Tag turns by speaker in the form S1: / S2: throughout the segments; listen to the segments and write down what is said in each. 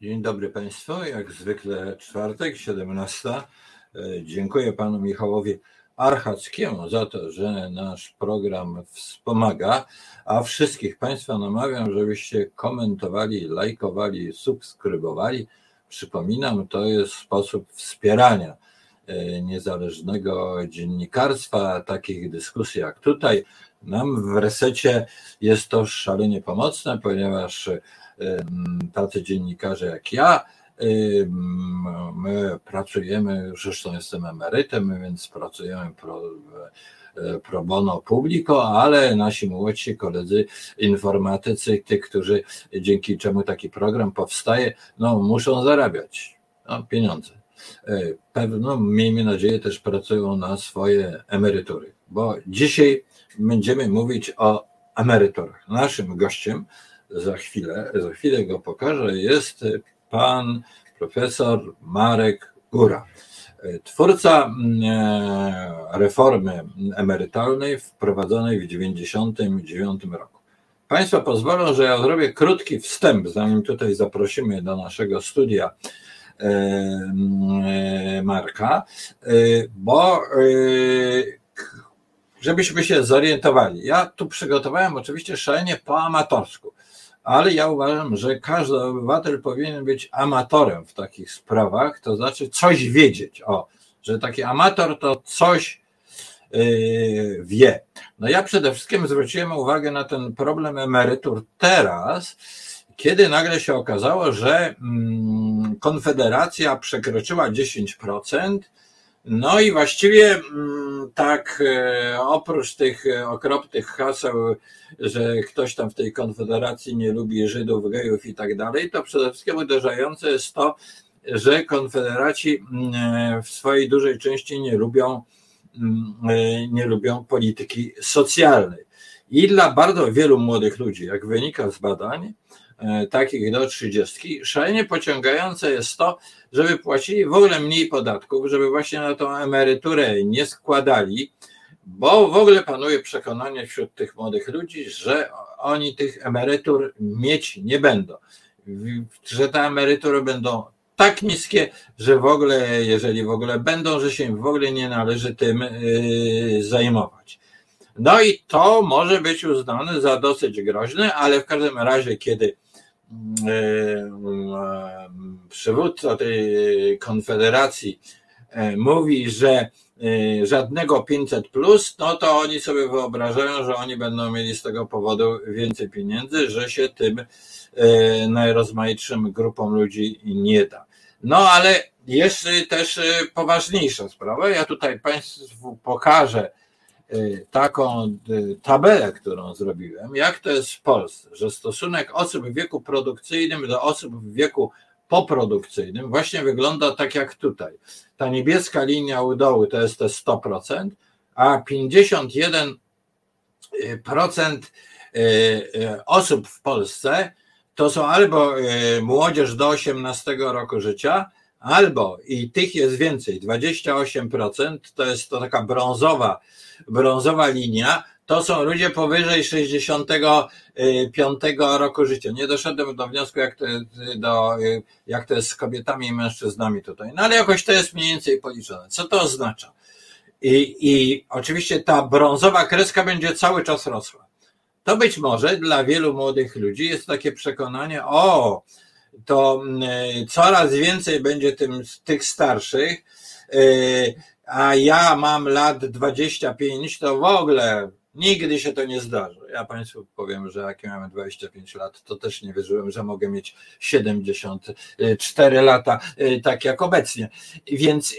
S1: Dzień dobry Państwu, jak zwykle czwartek, 17. Dziękuję Panu Michałowi Archackiemu za to, że nasz program wspomaga, a wszystkich Państwa namawiam, żebyście komentowali, lajkowali, subskrybowali. Przypominam, to jest sposób wspierania niezależnego dziennikarstwa, takich dyskusji jak tutaj. Nam w Resecie jest to szalenie pomocne, ponieważ tacy dziennikarze jak ja, my pracujemy, zresztą jestem emerytem, więc pracujemy pro bono publico, ale nasi młodsi koledzy informatycy, tych, którzy dzięki czemu taki program powstaje, no muszą zarabiać pieniądze. Pewno, miejmy nadzieję, też pracują na swoje emerytury, bo dzisiaj będziemy mówić o emeryturach. Naszym gościem za chwilę go pokażę, jest pan profesor Marek Góra, twórca reformy emerytalnej wprowadzonej w 1999 roku. Państwo pozwolą, że ja zrobię krótki wstęp, zanim tutaj zaprosimy do naszego studia Marka, bo żebyśmy się zorientowali. Ja tu przygotowałem oczywiście szalenie po amatorsku, ale ja uważam, że każdy obywatel powinien być amatorem w takich sprawach, to znaczy coś wiedzieć, że taki amator to coś wie. No ja przede wszystkim zwróciłem uwagę na ten problem emerytur teraz, kiedy nagle się okazało, że Konfederacja przekroczyła 10%, no i właściwie tak oprócz tych okropnych haseł, że ktoś tam w tej Konfederacji nie lubi Żydów, gejów i tak dalej, to przede wszystkim uderzające jest to, że Konfederaci w swojej dużej części nie lubią polityki socjalnej. I dla bardzo wielu młodych ludzi, jak wynika z badań, takich do 30, szalenie pociągające jest to, żeby płacili w ogóle mniej podatków, żeby właśnie na tą emeryturę nie składali, bo w ogóle panuje przekonanie wśród tych młodych ludzi, że oni tych emerytur mieć nie będą, że te emerytury będą tak niskie, że w ogóle, jeżeli w ogóle będą, że się im w ogóle nie należy tym zajmować. No i to może być uznane za dosyć groźne, ale w każdym razie, kiedy przywódca tej Konfederacji mówi, że żadnego 500+, no to oni sobie wyobrażają, że oni będą mieli z tego powodu więcej pieniędzy, że się tym najrozmaitszym grupom ludzi nie da. No ale jest też poważniejsza sprawa. Ja tutaj Państwu pokażę taką tabelę, którą zrobiłem, jak to jest w Polsce, że stosunek osób w wieku produkcyjnym do osób w wieku poprodukcyjnym właśnie wygląda tak jak tutaj. Ta niebieska linia u dołu to jest te 100%, a 51% osób w Polsce to są albo młodzież do 18 roku życia, albo, i tych jest więcej, 28%, to jest to taka brązowa linia, to są ludzie powyżej 65 roku życia. Nie doszedłem do wniosku, jak to jest z kobietami i mężczyznami tutaj, no ale jakoś to jest mniej więcej policzone. Co to oznacza? I oczywiście ta brązowa kreska będzie cały czas rosła. To być może dla wielu młodych ludzi jest takie przekonanie, to coraz więcej będzie tych starszych, a ja mam lat 25, to w ogóle nigdy się to nie zdarzy. Ja Państwu powiem, że jak miałem 25 lat, to też nie wierzyłem, że mogę mieć 74 lata, tak jak obecnie. Więc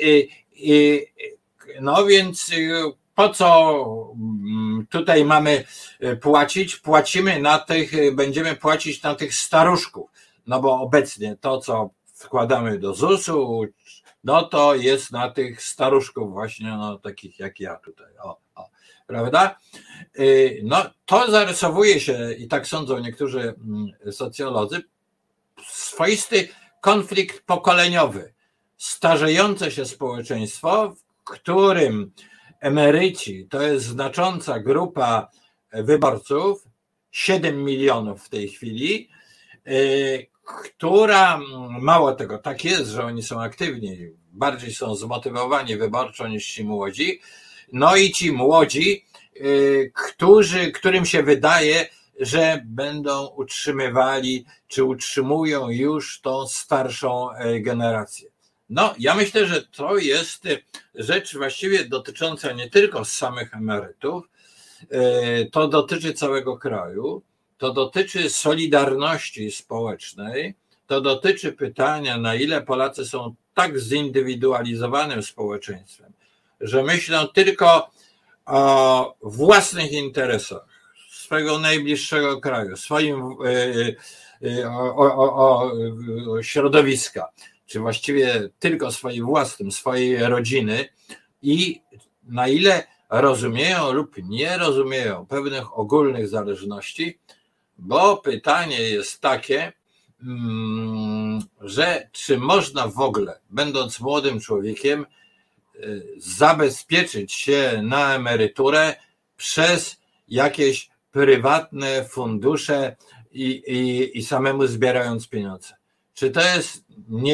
S1: po co tutaj mamy płacić? Będziemy płacić na tych staruszków, no bo obecnie to, co wkładamy do ZUS-u, no to jest na tych staruszków właśnie, takich jak ja tutaj, prawda? No to zarysowuje się, i tak sądzą niektórzy socjolodzy, swoisty konflikt pokoleniowy. Starzejące się społeczeństwo, w którym emeryci to jest znacząca grupa wyborców, 7 milionów w tej chwili, która, mało tego, tak jest, że oni są aktywni, bardziej są zmotywowani wyborczo niż ci młodzi, no i ci młodzi, którym się wydaje, że będą utrzymywali, czy utrzymują już tą starszą generację. No, ja myślę, że to jest rzecz właściwie dotycząca nie tylko samych emerytów, to dotyczy całego kraju, to dotyczy solidarności społecznej, to dotyczy pytania, na ile Polacy są tak zindywidualizowanym społeczeństwem, że myślą tylko o własnych interesach, swojego najbliższego kraju, swoim o środowiska, czy właściwie tylko swoim własnym, swojej rodziny i na ile rozumieją lub nie rozumieją pewnych ogólnych zależności, bo pytanie jest takie, że czy można w ogóle, będąc młodym człowiekiem, zabezpieczyć się na emeryturę przez jakieś prywatne fundusze i samemu zbierając pieniądze. Czy to jest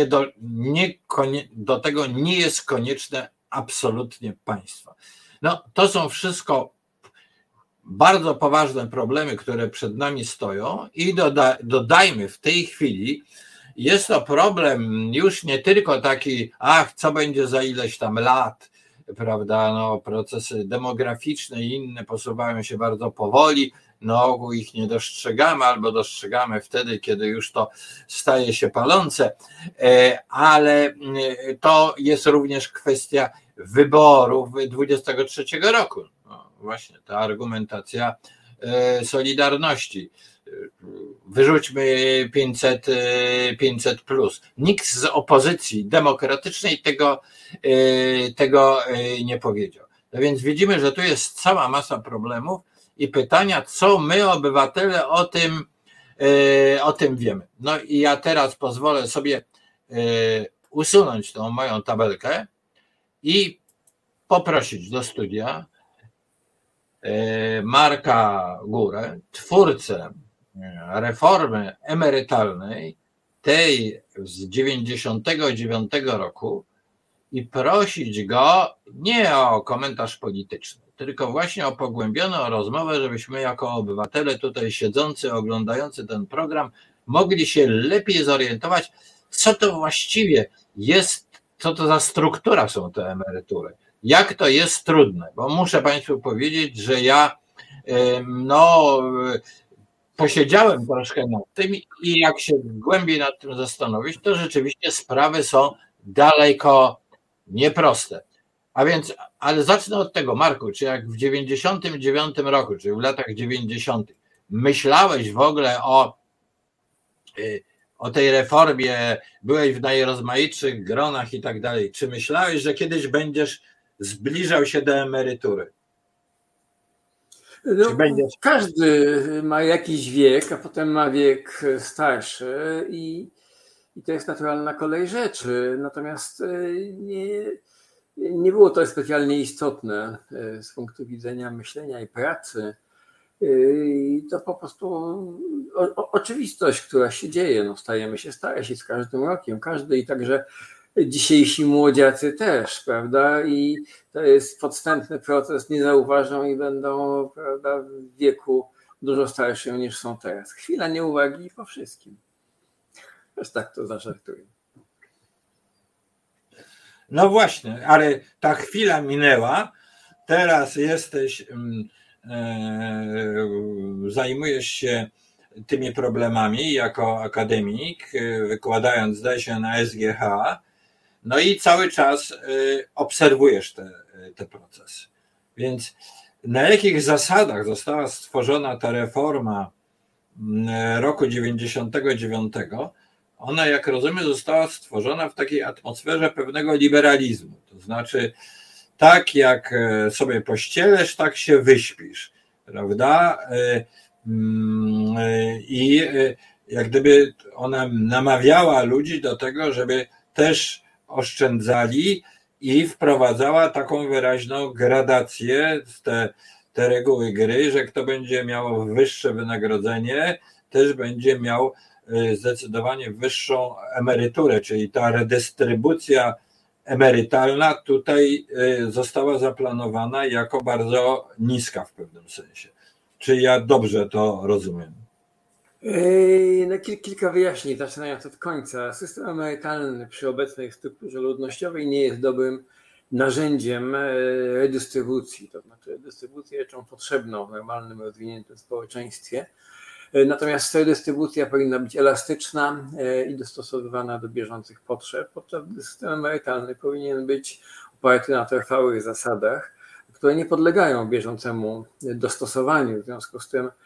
S1: do tego nie jest konieczne absolutnie państwo. No, to są wszystko bardzo poważne problemy, które przed nami stoją i dodajmy w tej chwili, jest to problem już nie tylko taki, co będzie za ileś tam lat, prawda, no procesy demograficzne i inne posuwają się bardzo powoli, na ogół ich nie dostrzegamy albo dostrzegamy wtedy, kiedy już to staje się palące, ale to jest również kwestia wyborów 23 roku. No właśnie ta argumentacja Solidarności. Wyrzućmy 500 plus. Nikt z opozycji demokratycznej tego nie powiedział. No więc widzimy, że tu jest cała masa problemów i pytania, co my obywatele o tym wiemy. No i ja teraz pozwolę sobie usunąć tą moją tabelkę i poprosić do studia Marka Górę, twórcę reformy emerytalnej, tej z 99 roku, i prosić go nie o komentarz polityczny, tylko właśnie o pogłębioną rozmowę, żebyśmy jako obywatele tutaj siedzący, oglądający ten program mogli się lepiej zorientować, co to właściwie jest, co to za struktura są te emerytury, jak to jest trudne, bo muszę Państwu powiedzieć, że ja posiedziałem troszkę nad tym i jak się głębiej nad tym zastanowić, to rzeczywiście sprawy są daleko nieproste. A więc, ale zacznę od tego, Marku, czy jak w 99 roku, czy w latach 90. myślałeś w ogóle o tej reformie, byłeś w najrozmaitszych gronach i tak dalej, czy myślałeś, że kiedyś będziesz zbliżał się do emerytury?
S2: No, każdy ma jakiś wiek, a potem ma wiek starszy i to jest naturalna kolej rzeczy. Natomiast nie było to specjalnie istotne z punktu widzenia myślenia i pracy. I to po prostu oczywistość, która się dzieje. No, stajemy się starsi z każdym rokiem. Każdy i także dzisiejsi młodziacy też, prawda? I to jest podstępny proces, nie zauważą i będą, prawda, w wieku dużo starszym niż są teraz. Chwila nieuwagi po wszystkim. Też tak to zażartuję.
S1: No właśnie, ale ta chwila minęła, teraz zajmujesz się tymi problemami jako akademik, wykładając, zdaje się, na SGH, no i cały czas obserwujesz te procesy. Więc na jakich zasadach została stworzona ta reforma roku 99? Ona, jak rozumiem, została stworzona w takiej atmosferze pewnego liberalizmu. To znaczy, tak jak sobie pościelesz, tak się wyśpisz, prawda? I jak gdyby ona namawiała ludzi do tego, żeby też oszczędzali i wprowadzała taką wyraźną gradację, te reguły gry, że kto będzie miał wyższe wynagrodzenie, też będzie miał zdecydowanie wyższą emeryturę, czyli ta redystrybucja emerytalna tutaj została zaplanowana jako bardzo niska w pewnym sensie. Czy ja dobrze to rozumiem?
S2: No, kilka wyjaśnień, zaczynając od końca. System emerytalny przy obecnej strukturze ludnościowej nie jest dobrym narzędziem redystrybucji, to znaczy redystrybucję rzeczą potrzebną w normalnym, rozwiniętym społeczeństwie. Natomiast redystrybucja powinna być elastyczna i dostosowywana do bieżących potrzeb, podczas gdy system emerytalny powinien być oparty na trwałych zasadach, które nie podlegają bieżącemu dostosowaniu. W związku z tym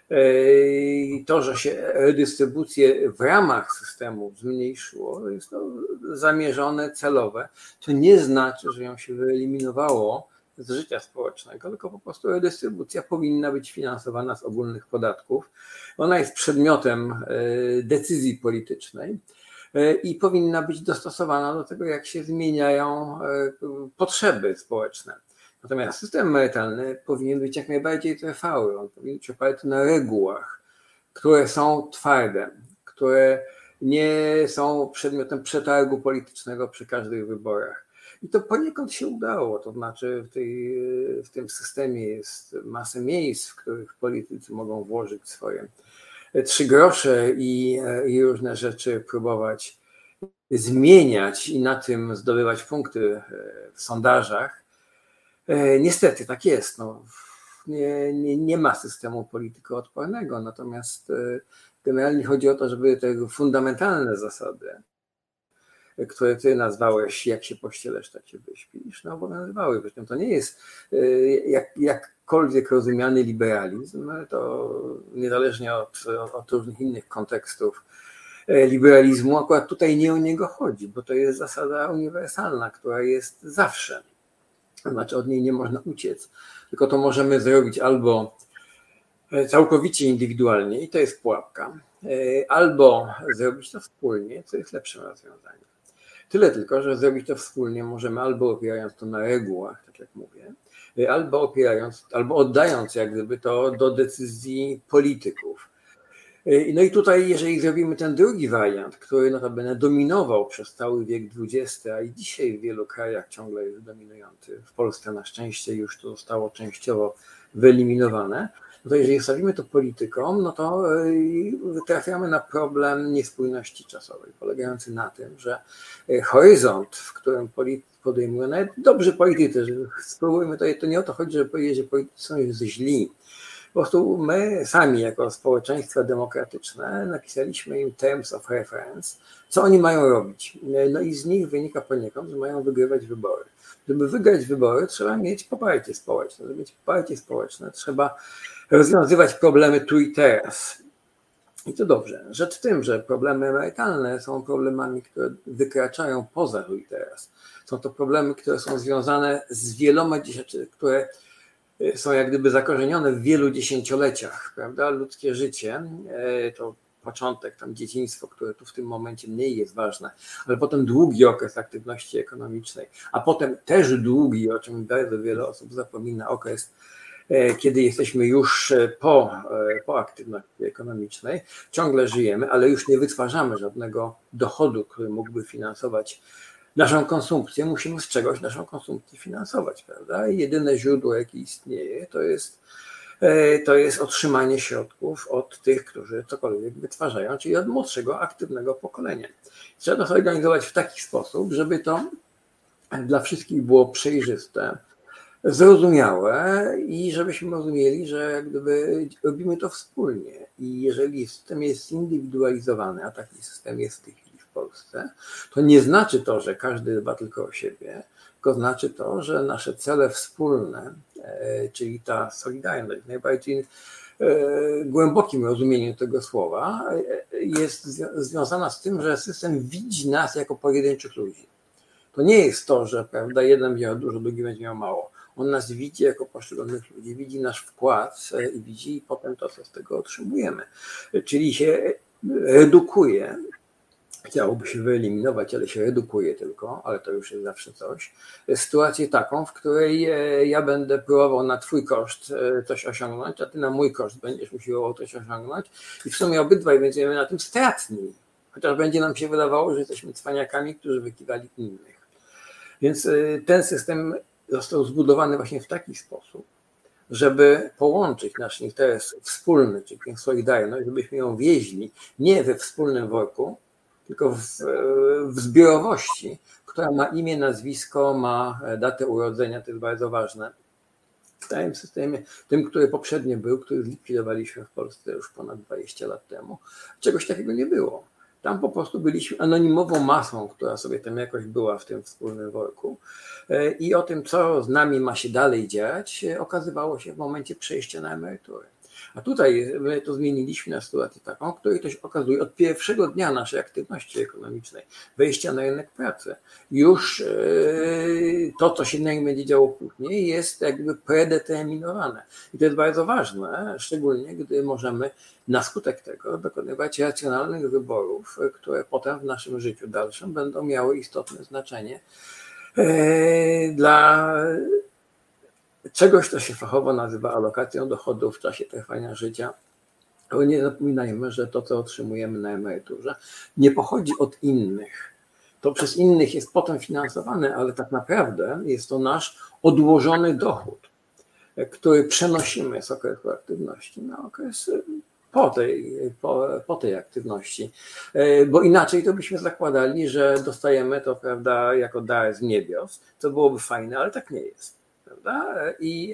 S2: to, że się redystrybucję w ramach systemu zmniejszyło, jest to zamierzone, celowe. To nie znaczy, że ją się wyeliminowało z życia społecznego, tylko po prostu redystrybucja powinna być finansowana z ogólnych podatków. Ona jest przedmiotem decyzji politycznej i powinna być dostosowana do tego, jak się zmieniają potrzeby społeczne. Natomiast system emerytalny powinien być jak najbardziej trwały. On powinien być oparty na regułach, które są twarde, które nie są przedmiotem przetargu politycznego przy każdych wyborach. I to poniekąd się udało, to znaczy w tym systemie jest masę miejsc, w których politycy mogą włożyć swoje 3 grosze i różne rzeczy próbować zmieniać i na tym zdobywać punkty w sondażach. Niestety tak jest. No, nie ma systemu politykoodpornego, natomiast generalnie chodzi o to, żeby te fundamentalne zasady, które ty nazwałeś, jak się pościelesz, tak się wyśpisz, no obowiązywały. Zresztą to nie jest jakkolwiek rozumiany liberalizm, to niezależnie od różnych innych kontekstów liberalizmu, akurat tutaj nie o niego chodzi, bo to jest zasada uniwersalna, która jest zawsze. Znaczy od niej nie można uciec, tylko to możemy zrobić albo całkowicie indywidualnie i to jest pułapka, albo zrobić to wspólnie, co jest lepszym rozwiązaniem. Tyle tylko, że zrobić to wspólnie możemy albo opierając to na regułach, tak jak mówię, albo oddając jak gdyby to do decyzji polityków. No i tutaj, jeżeli zrobimy ten drugi wariant, który notabene dominował przez cały wiek XX, a i dzisiaj w wielu krajach ciągle jest dominujący, w Polsce na szczęście już to zostało częściowo wyeliminowane, no to jeżeli stawimy to politykom, no to trafiamy na problem niespójności czasowej, polegający na tym, że horyzont, w którym podejmują nawet dobrzy politycy, że spróbujmy to nie o to chodzi, żeby powiedzieć, że politycy są już źli. Po prostu my sami jako społeczeństwa demokratyczne napisaliśmy im terms of reference, co oni mają robić. No i z nich wynika poniekąd, że mają wygrywać wybory. Żeby wygrać wybory, trzeba mieć poparcie społeczne. Żeby mieć poparcie społeczne, trzeba rozwiązywać problemy tu i teraz. I to dobrze. Rzecz w tym, że problemy emerytalne są problemami, które wykraczają poza tu i teraz. Są to problemy, które są związane z wieloma rzeczami, które są jak gdyby zakorzenione w wielu dziesięcioleciach, prawda? Ludzkie życie to początek, tam dzieciństwo, które tu w tym momencie mniej jest ważne, ale potem długi okres aktywności ekonomicznej, a potem też długi, o czym bardzo wiele osób zapomina, okres, kiedy jesteśmy już po aktywności ekonomicznej, ciągle żyjemy, ale już nie wytwarzamy żadnego dochodu, który mógłby finansować naszą konsumpcję, musimy z czegoś naszą konsumpcję finansować, prawda? I jedyne źródło, jakie istnieje, to jest otrzymanie środków od tych, którzy cokolwiek wytwarzają, czyli od młodszego, aktywnego pokolenia. Trzeba to zorganizować w taki sposób, żeby to dla wszystkich było przejrzyste, zrozumiałe i żebyśmy rozumieli, że jak gdyby robimy to wspólnie. I jeżeli system jest zindywidualizowany, a taki system jest w tej chwili w Polsce, to nie znaczy to, że każdy dba tylko o siebie, tylko znaczy to, że nasze cele wspólne, czyli ta solidarność w najbardziej głębokim rozumieniu tego słowa, jest związana z tym, że system widzi nas jako pojedynczych ludzi. To nie jest to, że prawda, jeden miał dużo, drugi będzie miał mało. On nas widzi jako poszczególnych ludzi, widzi nasz wkład i widzi potem to, co z tego otrzymujemy. Czyli się redukuje chciałoby się wyeliminować, ale się redukuje tylko, ale to już jest zawsze coś. Sytuację taką, w której ja będę próbował na twój koszt coś osiągnąć, a ty na mój koszt będziesz usiłował coś osiągnąć i w sumie obydwaj będziemy na tym stratni, chociaż będzie nam się wydawało, że jesteśmy cwaniakami, którzy wykiwali innych. Więc ten system został zbudowany właśnie w taki sposób, żeby połączyć nasz interes wspólny, czyli solidarność, żebyśmy ją wieźli nie we wspólnym worku, tylko w zbiorowości, która ma imię, nazwisko, ma datę urodzenia, to jest bardzo ważne. W całym systemie, tym, który poprzednio był, który zlikwidowaliśmy w Polsce już ponad 20 lat temu, czegoś takiego nie było. Tam po prostu byliśmy anonimową masą, która sobie tam jakoś była w tym wspólnym worku i o tym, co z nami ma się dalej dziać, okazywało się w momencie przejścia na emeryturę. A tutaj my to zmieniliśmy na sytuację taką, w której to się okazuje od pierwszego dnia naszej aktywności ekonomicznej, wejścia na rynek pracy, już to, co się na nim będzie działo później, jest jakby predeterminowane. I to jest bardzo ważne, szczególnie gdy możemy na skutek tego dokonywać racjonalnych wyborów, które potem w naszym życiu dalszym będą miały istotne znaczenie dla czegoś, co się fachowo nazywa alokacją dochodów w czasie trwania życia. Ale nie zapominajmy, że to, co otrzymujemy na emeryturze, nie pochodzi od innych. To przez innych jest potem finansowane, ale tak naprawdę jest to nasz odłożony dochód, który przenosimy z okresu aktywności na okres po tej aktywności. Bo inaczej to byśmy zakładali, że dostajemy to, prawda, jako dar z niebios, co byłoby fajne, ale tak nie jest. Prawda? I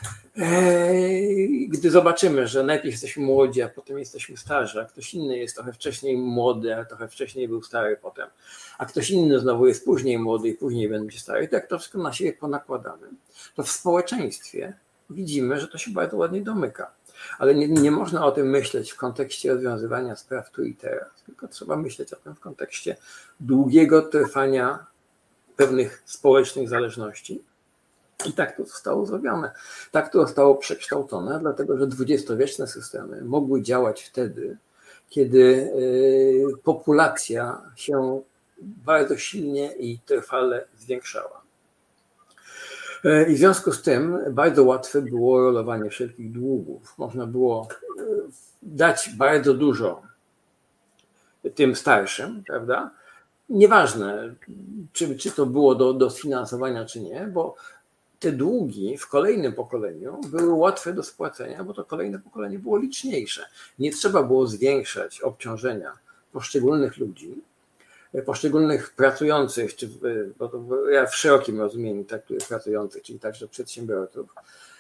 S2: gdy zobaczymy, że najpierw jesteśmy młodzi, a potem jesteśmy starzy, a ktoś inny jest trochę wcześniej młody, a trochę wcześniej był stary potem, a ktoś inny znowu jest później młody i później będzie stary, tak to wszystko na siebie ponakładamy, to w społeczeństwie widzimy, że to się bardzo ładnie domyka. Ale nie można o tym myśleć w kontekście rozwiązywania spraw tu i teraz, tylko trzeba myśleć o tym w kontekście długiego trwania pewnych społecznych zależności. I tak to zostało zrobione. Tak to zostało przekształcone, dlatego że dwudziestowieczne systemy mogły działać wtedy, kiedy populacja się bardzo silnie i trwale zwiększała. I w związku z tym bardzo łatwe było rolowanie wszelkich długów. Można było dać bardzo dużo tym starszym, prawda? Nieważne, czy to było do sfinansowania, czy nie, bo te długi w kolejnym pokoleniu były łatwe do spłacenia, bo to kolejne pokolenie było liczniejsze. Nie trzeba było zwiększać obciążenia poszczególnych ludzi, poszczególnych pracujących, bo to ja w szerokim rozumieniu traktuję pracujących, czyli także przedsiębiorców.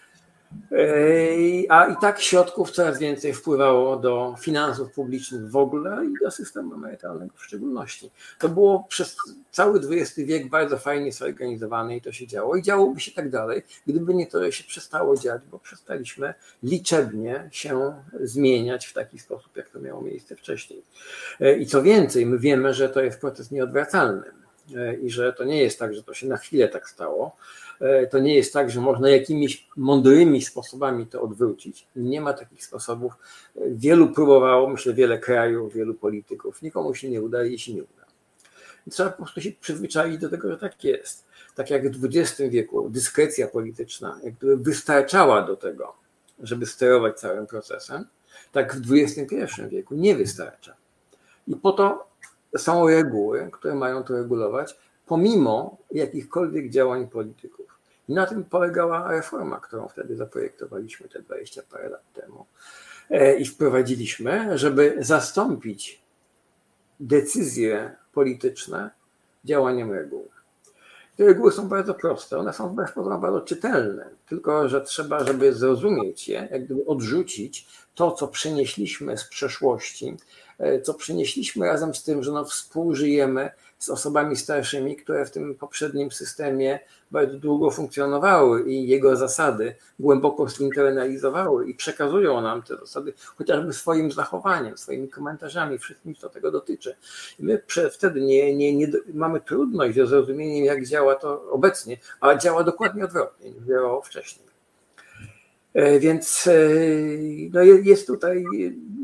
S2: A i tak środków coraz więcej wpływało do finansów publicznych w ogóle i do systemu emerytalnego w szczególności. To było przez cały XX wiek bardzo fajnie zorganizowane i to się działo i działoby się tak dalej, gdyby nie to, że się przestało dziać, bo przestaliśmy liczebnie się zmieniać w taki sposób, jak to miało miejsce wcześniej. I co więcej, my wiemy, że to jest proces nieodwracalny i że to nie jest tak, że to się na chwilę tak stało. To nie jest tak, że można jakimiś mądrymi sposobami to odwrócić. Nie ma takich sposobów. Wielu próbowało, myślę, wiele krajów, wielu polityków. Nikomu się nie uda i się nie uda. Trzeba po prostu się przyzwyczaić do tego, że tak jest. Tak jak w XX wieku dyskrecja polityczna jak gdyby wystarczała do tego, żeby sterować całym procesem, tak w XXI wieku nie wystarcza. I po to są reguły, które mają to regulować, pomimo jakichkolwiek działań polityków. I na tym polegała reforma, którą wtedy zaprojektowaliśmy te 20 parę lat temu i wprowadziliśmy, żeby zastąpić decyzje polityczne działaniem reguł. Te reguły są bardzo proste, one są wbrew pozorom bardzo czytelne, tylko że trzeba, żeby zrozumieć je, jak gdyby odrzucić to, co przenieśliśmy z przeszłości, co przenieśliśmy razem z tym, że współżyjemy z osobami starszymi, które w tym poprzednim systemie bardzo długo funkcjonowały i jego zasady głęboko zinternalizowały i przekazują nam te zasady chociażby swoim zachowaniem, swoimi komentarzami, wszystkim, co tego dotyczy. I my wtedy nie mamy trudność ze zrozumieniem, jak działa to obecnie, a działa dokładnie odwrotnie niż działało wcześniej. Więc no jest tutaj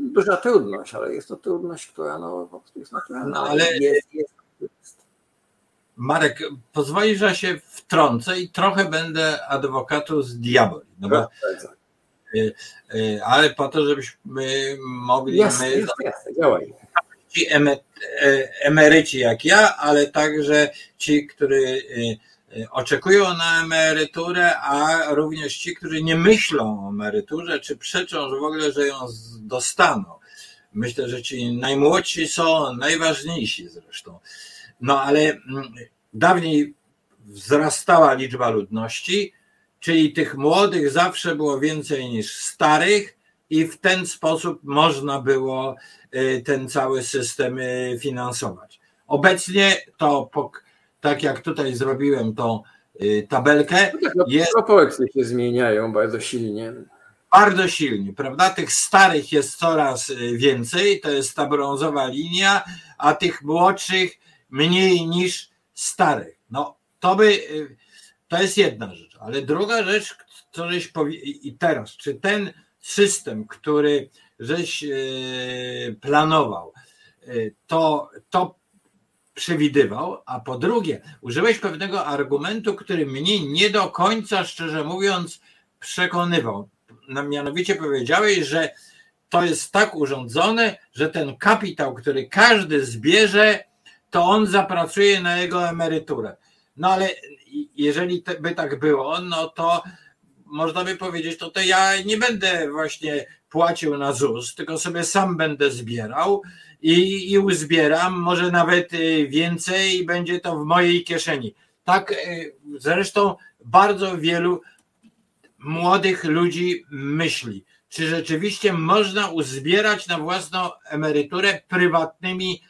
S2: duża trudność, ale jest to trudność, która no, po prostu jest naturalna.
S1: No, ale
S2: jest.
S1: Marek, pozwolisz, że się wtrącę i trochę będę advocatus diaboli. No bo, ale po to, żebyśmy mogli...
S2: Jasne, działaj.
S1: Ci emeryci jak ja, ale także ci, którzy oczekują na emeryturę, a również ci, którzy nie myślą o emeryturze, czy przeczą, że w ogóle, że ją dostaną. Myślę, że ci najmłodsi są najważniejsi zresztą. No ale dawniej wzrastała liczba ludności, czyli tych młodych zawsze było więcej niż starych i w ten sposób można było ten cały system finansować. Obecnie to, tak jak tutaj zrobiłem tą tabelkę,
S2: jest... Proporcje się zmieniają bardzo silnie.
S1: Bardzo silnie, prawda? Tych starych jest coraz więcej, to jest ta brązowa linia, a tych młodszych mniej niż starych. No to jest jedna rzecz, ale druga rzecz, i teraz, czy ten system, który żeś planował, to przewidywał, a po drugie, użyłeś pewnego argumentu, który mnie nie do końca, szczerze mówiąc, przekonywał. Mianowicie powiedziałeś, że to jest tak urządzone, że ten kapitał, który każdy zbierze, to on zapracuje na jego emeryturę. No ale jeżeli by tak było, no to można by powiedzieć, to ja nie będę właśnie płacił na ZUS, tylko sobie sam będę zbierał i uzbieram, może nawet więcej i będzie to w mojej kieszeni. Tak zresztą bardzo wielu młodych ludzi myśli. Czy rzeczywiście można uzbierać na własną emeryturę prywatnymi,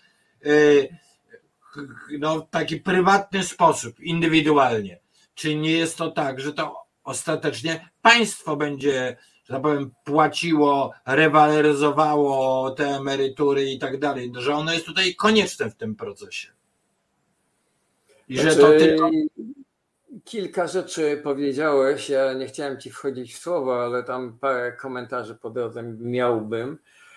S1: no w taki prywatny sposób, indywidualnie? Czy nie jest to tak, że to ostatecznie państwo będzie, że tak powiem, płaciło, rewaloryzowało te emerytury i tak dalej, że ono jest tutaj konieczne w tym procesie? I że to tylko...
S2: Kilka rzeczy powiedziałeś, ja nie chciałem ci wchodzić w słowo, ale tam parę komentarzy po drodze miałbym.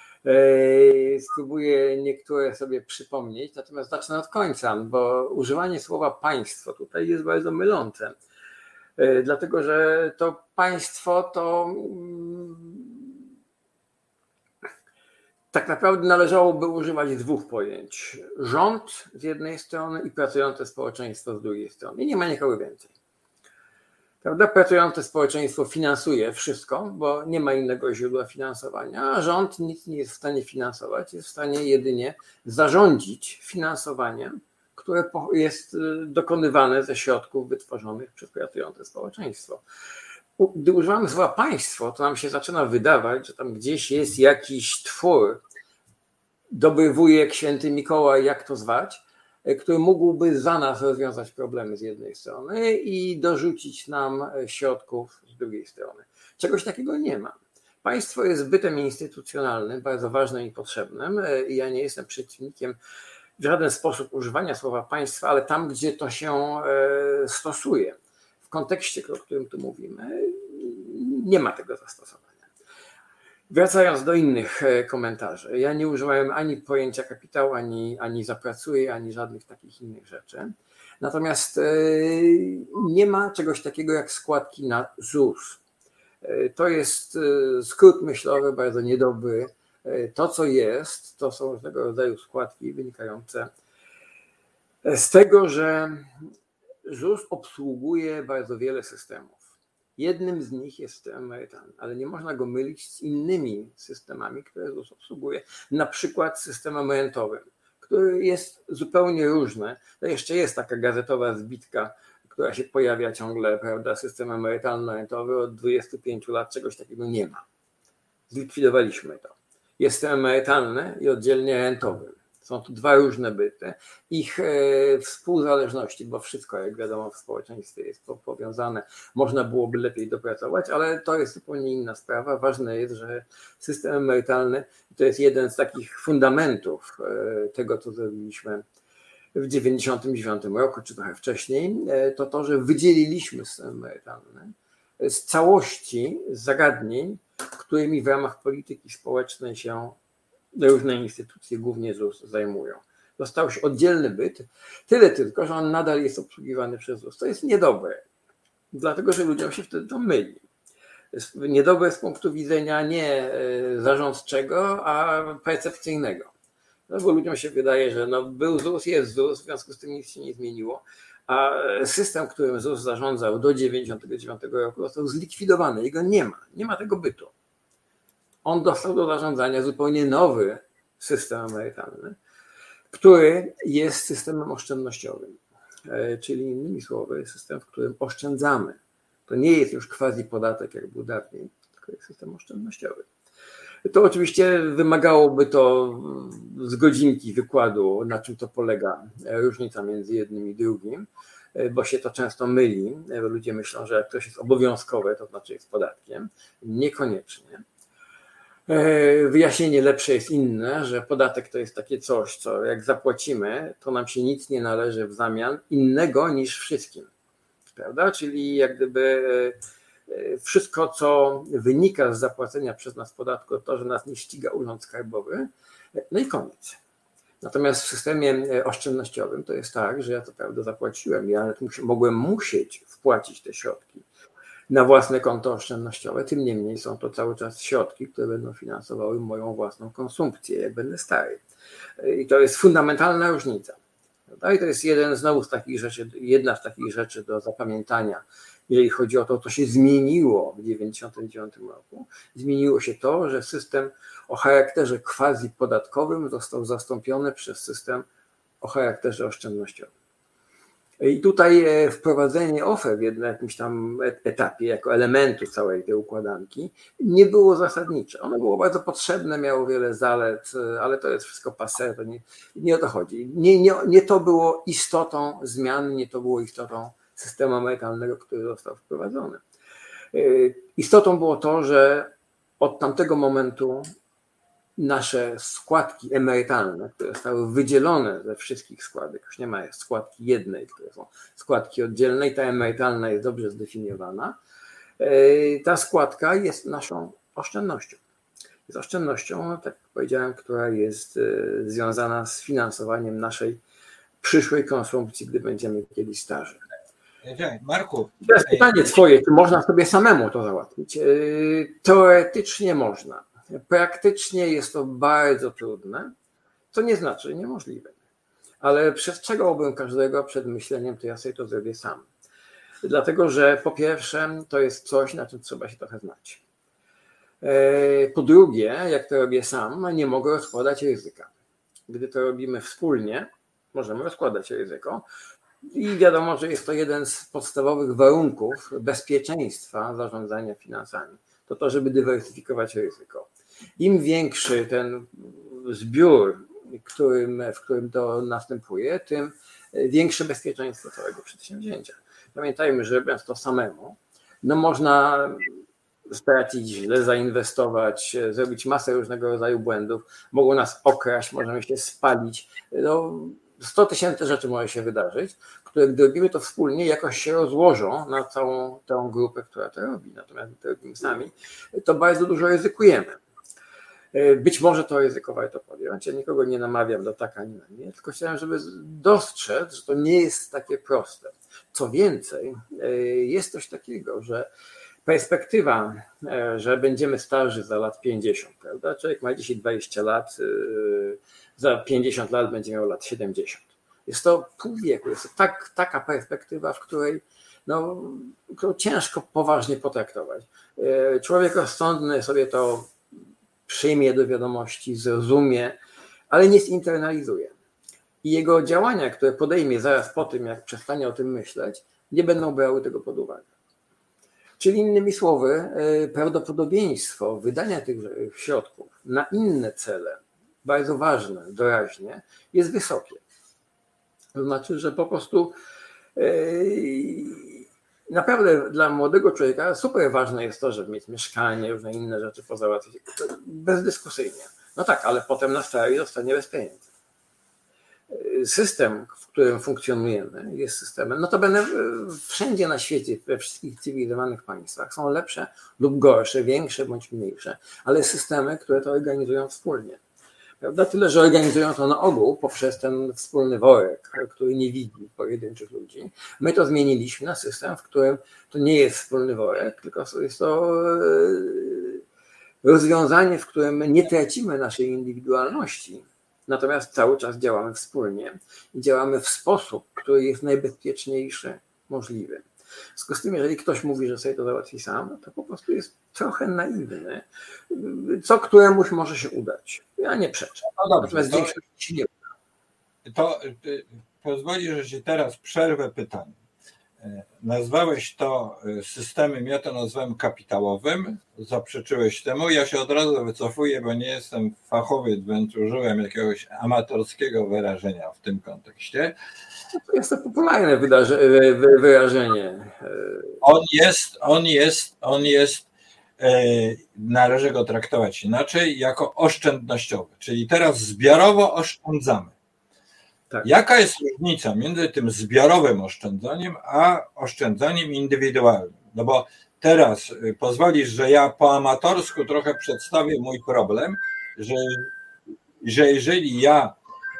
S2: Spróbuję niektóre sobie przypomnieć, natomiast zacznę od końca, bo używanie słowa państwo tutaj jest bardzo mylące. Dlatego, że to państwo to tak naprawdę należałoby używać dwóch pojęć. Rząd z jednej strony i pracujące społeczeństwo z drugiej strony. I nie ma nikogo więcej. Prawda? Pracujące społeczeństwo finansuje wszystko, bo nie ma innego źródła finansowania, a rząd nic nie jest w stanie finansować, jest w stanie jedynie zarządzić finansowaniem, które jest dokonywane ze środków wytworzonych przez pracujące społeczeństwo. Gdy używamy słowa państwo, to nam się zaczyna wydawać, że tam gdzieś jest jakiś twór, dobry wujek, święty Mikołaj, jak to zwać, który mógłby za nas rozwiązać problemy z jednej strony i dorzucić nam środków z drugiej strony. Czegoś takiego nie ma. Państwo jest bytem instytucjonalnym, bardzo ważnym i potrzebnym i ja nie jestem przeciwnikiem w żaden sposób używania słowa państwa, ale tam, gdzie to się stosuje, w kontekście, o którym tu mówimy, nie ma tego zastosowania. Wracając do innych komentarzy, ja nie używałem ani pojęcia kapitał, ani zapracuję, ani żadnych takich innych rzeczy. Natomiast nie ma czegoś takiego jak składki na ZUS. To jest skrót myślowy, bardzo niedobry. To, co jest, to są różnego rodzaju składki wynikające z tego, że ZUS obsługuje bardzo wiele systemów. Jednym z nich jest system emerytalny, ale nie można go mylić z innymi systemami, które ZUS obsługuje, na przykład systemem rentowym, który jest zupełnie różny. To jeszcze jest taka gazetowa zbitka, która się pojawia ciągle, prawda, system emerytalno-rentowy od 25 lat, czegoś takiego nie ma. Zlikwidowaliśmy to. Jest system emerytalny i oddzielnie rentowy. Są to dwa różne byty. Ich współzależności, bo wszystko, jak wiadomo, w społeczeństwie jest powiązane, można byłoby lepiej dopracować, ale to jest zupełnie inna sprawa. Ważne jest, że system emerytalny to jest jeden z takich fundamentów tego, co zrobiliśmy w 1999 roku, czy trochę wcześniej, to, że wydzieliliśmy system emerytalny z całości zagadnień, którymi w ramach polityki społecznej się różne instytucje, głównie ZUS, zajmują. Dostał się oddzielny byt, tyle tylko, że on nadal jest obsługiwany przez ZUS. To jest niedobre, dlatego że ludziom się wtedy to myli. Jest niedobre z punktu widzenia nie zarządczego, a percepcyjnego. No bo ludziom się wydaje, że no był ZUS, jest ZUS, w związku z tym nic się nie zmieniło, a system, którym ZUS zarządzał do 1999 roku, został zlikwidowany. Jego nie ma. Nie ma tego bytu. On dostał do zarządzania zupełnie nowy system emerytalny, który jest systemem oszczędnościowym. Czyli innymi słowy, system, w którym oszczędzamy. To nie jest już quasi podatek, jak był dawniej, tylko jest system oszczędnościowy. To oczywiście wymagałoby to z godzinki wykładu, na czym to polega różnica między jednym i drugim, bo się to często myli. Ludzie myślą, że jak coś jest obowiązkowe, to znaczy jest podatkiem. Niekoniecznie. Wyjaśnienie lepsze jest inne, że podatek to jest takie coś, co jak zapłacimy, to nam się nic nie należy w zamian innego niż wszystkim. Prawda? Czyli jak gdyby wszystko, co wynika z zapłacenia przez nas podatku, to, że nas nie ściga Urząd Skarbowy, no i koniec. Natomiast w systemie oszczędnościowym to jest tak, że ja to prawda zapłaciłem, ja mogłem musieć wpłacić te środki na własne konto oszczędnościowe, tym niemniej są to cały czas środki, które będą finansowały moją własną konsumpcję, jak będę stary. I to jest fundamentalna różnica. I to jest jedna z takich rzeczy do zapamiętania, jeżeli chodzi o to, co się zmieniło w 1999 roku. Zmieniło się to, że system o charakterze quasi-podatkowym został zastąpiony przez system o charakterze oszczędnościowym. I tutaj wprowadzenie OFE w jakimś tam etapie, jako elementu całej tej układanki, nie było zasadnicze. Ono było bardzo potrzebne, miało wiele zalet, ale to jest wszystko passé, to nie o to chodzi. Nie to było istotą zmian, nie to było istotą systemu emerytalnego, który został wprowadzony. Istotą było to, że od tamtego momentu nasze składki emerytalne, które zostały wydzielone ze wszystkich składek, już nie ma składki jednej, które są składki oddzielne i ta emerytalna jest dobrze zdefiniowana, ta składka jest naszą oszczędnością. Jest oszczędnością, tak jak powiedziałem, która jest związana z finansowaniem naszej przyszłej konsumpcji, gdy będziemy kiedyś starzy.
S1: Marku.
S2: To jest pytanie twoje, czy można sobie samemu to załatwić? Teoretycznie można. Praktycznie jest to bardzo trudne, co nie znaczy niemożliwe. Ale przestrzegałbym każdego przed myśleniem, to ja sobie to zrobię sam. Dlatego, że po pierwsze to jest coś, na czym trzeba się trochę znać. Po drugie, jak to robię sam, nie mogę rozkładać ryzyka. Gdy to robimy wspólnie, możemy rozkładać ryzyko. I wiadomo, że jest to jeden z podstawowych warunków bezpieczeństwa zarządzania finansami. To, żeby dywersyfikować ryzyko. Im większy ten zbiór, w którym to następuje, tym większe bezpieczeństwo całego przedsięwzięcia. Pamiętajmy, że robiąc to samemu, no można stracić źle, zainwestować, zrobić masę różnego rodzaju błędów, mogą nas okraść, możemy się spalić. No, 100 000 rzeczy może się wydarzyć, które gdy robimy to wspólnie, jakoś się rozłożą na całą tę grupę, która to robi. Natomiast gdy to robimy sami, to bardzo dużo ryzykujemy. Być może to ryzyko warto podjąć. Ja nikogo nie namawiam do tak ani na nie, tylko chciałem, żeby dostrzec, że to nie jest takie proste. Co więcej, jest coś takiego, że perspektywa, że będziemy starzy za lat 50, prawda? Człowiek ma dzisiaj 20 lat, za 50 lat będzie miał lat 70. Jest to pół wieku, jest to taka perspektywa, w której którą ciężko poważnie potraktować. Człowiek rozsądny sobie to przyjmie do wiadomości, zrozumie, ale nie zinternalizuje. I jego działania, które podejmie zaraz po tym, jak przestanie o tym myśleć, nie będą brały tego pod uwagę. Czyli innymi słowy, prawdopodobieństwo wydania tych środków na inne cele, bardzo ważne, doraźnie, jest wysokie. To znaczy, że po prostu naprawdę dla młodego człowieka super ważne jest to, żeby mieć mieszkanie, różne inne rzeczy pozałatwić. Bezdyskusyjnie. No tak, ale potem na stary zostanie bez pieniędzy. System, w którym funkcjonujemy, jest systemem, notabene wszędzie na świecie, we wszystkich cywilizowanych państwach są lepsze lub gorsze, większe bądź mniejsze, ale systemy, które to organizują wspólnie. Prawda? Tyle, że organizują to na ogół poprzez ten wspólny worek, który nie widzi pojedynczych ludzi. My to zmieniliśmy na system, w którym to nie jest wspólny worek, tylko jest to rozwiązanie, w którym nie tracimy naszej indywidualności, natomiast cały czas działamy wspólnie i działamy w sposób, który jest najbezpieczniejszy możliwy. W związku z tym, jeżeli ktoś mówi, że sobie to załatwi sam, to po prostu jest trochę naiwny, co któremuś może się udać. Ja nie przeczę.
S1: No dobrze,
S2: natomiast większość się nie uda.
S1: To pozwoli, że ci teraz przerwę pytanie. Nazwałeś to systemem, ja to nazwałem kapitałowym, zaprzeczyłeś temu. Ja się od razu wycofuję, bo nie jestem fachowy, więc użyłem jakiegoś amatorskiego wyrażenia w tym kontekście.
S2: To jest to popularne wyrażenie.
S1: On jest, należy go traktować inaczej, jako oszczędnościowy, czyli teraz zbiorowo oszczędzamy. Tak. Jaka jest różnica między tym zbiorowym oszczędzaniem, a oszczędzaniem indywidualnym? No bo teraz pozwolisz, że ja po amatorsku trochę przedstawię mój problem, że jeżeli ja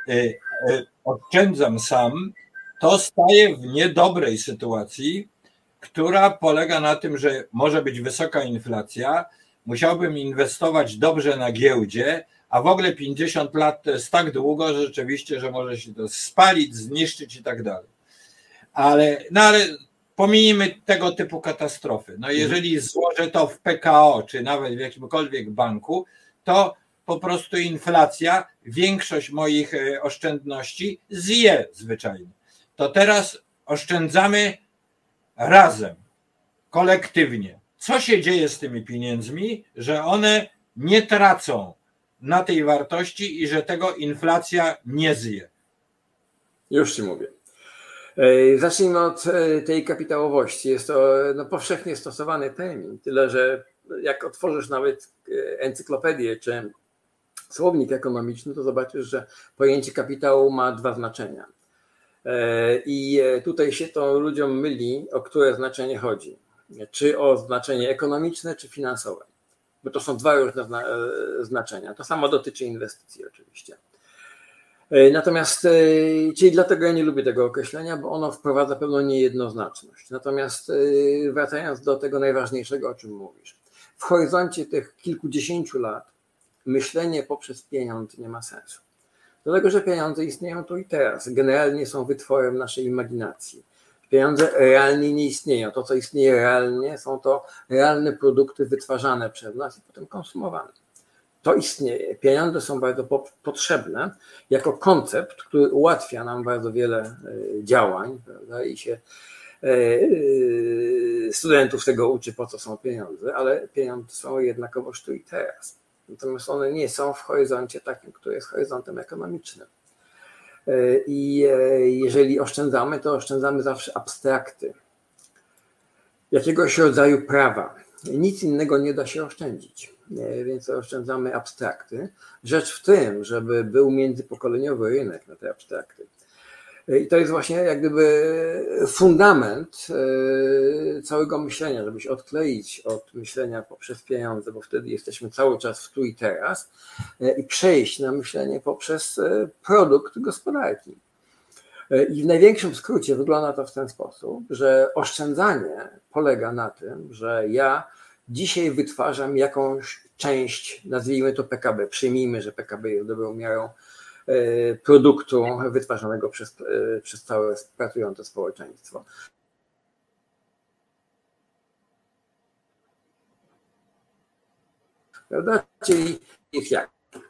S1: oszczędzam sam, to staję w niedobrej sytuacji, która polega na tym, że może być wysoka inflacja, musiałbym inwestować dobrze na giełdzie, a w ogóle 50 lat to jest tak długo, że rzeczywiście, że może się to spalić, zniszczyć i tak dalej. Ale pomijmy tego typu katastrofy. No jeżeli złożę to w PKO, czy nawet w jakimkolwiek banku, to po prostu inflacja większość moich oszczędności zje zwyczajnie. To teraz oszczędzamy razem, kolektywnie. Co się dzieje z tymi pieniędzmi, że one nie tracą na tej wartości i że tego inflacja nie zje?
S2: Już ci mówię. Zacznijmy od tej kapitałowości. Jest to powszechnie stosowany termin, tyle że jak otworzysz nawet encyklopedię czy słownik ekonomiczny, to zobaczysz, że pojęcie kapitału ma dwa znaczenia. I tutaj się to ludziom myli, o które znaczenie chodzi. Czy o znaczenie ekonomiczne, czy finansowe. Bo to są dwa różne znaczenia. To samo dotyczy inwestycji oczywiście. Natomiast, czyli dlatego ja nie lubię tego określenia, bo ono wprowadza pewną niejednoznaczność. Natomiast wracając do tego najważniejszego, o czym mówisz. W horyzoncie tych kilkudziesięciu lat myślenie poprzez pieniądze nie ma sensu. Dlatego, że pieniądze istnieją tu i teraz. Generalnie są wytworem naszej imaginacji. Pieniądze realnie nie istnieją. To, co istnieje realnie, są to realne produkty wytwarzane przez nas i potem konsumowane. To istnieje. Pieniądze są bardzo potrzebne jako koncept, który ułatwia nam bardzo wiele działań, prawda? I się studentów tego uczy, po co są pieniądze, ale pieniądze są jednakowoż tu i teraz. Natomiast one nie są w horyzoncie takim, który jest horyzontem ekonomicznym. I jeżeli oszczędzamy, to oszczędzamy zawsze abstrakty, jakiegoś rodzaju prawa. Nic innego nie da się oszczędzić, więc oszczędzamy abstrakty. Rzecz w tym, żeby był międzypokoleniowy rynek na te abstrakty. I to jest właśnie jak gdyby fundament całego myślenia, żeby się odkleić od myślenia poprzez pieniądze, bo wtedy jesteśmy cały czas w tu i teraz, i przejść na myślenie poprzez produkt gospodarki. I w największym skrócie wygląda to w ten sposób, że oszczędzanie polega na tym, że ja dzisiaj wytwarzam jakąś część, nazwijmy to PKB, przyjmijmy, że PKB jest dobrą miarą produktu wytwarzanego przez całe pracujące społeczeństwo. Prawda? Czyli ich jak?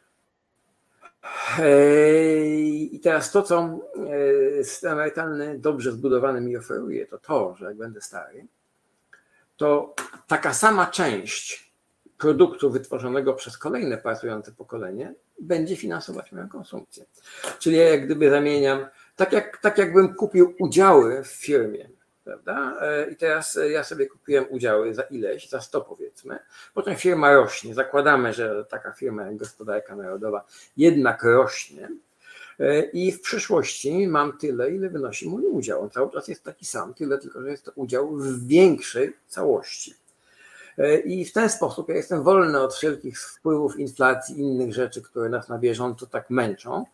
S2: I teraz to, co system emerytalny dobrze zbudowany mi oferuje, to to, że jak będę stary, to taka sama część produktu wytworzonego przez kolejne pracujące pokolenie będzie finansować moją konsumpcję. Czyli ja jak gdyby zamieniam, tak jakbym kupił udziały w firmie, prawda? I teraz ja sobie kupiłem udziały za ileś, za 100 powiedzmy, potem firma rośnie, zakładamy, że taka firma jak Gospodarka Narodowa jednak rośnie i w przyszłości mam tyle, ile wynosi mój udział. On cały czas jest taki sam, tyle tylko, że jest to udział w większej całości. I w ten sposób ja jestem wolny od wszelkich wpływów inflacji, innych rzeczy, które nas na bieżąco tak męczą.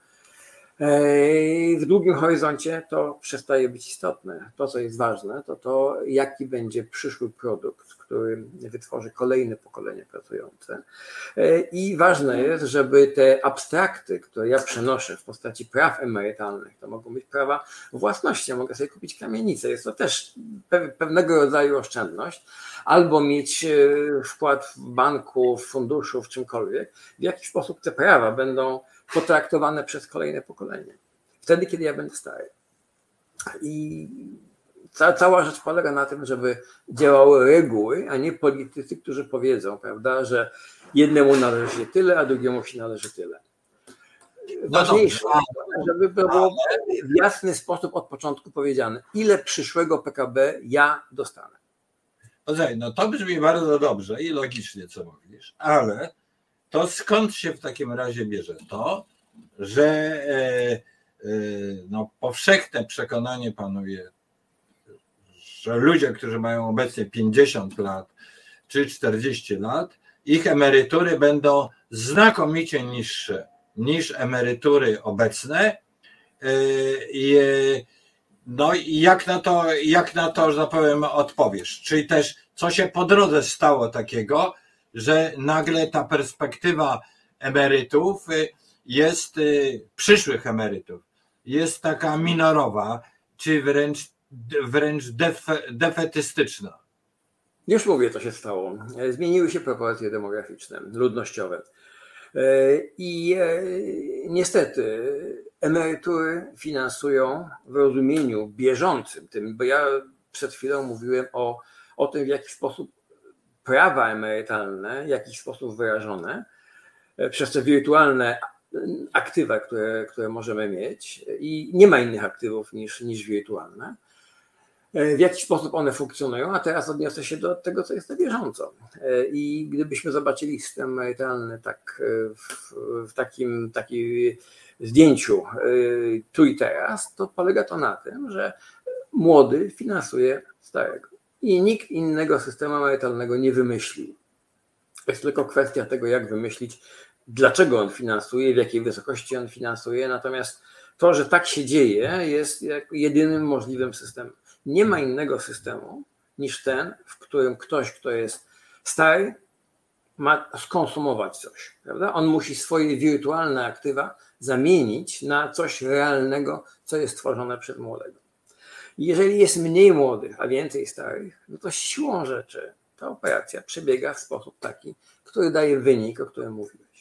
S2: W długim horyzoncie to przestaje być istotne. To, co jest ważne, to jaki będzie przyszły produkt, który wytworzy kolejne pokolenie pracujące. I ważne jest, żeby te abstrakty, które ja przenoszę w postaci praw emerytalnych, to mogą być prawa własności, ja mogę sobie kupić kamienicę, jest to też pewnego rodzaju oszczędność, albo mieć wkład w banku, w funduszu, w czymkolwiek, w jaki sposób te prawa będą potraktowane przez kolejne pokolenie. Wtedy, kiedy ja będę stary. I cała rzecz polega na tym, żeby działały reguły, a nie politycy, którzy powiedzą, prawda, że jednemu należy się tyle, a drugiemu się należy tyle. Ważniejsze, żeby było w jasny sposób od początku powiedziane, ile przyszłego PKB ja dostanę.
S1: No to brzmi bardzo dobrze i logicznie, co mówisz, ale to skąd się w takim razie bierze to, że powszechne przekonanie panuje, że ludzie, którzy mają obecnie 50 lat czy 40 lat, ich emerytury będą znakomicie niższe niż emerytury obecne. No i jak na to, że tak powiem, odpowiesz? Czyli też co się po drodze stało takiego, że nagle ta perspektywa emerytów jest, przyszłych emerytów, jest taka minorowa, czy wręcz defetystyczna?
S2: Już mówię, co się stało. Zmieniły się proporcje demograficzne, ludnościowe. I niestety emerytury finansują w rozumieniu bieżącym tym, bo ja przed chwilą mówiłem o tym, w jaki sposób prawa emerytalne, w jakiś sposób wyrażone przez te wirtualne aktywa, które możemy mieć i nie ma innych aktywów niż wirtualne, w jaki sposób one funkcjonują, a teraz odniosę się do tego, co jest na bieżąco. I gdybyśmy zobaczyli system emerytalny tak w takim zdjęciu tu i teraz, to polega to na tym, że młody finansuje starego. I nikt innego systemu emerytalnego nie wymyślił. To jest tylko kwestia tego, jak wymyślić, dlaczego on finansuje, w jakiej wysokości on finansuje. Natomiast to, że tak się dzieje, jest jedynym możliwym systemem. Nie ma innego systemu niż ten, w którym ktoś, kto jest stary, ma skonsumować coś. Prawda? On musi swoje wirtualne aktywa zamienić na coś realnego, co jest tworzone przez młodego. Jeżeli jest mniej młodych, a więcej starych, no to siłą rzeczy ta operacja przebiega w sposób taki, który daje wynik, o którym mówiłeś.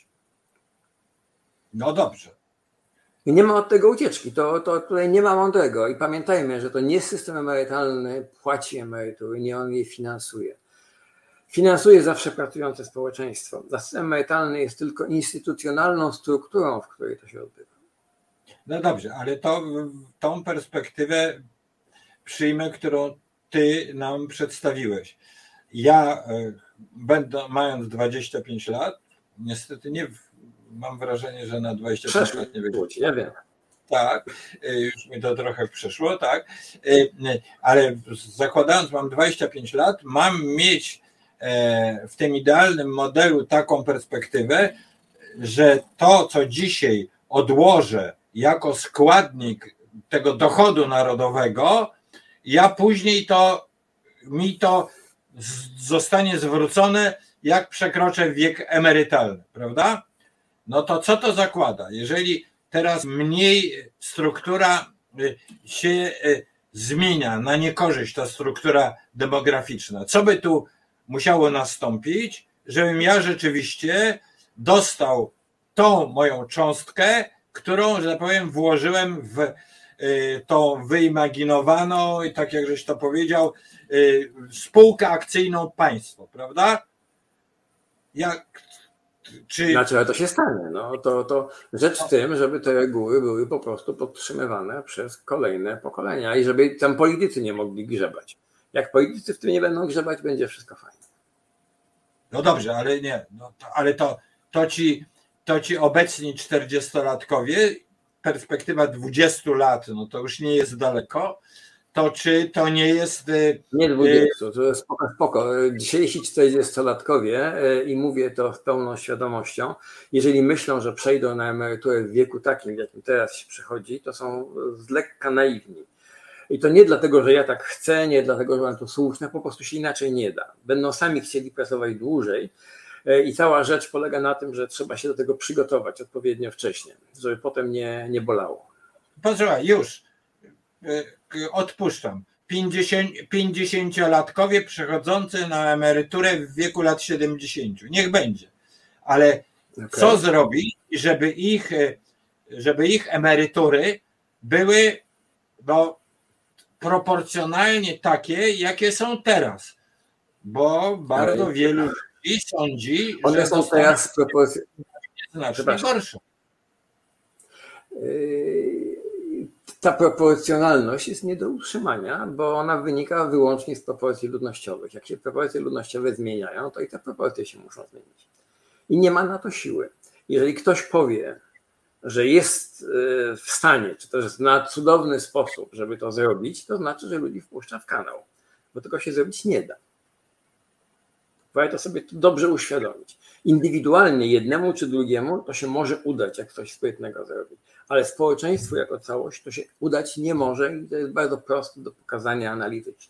S1: No dobrze.
S2: I nie ma od tego ucieczki, to tutaj nie ma mądrego. I pamiętajmy, że to nie system emerytalny płaci emerytury, nie on je finansuje. Finansuje zawsze pracujące społeczeństwo. System emerytalny jest tylko instytucjonalną strukturą, w której to się odbywa.
S1: No dobrze, ale tą perspektywę przyjmę, którą ty nam przedstawiłeś. Ja mając 25 lat, niestety nie mam wrażenie, że na 25 lat nie wyjdzie.
S2: Ja wiem.
S1: Tak, już mi to trochę przeszło, tak, ale zakładając, mam 25 lat, mam mieć w tym idealnym modelu taką perspektywę, że to, co dzisiaj odłożę jako składnik tego dochodu narodowego, ja później mi to zostanie zwrócone, jak przekroczę wiek emerytalny, prawda? No to co to zakłada? Jeżeli teraz mniej struktura się zmienia na niekorzyść, ta struktura demograficzna, co by tu musiało nastąpić, żebym ja rzeczywiście dostał tą moją cząstkę, którą, że tak powiem, włożyłem w tą wyimaginowaną, i tak jak żeś to powiedział, spółkę akcyjną państwo, prawda?
S2: Znaczy, ale to się stanie. No, to rzecz w tym, żeby te reguły były po prostu podtrzymywane przez kolejne pokolenia i żeby tam politycy nie mogli grzebać. Jak politycy w tym nie będą grzebać, będzie wszystko fajnie.
S1: No dobrze, ale nie. Ale to ci obecni 40-latkowie, perspektywa 20 lat, no to już nie jest daleko, to czy to nie jest...
S2: Nie 20, to jest spoko. Dzisiejsi 40-latkowie, i mówię to z pełną świadomością, jeżeli myślą, że przejdą na emeryturę w wieku takim, w jakim teraz się przechodzi, to są z lekka naiwni. I to nie dlatego, że ja tak chcę, nie dlatego, że mam to słuszne, po prostu się inaczej nie da. Będą sami chcieli pracować dłużej i cała rzecz polega na tym, że trzeba się do tego przygotować odpowiednio wcześnie, żeby potem nie bolało.
S1: Posłuchaj, już odpuszczam. 50-latkowie przechodzący na emeryturę w wieku lat 70. Niech będzie. Ale co zrobić, żeby ich emerytury były proporcjonalnie takie, jakie są teraz? Bo bardzo wielu ludzi sądzi,
S2: one
S1: że
S2: są teraz
S1: znacznie gorsze.
S2: Ta proporcjonalność jest nie do utrzymania, bo ona wynika wyłącznie z proporcji ludnościowych. Jak się proporcje ludnościowe zmieniają, to i te proporcje się muszą zmienić. I nie ma na to siły. Jeżeli ktoś powie, że jest w stanie, czy też na cudowny sposób, żeby to zrobić, to znaczy, że ludzi wpuszcza w kanał, bo tego się zrobić nie da. Warto sobie to dobrze uświadomić. Indywidualnie jednemu czy drugiemu to się może udać, jak coś sprytnego zrobi, ale społeczeństwu jako całość to się udać nie może i to jest bardzo proste do pokazania analitycznie.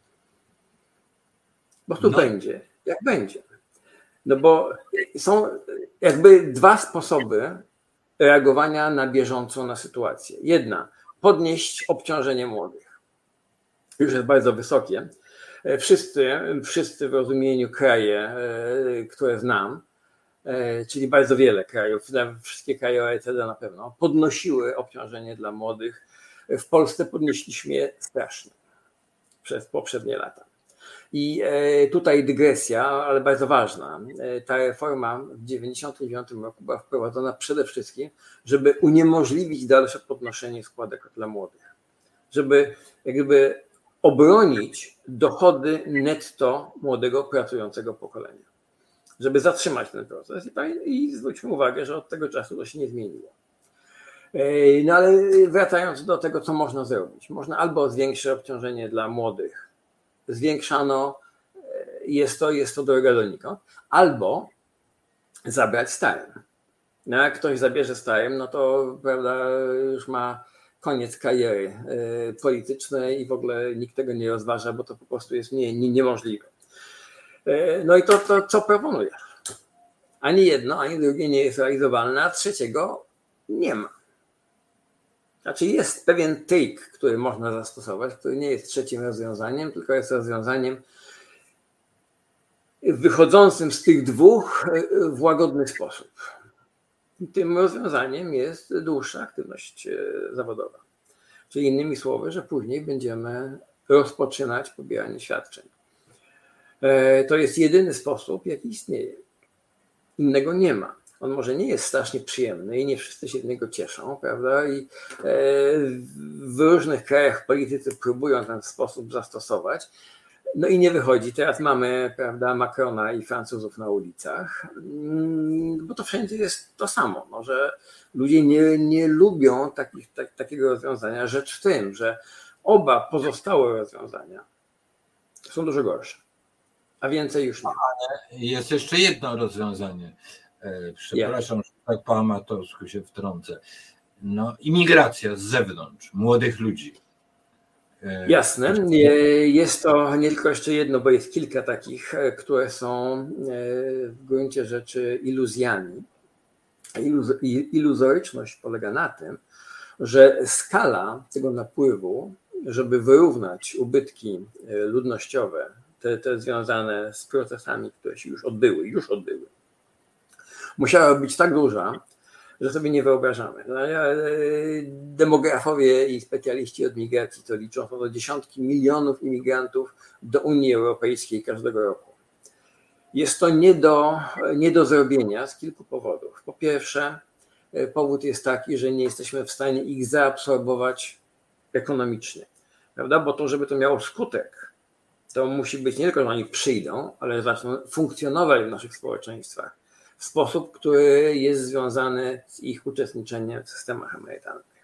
S2: Bo tu będzie, jak będzie. No bo są jakby dwa sposoby reagowania na bieżąco na sytuację. Jedna, podnieść obciążenie młodych. Już jest bardzo wysokie. Wszyscy w rozumieniu kraje, które znam, czyli bardzo wiele krajów, wszystkie kraje OECD na pewno, podnosiły obciążenie dla młodych. W Polsce podnieśliśmy je strasznie przez poprzednie lata. I tutaj dygresja, ale bardzo ważna. Ta reforma w 1999 roku była wprowadzona przede wszystkim, żeby uniemożliwić dalsze podnoszenie składek dla młodych. Żeby jakby obronić dochody netto młodego pracującego pokolenia. Żeby zatrzymać ten proces. I zwróćmy uwagę, że od tego czasu to się nie zmieniło. No ale wracając do tego, co można zrobić. Można albo zwiększyć obciążenie dla młodych, zwiększano, jest to droga donikąd, albo zabrać starym. No jak ktoś zabierze starym, no to prawda, już ma koniec kariery politycznej i w ogóle nikt tego nie rozważa, bo to po prostu jest niemożliwe. No i to co proponujesz? Ani jedno, ani drugie nie jest realizowalne, a trzeciego nie ma. Znaczy jest pewien trik, który można zastosować, który nie jest trzecim rozwiązaniem, tylko jest rozwiązaniem wychodzącym z tych dwóch w łagodny sposób. Tym rozwiązaniem jest dłuższa aktywność zawodowa. Czyli innymi słowy, że później będziemy rozpoczynać pobieranie świadczeń. To jest jedyny sposób, jaki istnieje. Innego nie ma. On może nie jest strasznie przyjemny i nie wszyscy się z niego cieszą, prawda? I w różnych krajach politycy próbują ten sposób zastosować. No i nie wychodzi. Teraz mamy, prawda, Macrona i Francuzów na ulicach, bo to wszędzie jest to samo, no, że ludzie nie lubią takiego rozwiązania. Rzecz w tym, że oba pozostałe rozwiązania są dużo gorsze, a więcej już nie.
S1: Jest jeszcze jedno rozwiązanie. Przepraszam, że tak po amatorsku się wtrącę. No, imigracja z zewnątrz, młodych ludzi.
S2: Jasne. Jest to nie tylko jeszcze jedno, bo jest kilka takich, które są w gruncie rzeczy iluzjami. Iluzoryczność polega na tym, że skala tego napływu, żeby wyrównać ubytki ludnościowe, te związane z procesami, które się już odbyły, musiała być tak duża, że sobie nie wyobrażamy. Demografowie i specjaliści od migracji to liczą to dziesiątki milionów imigrantów do Unii Europejskiej każdego roku. Jest to nie do zrobienia z kilku powodów. Po pierwsze, powód jest taki, że nie jesteśmy w stanie ich zaabsorbować ekonomicznie, prawda? Bo to, żeby to miało skutek, to musi być nie tylko, że oni przyjdą, ale zaczną funkcjonować w naszych społeczeństwach w sposób, który jest związany z ich uczestniczeniem w systemach emerytalnych.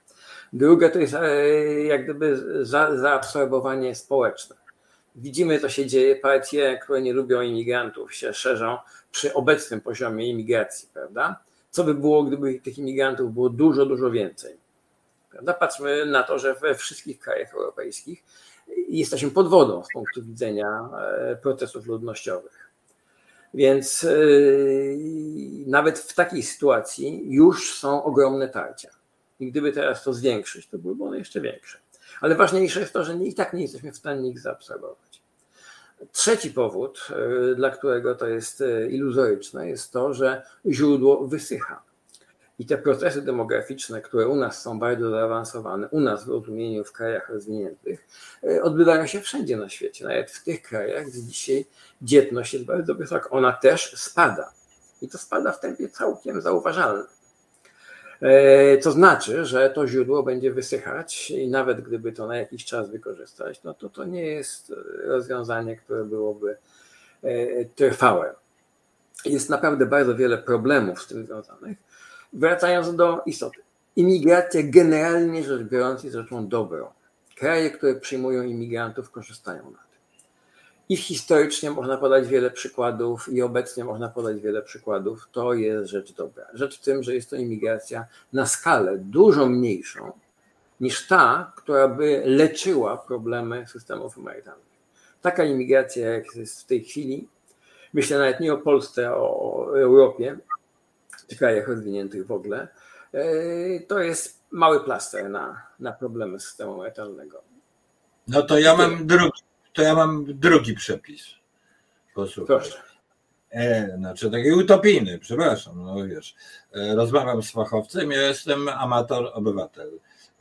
S2: Drugie to jest jak gdyby zaabsorbowanie społeczne. Widzimy, co się dzieje. Partie, które nie lubią imigrantów, się szerzą przy obecnym poziomie imigracji, prawda? Co by było, gdyby tych imigrantów było dużo, dużo więcej? Prawda? Patrzmy na to, że we wszystkich krajach europejskich jesteśmy pod wodą z punktu widzenia procesów ludnościowych. Więc nawet w takiej sytuacji już są ogromne tarcia. I gdyby teraz to zwiększyć, to byłyby one jeszcze większe. Ale ważniejsze jest to, że i tak nie jesteśmy w stanie ich zaabsorbować. Trzeci powód, dla którego to jest iluzoryczne, jest to, że źródło wysycha. I te procesy demograficzne, które u nas są bardzo zaawansowane, u nas w rozumieniu w krajach rozwiniętych, odbywają się wszędzie na świecie, nawet w tych krajach, gdzie dzisiaj dzietność jest bardzo wysoka. Ona też spada. I to spada w tempie całkiem zauważalnym. To znaczy, że to źródło będzie wysychać i nawet gdyby to na jakiś czas wykorzystać, no to nie jest rozwiązanie, które byłoby trwałe. Jest naprawdę bardzo wiele problemów z tym związanych. Wracając do istoty. Imigracja generalnie rzecz biorąc jest rzeczą dobrą. Kraje, które przyjmują imigrantów, korzystają na tym. I historycznie można podać wiele przykładów i obecnie można podać wiele przykładów. To jest rzecz dobra. Rzecz w tym, że jest to imigracja na skalę dużo mniejszą niż ta, która by leczyła problemy systemów emerytalnych. Taka imigracja, jak jest w tej chwili, myślę nawet nie o Polsce, a o Europie, czy krajach rozwiniętych w ogóle, to jest mały plaster na problemy systemu emerytalnego.
S1: No to ja mam drugi przepis. Posłuchaj.
S2: Proszę.
S1: Znaczy taki utopijny, przepraszam, no wiesz. Rozmawiam z fachowcem, ja jestem amator obywatel.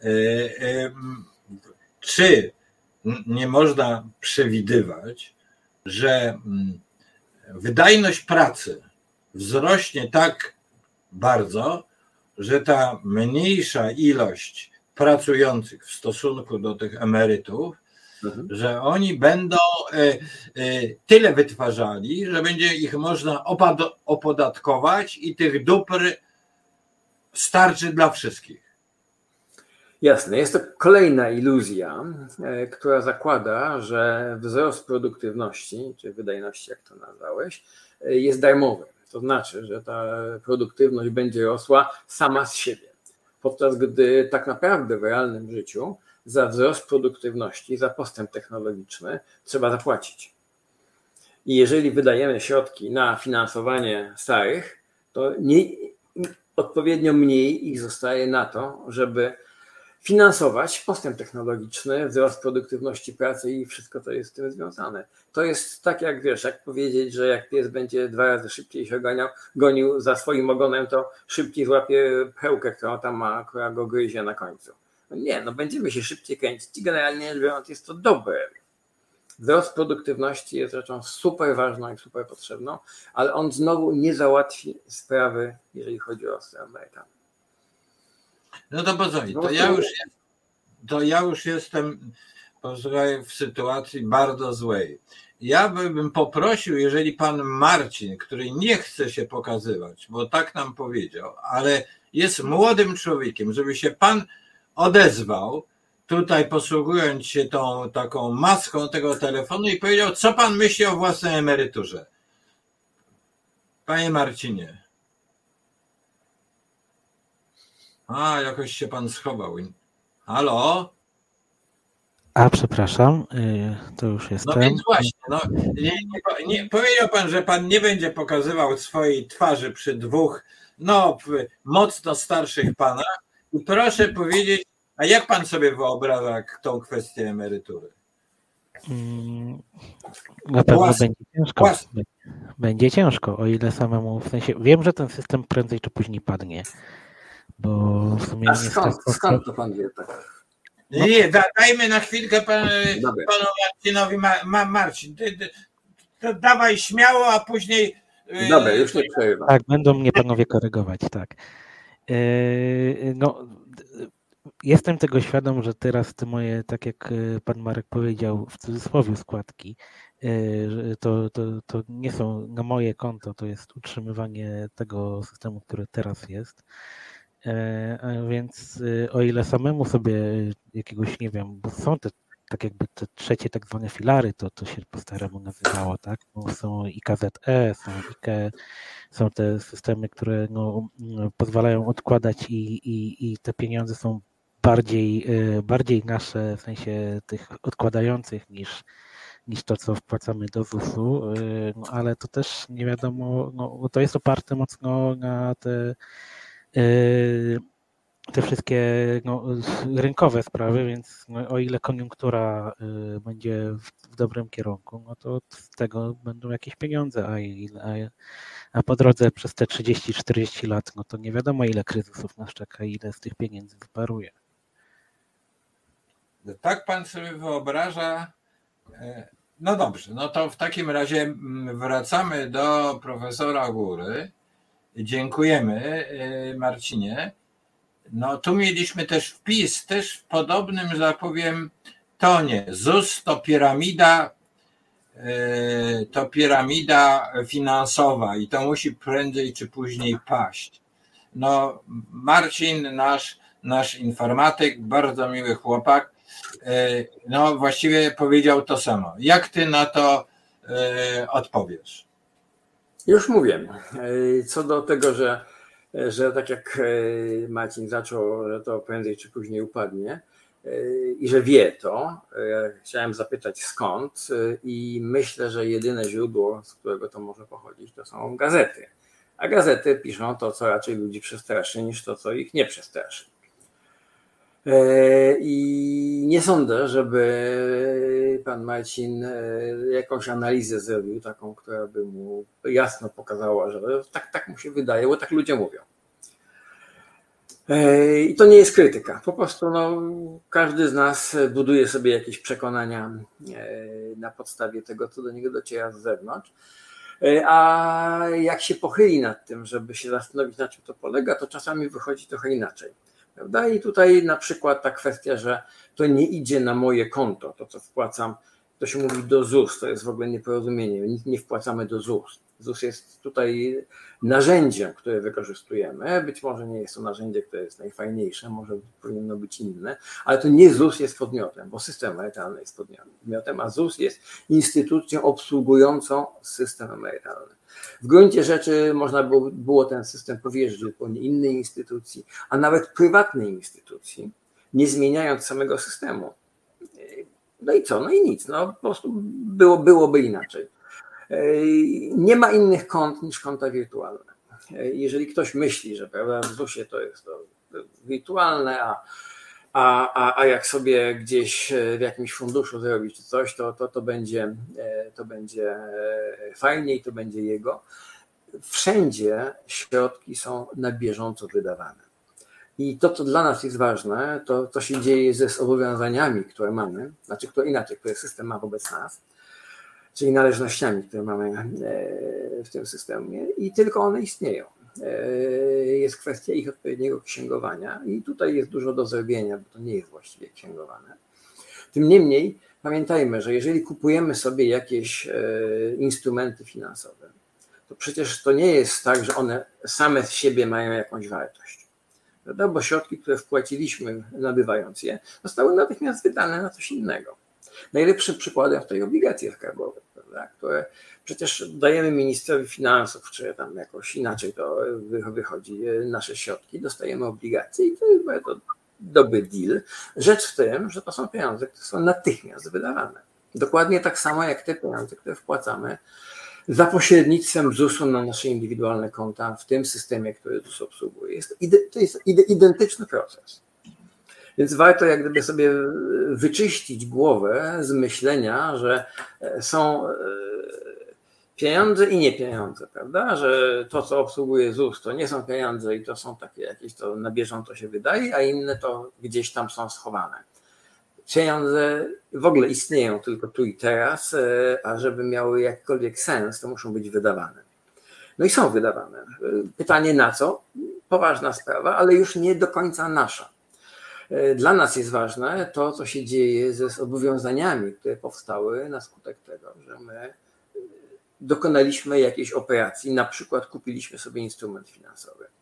S1: Czy nie można przewidywać, że wydajność pracy wzrośnie tak bardzo, że ta mniejsza ilość pracujących w stosunku do tych emerytów, że oni będą tyle wytwarzali, że będzie ich można opodatkować i tych dóbr starczy dla wszystkich.
S2: Jasne, jest to kolejna iluzja, która zakłada, że wzrost produktywności, czy wydajności, jak to nazwałeś, jest darmowy. To znaczy, że ta produktywność będzie rosła sama z siebie. Podczas gdy tak naprawdę w realnym życiu za wzrost produktywności, za postęp technologiczny trzeba zapłacić. I jeżeli wydajemy środki na finansowanie starych, to odpowiednio mniej ich zostaje na to, żeby finansować postęp technologiczny, wzrost produktywności pracy i wszystko, co jest z tym związane. To jest tak jak wiesz, jak powiedzieć, że jak pies będzie 2 razy szybciej się gonił za swoim ogonem, to szybciej złapie pchełkę, którą tam ma, która go gryzie na końcu. No nie, będziemy się szybciej kręcić i generalnie rzecz biorąc jest to dobre. Wzrost produktywności jest rzeczą super ważną i super potrzebną, ale on znowu nie załatwi sprawy, jeżeli chodzi o system emerytalny.
S1: No to pozwól, to ja już jestem w sytuacji bardzo złej. Ja bym poprosił, jeżeli pan Marcin, który nie chce się pokazywać, bo tak nam powiedział, ale jest młodym człowiekiem, żeby się pan odezwał, tutaj posługując się tą taką maską tego telefonu i powiedział, co pan myśli o własnej emeryturze. Panie Marcinie. Jakoś się pan schował. Halo?
S3: Przepraszam, to już jestem.
S1: No więc właśnie, nie powiedział pan, że pan nie będzie pokazywał swojej twarzy przy dwóch, mocno starszych panach. I proszę powiedzieć, a jak pan sobie wyobraża tą kwestię emerytury?
S3: Na pewno będzie ciężko. Będzie ciężko, o ile samemu, w sensie, wiem, że ten system prędzej czy później padnie. Bo w sumie
S2: skąd to pan wie tak?
S1: Nie, dajmy na chwilkę panu Marcinowi. Marcin, to dawaj śmiało, a później...
S2: Dobra, już nie przerywam.
S3: Tak, będą mnie panowie korygować, tak. Jestem tego świadom, że teraz te moje, tak jak pan Marek powiedział, w cudzysłowie składki, to nie są na moje konto, to jest utrzymywanie tego systemu, który teraz jest. Więc o ile samemu sobie jakiegoś, nie wiem, bo są te tak jakby te trzecie tak zwane filary, to się po staremu nazywało, tak? Bo są IKZE, są IKE, są te systemy, które pozwalają odkładać i te pieniądze są bardziej nasze, w sensie tych odkładających niż to, co wpłacamy do ZUS-u, ale to też nie wiadomo, bo to jest oparte mocno na te wszystkie rynkowe sprawy, więc o ile koniunktura będzie w dobrym kierunku, to z tego będą jakieś pieniądze, a po drodze przez te 30-40 lat, to nie wiadomo ile kryzysów nas czeka i ile z tych pieniędzy wyparuje.
S1: Tak pan sobie wyobraża. No dobrze, no to w takim razie wracamy do profesora Góry. Dziękujemy, Marcinie. No tu mieliśmy też wpis, też w podobnym, że tak powiem, tonie. ZUS to piramida finansowa i to musi prędzej czy później paść. No Marcin, nasz informatyk, bardzo miły chłopak, no właściwie powiedział to samo. Jak ty na to odpowiesz?
S2: Już mówię. Co do tego, że tak jak Marcin zaczął, że to prędzej czy później upadnie i że wie to, chciałem zapytać skąd i myślę, że jedyne źródło, z którego to może pochodzić, to są gazety. A gazety piszą to, co raczej ludzi przestraszy, niż to, co ich nie przestraszy. I nie sądzę, żeby pan Marcin jakąś analizę zrobił, taką, która by mu jasno pokazała, że tak mu się wydaje, bo tak ludzie mówią. I to nie jest krytyka. Po prostu każdy z nas buduje sobie jakieś przekonania na podstawie tego, co do niego dociera z zewnątrz. A jak się pochyli nad tym, żeby się zastanowić, na czym to polega, to czasami wychodzi trochę inaczej. Prawda? I tutaj na przykład ta kwestia, że to nie idzie na moje konto, to co wpłacam, to się mówi do ZUS, to jest w ogóle nieporozumienie, nie wpłacamy do ZUS. ZUS jest tutaj narzędziem, które wykorzystujemy, być może nie jest to narzędzie, które jest najfajniejsze, może powinno być inne, ale to nie ZUS jest podmiotem, bo system emerytalny jest podmiotem, a ZUS jest instytucją obsługującą system emerytalny. W gruncie rzeczy można było ten system powierzyć zupełnie innej instytucji, a nawet prywatnej instytucji, nie zmieniając samego systemu. No i co? No i nic. Po prostu byłoby inaczej. Nie ma innych kont niż konta wirtualne. Jeżeli ktoś myśli, że w ZUS-ie to jest to wirtualne, a jak sobie gdzieś w jakimś funduszu zrobić coś, to będzie fajnie i to będzie jego. Wszędzie środki są na bieżąco wydawane. I to, co dla nas jest ważne, to się dzieje ze zobowiązaniami, które mamy, które system ma wobec nas, czyli należnościami, które mamy w tym systemie i tylko one istnieją. Jest kwestia ich odpowiedniego księgowania i tutaj jest dużo do zrobienia, bo to nie jest właściwie księgowane. Tym niemniej pamiętajmy, że jeżeli kupujemy sobie jakieś instrumenty finansowe, to przecież to nie jest tak, że one same z siebie mają jakąś wartość. Prawda? Bo środki, które wpłaciliśmy nabywając je, zostały natychmiast wydane na coś innego. Najlepszym przykładem to obligacje skarbowe, prawda? Które przecież dajemy ministrowi finansów, czy tam jakoś inaczej to wychodzi, nasze środki, dostajemy obligacje i to jest bardzo dobry deal. Rzecz w tym, że to są pieniądze, które są natychmiast wydawane. Dokładnie tak samo jak te pieniądze, które wpłacamy za pośrednictwem ZUS-u na nasze indywidualne konta w tym systemie, który ZUS obsługuje. To jest identyczny proces. Więc warto jak gdyby sobie wyczyścić głowę z myślenia, że są pieniądze i nie pieniądze, prawda? Że to, co obsługuje ZUS, to nie są pieniądze i to są takie jakieś, to na bieżąco się wydaje, a inne to gdzieś tam są schowane. Pieniądze w ogóle istnieją tylko tu i teraz, a żeby miały jakikolwiek sens, to muszą być wydawane. No i są wydawane. Pytanie na co? Poważna sprawa, ale już nie do końca nasza. Dla nas jest ważne to, co się dzieje ze zobowiązaniami, które powstały na skutek tego, że my dokonaliśmy jakiejś operacji, na przykład kupiliśmy sobie instrument finansowy.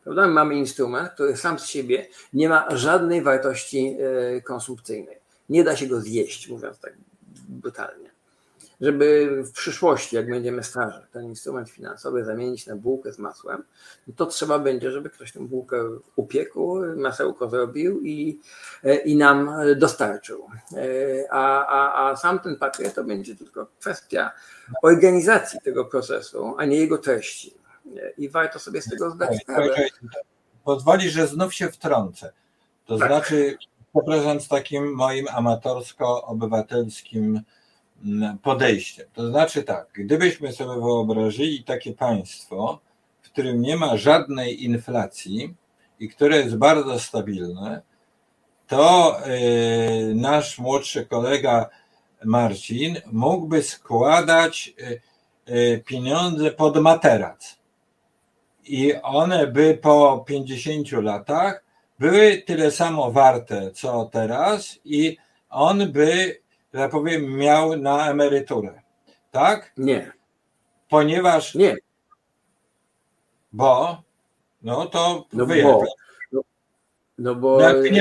S2: Prawda? Mamy instrument, który sam z siebie nie ma żadnej wartości konsumpcyjnej. Nie da się go zjeść, mówiąc tak brutalnie. Żeby w przyszłości, jak będziemy starzy, ten instrument finansowy zamienić na bułkę z masłem, to trzeba będzie, żeby ktoś tę bułkę upiekł, masełko zrobił i nam dostarczył. A sam ten papier to będzie tylko kwestia organizacji tego procesu, a nie jego treści. I warto sobie z tego zdać sprawę.
S1: Pozwoli, że znów się wtrącę. To tak. Znaczy, przepraszam, z takim moim amatorsko-obywatelskim podejściem. To znaczy tak, gdybyśmy sobie wyobrazili takie państwo, w którym nie ma żadnej inflacji i które jest bardzo stabilne, to nasz młodszy kolega Marcin mógłby składać pieniądze pod materac. I one by po 50 latach były tyle samo warte, co teraz i on by, że tak powiem, miał na emeryturę. Tak?
S2: Nie.
S1: Ponieważ...
S2: Nie.
S1: Bo? No to
S2: bo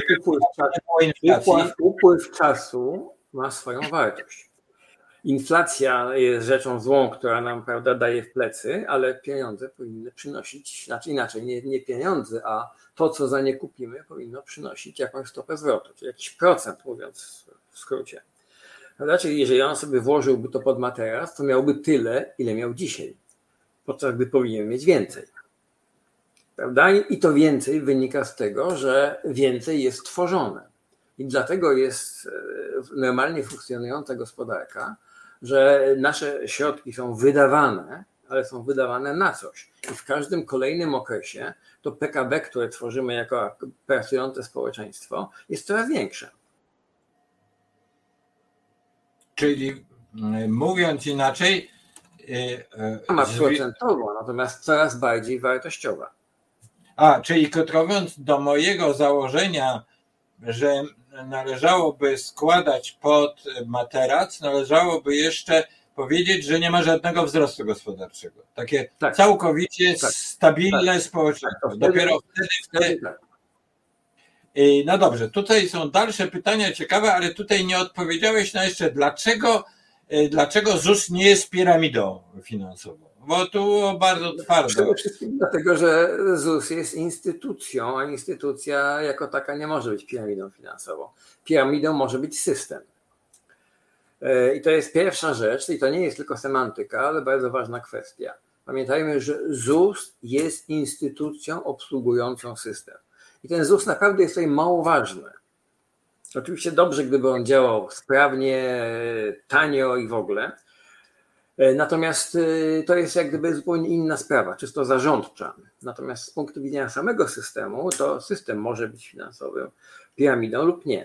S2: upływ czasu ma swoją wartość. Inflacja jest rzeczą złą, która nam, prawda, daje w plecy, ale pieniądze powinny przynosić, znaczy inaczej, nie pieniądze, a to, co za nie kupimy, powinno przynosić jakąś stopę zwrotu, czyli jakiś procent, mówiąc w skrócie. Prawda? Czyli jeżeli on sobie włożyłby to pod materac, to miałby tyle, ile miał dzisiaj, podczas gdy powinien mieć więcej. Prawda? I to więcej wynika z tego, że więcej jest tworzone. I dlatego jest normalnie funkcjonująca gospodarka, że nasze środki są wydawane, ale są wydawane na coś. I w każdym kolejnym okresie to PKB, które tworzymy jako pracujące społeczeństwo, jest coraz większe.
S1: Czyli mówiąc inaczej...
S2: Ma procentowo, natomiast coraz bardziej wartościowa.
S1: Czyli krótko mówiąc, do mojego założenia, że należałoby składać pod materac, należałoby jeszcze powiedzieć, że nie ma żadnego wzrostu gospodarczego. Takie całkowicie stabilne społeczeństwo. Dopiero wtedy. No dobrze, tutaj są dalsze pytania ciekawe, ale tutaj nie odpowiedziałeś na jeszcze, dlaczego ZUS nie jest piramidą finansową? Bo tu bardzo twardo.
S2: Przede wszystkim dlatego, że ZUS jest instytucją, a instytucja jako taka nie może być piramidą finansową. Piramidą może być system. I to jest pierwsza rzecz, i to nie jest tylko semantyka, ale bardzo ważna kwestia. Pamiętajmy, że ZUS jest instytucją obsługującą system. I ten ZUS naprawdę jest tutaj mało ważny. Oczywiście dobrze, gdyby on działał sprawnie, tanio i w ogóle. Natomiast to jest jak gdyby zupełnie inna sprawa, czysto zarządcza. Natomiast z punktu widzenia samego systemu, to system może być finansowym piramidą lub nie.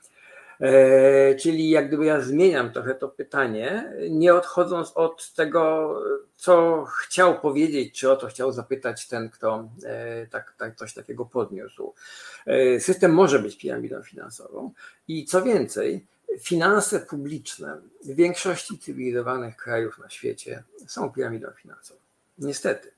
S2: Czyli jak gdyby ja zmieniam trochę to pytanie, nie odchodząc od tego, co chciał powiedzieć, czy o to chciał zapytać ten, kto coś takiego podniósł. System może być piramidą finansową i co więcej, finanse publiczne w większości cywilizowanych krajów na świecie są piramidą finansową. Niestety.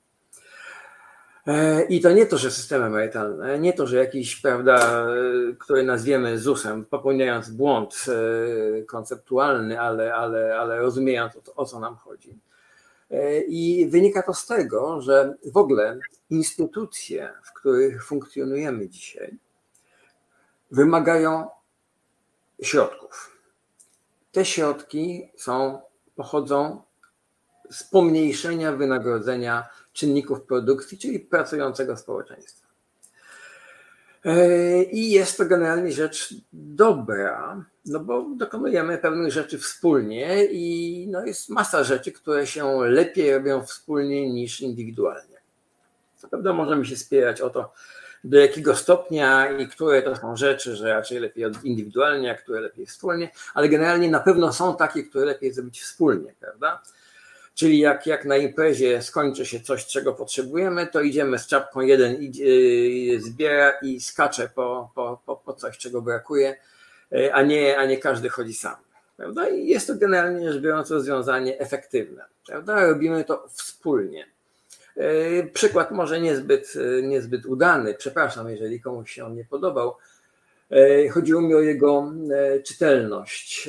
S2: I to nie to, że systemy emerytalne, nie to, że jakiś, prawda, który nazwiemy ZUS-em, popełniając błąd konceptualny, ale rozumiejąc o co nam chodzi. I wynika to z tego, że w ogóle instytucje, w których funkcjonujemy dzisiaj, wymagają środków. Te środki pochodzą z pomniejszenia wynagrodzenia czynników produkcji, czyli pracującego społeczeństwa. I jest to generalnie rzecz dobra, no bo dokonujemy pewnych rzeczy wspólnie i no jest masa rzeczy, które się lepiej robią wspólnie niż indywidualnie. Co prawda możemy się spierać o to, do jakiego stopnia i które to są rzeczy, że raczej lepiej indywidualnie, a które lepiej wspólnie, ale generalnie na pewno są takie, które lepiej zrobić wspólnie, prawda? Czyli jak na imprezie skończy się coś, czego potrzebujemy, to idziemy z czapką, jeden zbiera i skacze po coś, czego brakuje, a nie każdy chodzi sam. Prawda? I jest to generalnie rzecz biorąc rozwiązanie efektywne. Prawda? Robimy to wspólnie. Przykład może niezbyt udany, przepraszam, jeżeli komuś się on nie podobał. Chodziło mi o jego czytelność.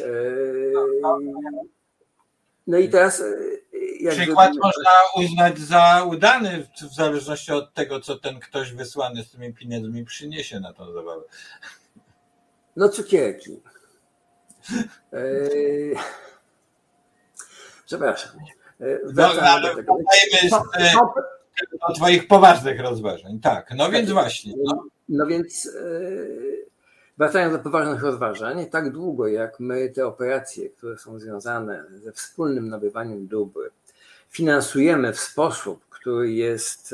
S2: No i teraz...
S1: Przykład można uznać za udany w zależności od tego, co ten ktoś wysłany z tymi pieniędzmi przyniesie na tą zabawę.
S2: No cukierki. Przepraszam.
S1: Do twoich poważnych rozważań. Tak, no więc właśnie.
S2: No więc wracając do poważnych rozważań, tak długo jak my te operacje, które są związane ze wspólnym nabywaniem dóbr, finansujemy w sposób, który jest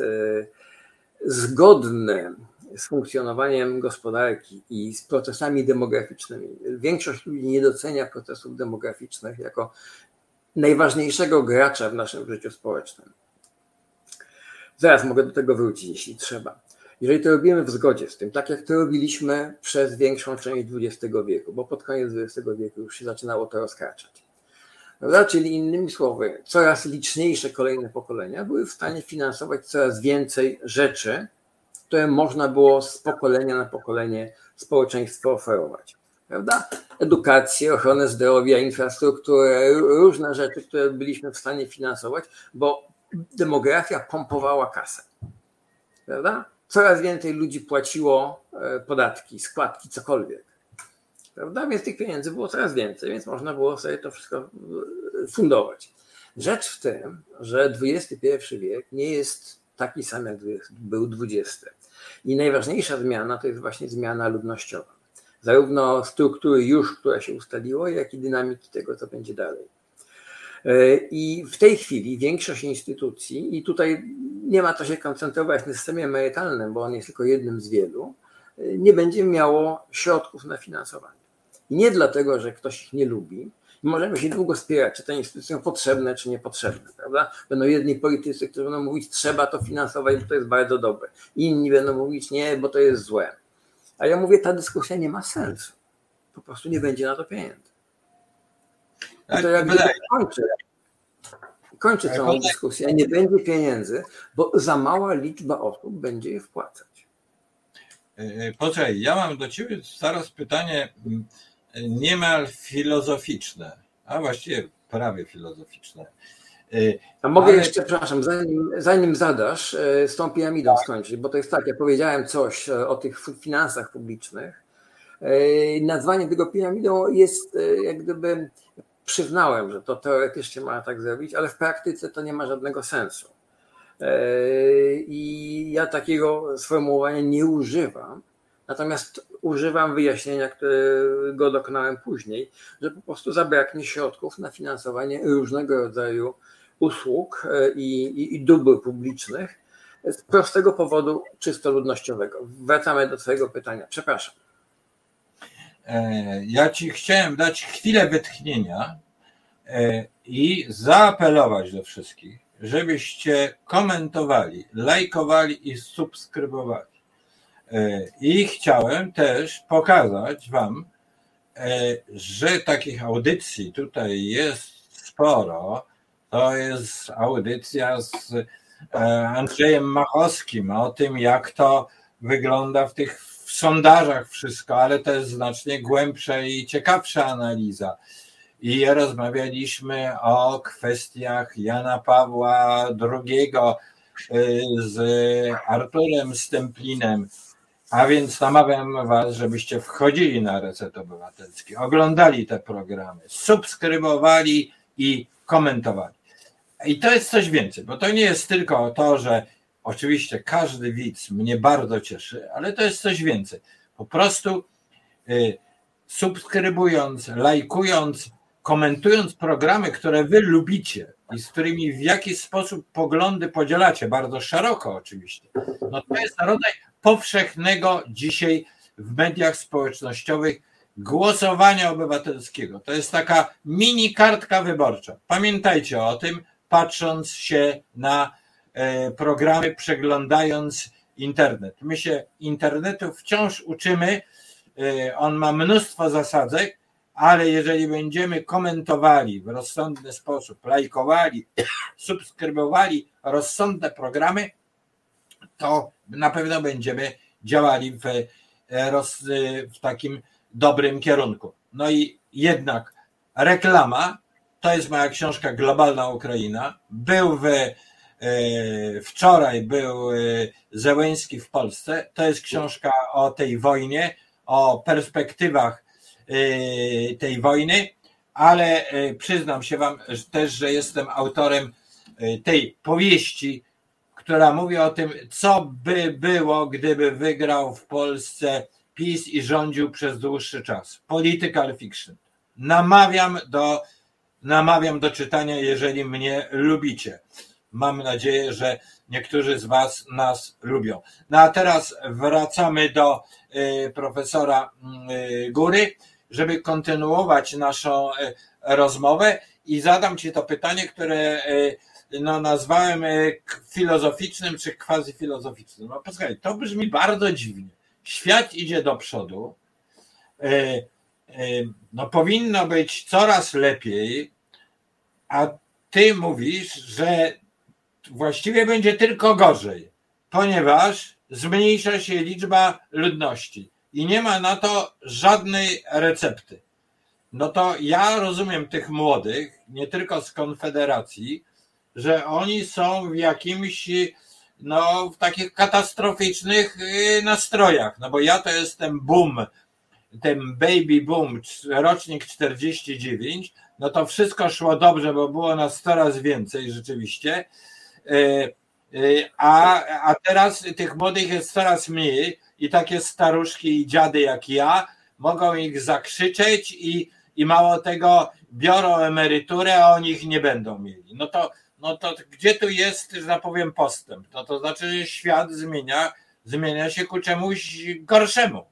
S2: zgodny z funkcjonowaniem gospodarki i z procesami demograficznymi. Większość ludzi nie docenia procesów demograficznych jako najważniejszego gracza w naszym życiu społecznym. Zaraz mogę do tego wrócić, jeśli trzeba. Jeżeli to robimy w zgodzie z tym, tak jak to robiliśmy przez większą część XX wieku, bo pod koniec XX wieku już się zaczynało to rozkraczać. Prawda? Czyli innymi słowy, coraz liczniejsze kolejne pokolenia były w stanie finansować coraz więcej rzeczy, które można było z pokolenia na pokolenie społeczeństwu oferować. Prawda? Edukację, ochronę zdrowia, infrastrukturę, różne rzeczy, które byliśmy w stanie finansować, bo demografia pompowała kasę. Prawda? Coraz więcej ludzi płaciło podatki, składki, cokolwiek. Prawda? Więc tych pieniędzy było coraz więcej, więc można było sobie to wszystko fundować. Rzecz w tym, że XXI wiek nie jest taki sam, jak był XX. I najważniejsza zmiana to jest właśnie zmiana ludnościowa. Zarówno struktury już, która się ustaliła, jak i dynamiki tego, co będzie dalej. I w tej chwili większość instytucji, i tutaj nie ma to się koncentrować na systemie emerytalnym, bo on jest tylko jednym z wielu, nie będzie miało środków na finansowanie. I nie dlatego, że ktoś ich nie lubi. Możemy się długo spierać, czy te instytucje są potrzebne, czy niepotrzebne, prawda? Będą jedni politycy, którzy będą mówić, trzeba to finansować, bo to jest bardzo dobre. Inni będą mówić, nie, bo to jest złe. A ja mówię, ta dyskusja nie ma sensu. Po prostu nie będzie na to pieniędzy. I to jakby kończy całą dyskusję. Nie będzie pieniędzy, bo za mała liczba osób będzie je wpłacać.
S1: Poczekaj, ja mam do ciebie zaraz pytanie niemal filozoficzne, a właściwie prawie filozoficzne.
S2: A mogę jeszcze, przepraszam, zanim zadasz, z tą piramidą skończyć, bo to jest tak, ja powiedziałem coś o tych finansach publicznych. Nazwanie tego piramidą jest jak gdyby, przyznałem, że to teoretycznie można tak zrobić, ale w praktyce to nie ma żadnego sensu. I ja takiego sformułowania nie używam, natomiast używam wyjaśnienia, którego dokonałem później, że po prostu zabraknie środków na finansowanie różnego rodzaju usług i dóbr publicznych z prostego powodu czysto ludnościowego. Wracamy do twojego pytania. Przepraszam.
S1: Ja ci chciałem dać chwilę wytchnienia i zaapelować do wszystkich, żebyście komentowali, lajkowali i subskrybowali. I chciałem też pokazać wam, że takich audycji tutaj jest sporo. To jest audycja z Andrzejem Machowskim o tym, jak to wygląda w tych sondażach wszystko, ale to jest znacznie głębsza i ciekawsza analiza. I rozmawialiśmy o kwestiach Jana Pawła II z Arturem Stemplinem. A więc namawiam was, żebyście wchodzili na Reset Obywatelski, oglądali te programy, subskrybowali i komentowali. I to jest coś więcej, bo to nie jest tylko to, że oczywiście każdy widz mnie bardzo cieszy, ale to jest coś więcej. Po prostu subskrybując, lajkując, komentując programy, które wy lubicie i z którymi w jakiś sposób poglądy podzielacie, bardzo szeroko oczywiście, no to jest rodzaj powszechnego dzisiaj w mediach społecznościowych głosowania obywatelskiego. To jest taka mini kartka wyborcza. Pamiętajcie o tym, patrząc się na programy, przeglądając internet. My się internetu wciąż uczymy, on ma mnóstwo zasadzek ale jeżeli będziemy komentowali w rozsądny sposób, lajkowali, subskrybowali rozsądne programy, to na pewno będziemy działali w takim dobrym kierunku. No i jednak reklama, to jest moja książka Globalna Ukraina. Wczoraj był Zełenski w Polsce. To jest książka o tej wojnie, o perspektywach tej wojny, ale przyznam się wam też, że jestem autorem tej powieści, która mówi o tym, co by było, gdyby wygrał w Polsce PiS i rządził przez dłuższy czas. Political fiction. Namawiam do czytania, jeżeli mnie lubicie. Mam nadzieję, że niektórzy z was nas lubią. No a teraz wracamy do profesora Góry, żeby kontynuować naszą rozmowę i zadam ci to pytanie, które nazwałem filozoficznym czy quasi-filozoficznym. No posłuchaj, to brzmi bardzo dziwnie. Świat idzie do przodu, no powinno być coraz lepiej, a ty mówisz, że właściwie będzie tylko gorzej, ponieważ zmniejsza się liczba ludności i nie ma na to żadnej recepty. No to ja rozumiem tych młodych, nie tylko z Konfederacji, że oni są w jakimś, w takich katastroficznych nastrojach, no bo ja to jestem ten baby boom, rocznik 49, no to wszystko szło dobrze, bo było nas coraz więcej rzeczywiście, a teraz tych młodych jest coraz mniej i takie staruszki i dziady jak ja mogą ich zakrzyczeć i mało tego biorą emeryturę, a oni ich nie będą mieli. No to gdzie tu jest, że tak powiem, postęp? No to znaczy, że świat zmienia się ku czemuś gorszemu.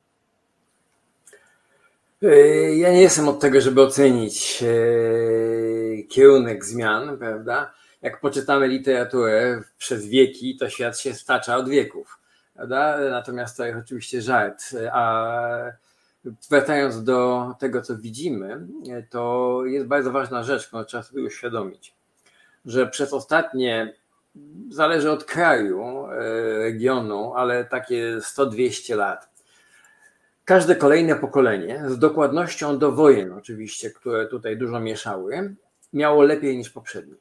S2: Ja nie jestem od tego, żeby ocenić kierunek zmian, prawda? Jak poczytamy literaturę przez wieki, to świat się stacza od wieków, prawda? Natomiast to jest oczywiście żart. A wracając do tego, co widzimy, to jest bardzo ważna rzecz, którą trzeba sobie uświadomić, że przez ostatnie, zależy od kraju, regionu, ale takie 100-200 lat, każde kolejne pokolenie, z dokładnością do wojen oczywiście, które tutaj dużo mieszały, miało lepiej niż poprzednie.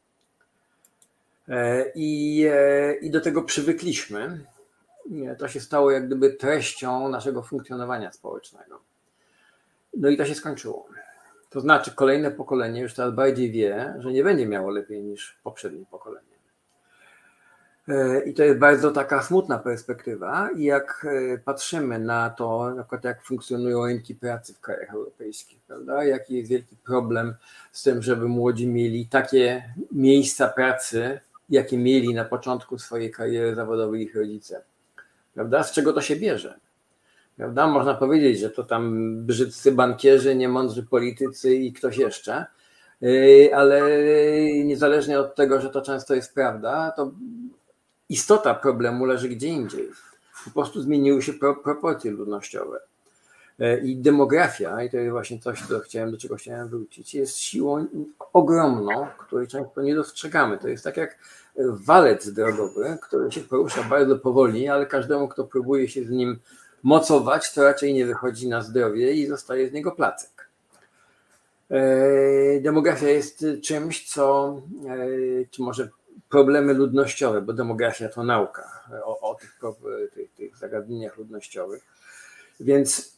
S2: I do tego przywykliśmy. To się stało jak gdyby treścią naszego funkcjonowania społecznego. No i to się skończyło. To znaczy kolejne pokolenie już teraz bardziej wie, że nie będzie miało lepiej niż poprzednie pokolenie. I to jest bardzo taka smutna perspektywa i jak patrzymy na to, na przykład jak funkcjonują rynki pracy w krajach europejskich, prawda? Jaki jest wielki problem z tym, żeby młodzi mieli takie miejsca pracy, jakie mieli na początku swojej kariery zawodowej ich rodzice, prawda? Z czego to się bierze? Prawda? Można powiedzieć, że to tam brzydcy bankierzy, niemądrzy politycy i ktoś jeszcze, ale niezależnie od tego, że to często jest prawda, to istota problemu leży gdzie indziej. Po prostu zmieniły się proporcje ludnościowe. I demografia, i to jest właśnie coś, do czego chciałem wrócić, jest siłą ogromną, której często nie dostrzegamy. To jest tak jak walec drogowy, który się porusza bardzo powoli, ale każdemu, kto próbuje się z nim mocować, to raczej nie wychodzi na zdrowie i zostaje z niego placek. Demografia jest czymś, czy może problemy ludnościowe, bo demografia to nauka o tych zagadnieniach ludnościowych. Więc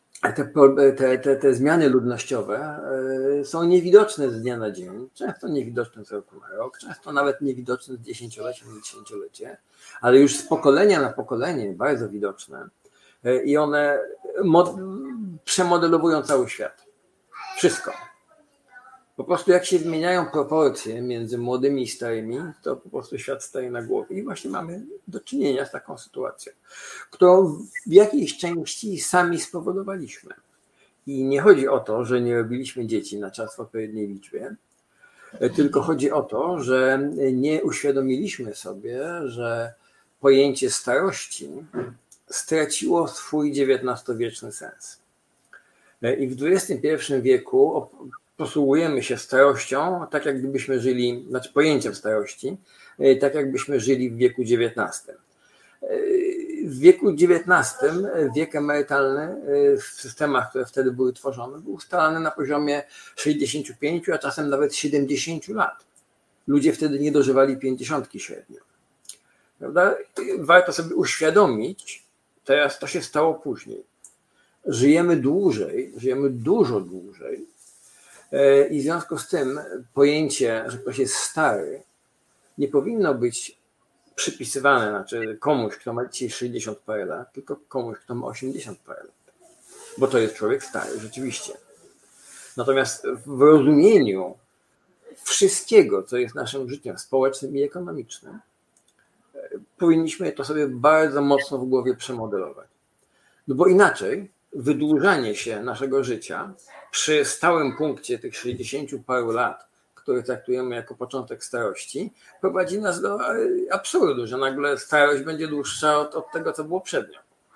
S2: te zmiany ludnościowe są niewidoczne z dnia na dzień, często niewidoczne z roku na rok, często nawet niewidoczne z dziesięciolecia na dziesięciolecie, ale już z pokolenia na pokolenie bardzo widoczne i one przemodelowują cały świat. Wszystko. Po prostu jak się zmieniają proporcje między młodymi i starymi, to po prostu świat staje na głowie. I właśnie mamy do czynienia z taką sytuacją, którą w jakiejś części sami spowodowaliśmy. I nie chodzi o to, że nie robiliśmy dzieci na czas w odpowiedniej liczbie, tylko chodzi o to, że nie uświadomiliśmy sobie, że pojęcie starości straciło swój XIX-wieczny sens. I w XXI wieku posługujemy się starością, tak jak gdybyśmy żyli, znaczy pojęciem starości, tak jakbyśmy żyli w wieku XIX. W wieku XIX wiek emerytalny w systemach, które wtedy były tworzone, był ustalany na poziomie 65, a czasem nawet 70 lat. Ludzie wtedy nie dożywali 50 średnio. Prawda? Warto sobie uświadomić, teraz to się stało później. Żyjemy dłużej, żyjemy dużo dłużej i w związku z tym pojęcie, że ktoś jest stary, nie powinno być przypisywane, znaczy komuś, kto ma dzisiaj 60 parę lat, tylko komuś, kto ma 80 parę lat. Bo to jest człowiek stary, rzeczywiście. Natomiast w rozumieniu wszystkiego, co jest naszym życiem społecznym i ekonomicznym, powinniśmy to sobie bardzo mocno w głowie przemodelować. No bo inaczej wydłużanie się naszego życia przy stałym punkcie tych 60 paru lat, który traktujemy jako początek starości, prowadzi nas do absurdu, że nagle starość będzie dłuższa od tego, co było przed nią.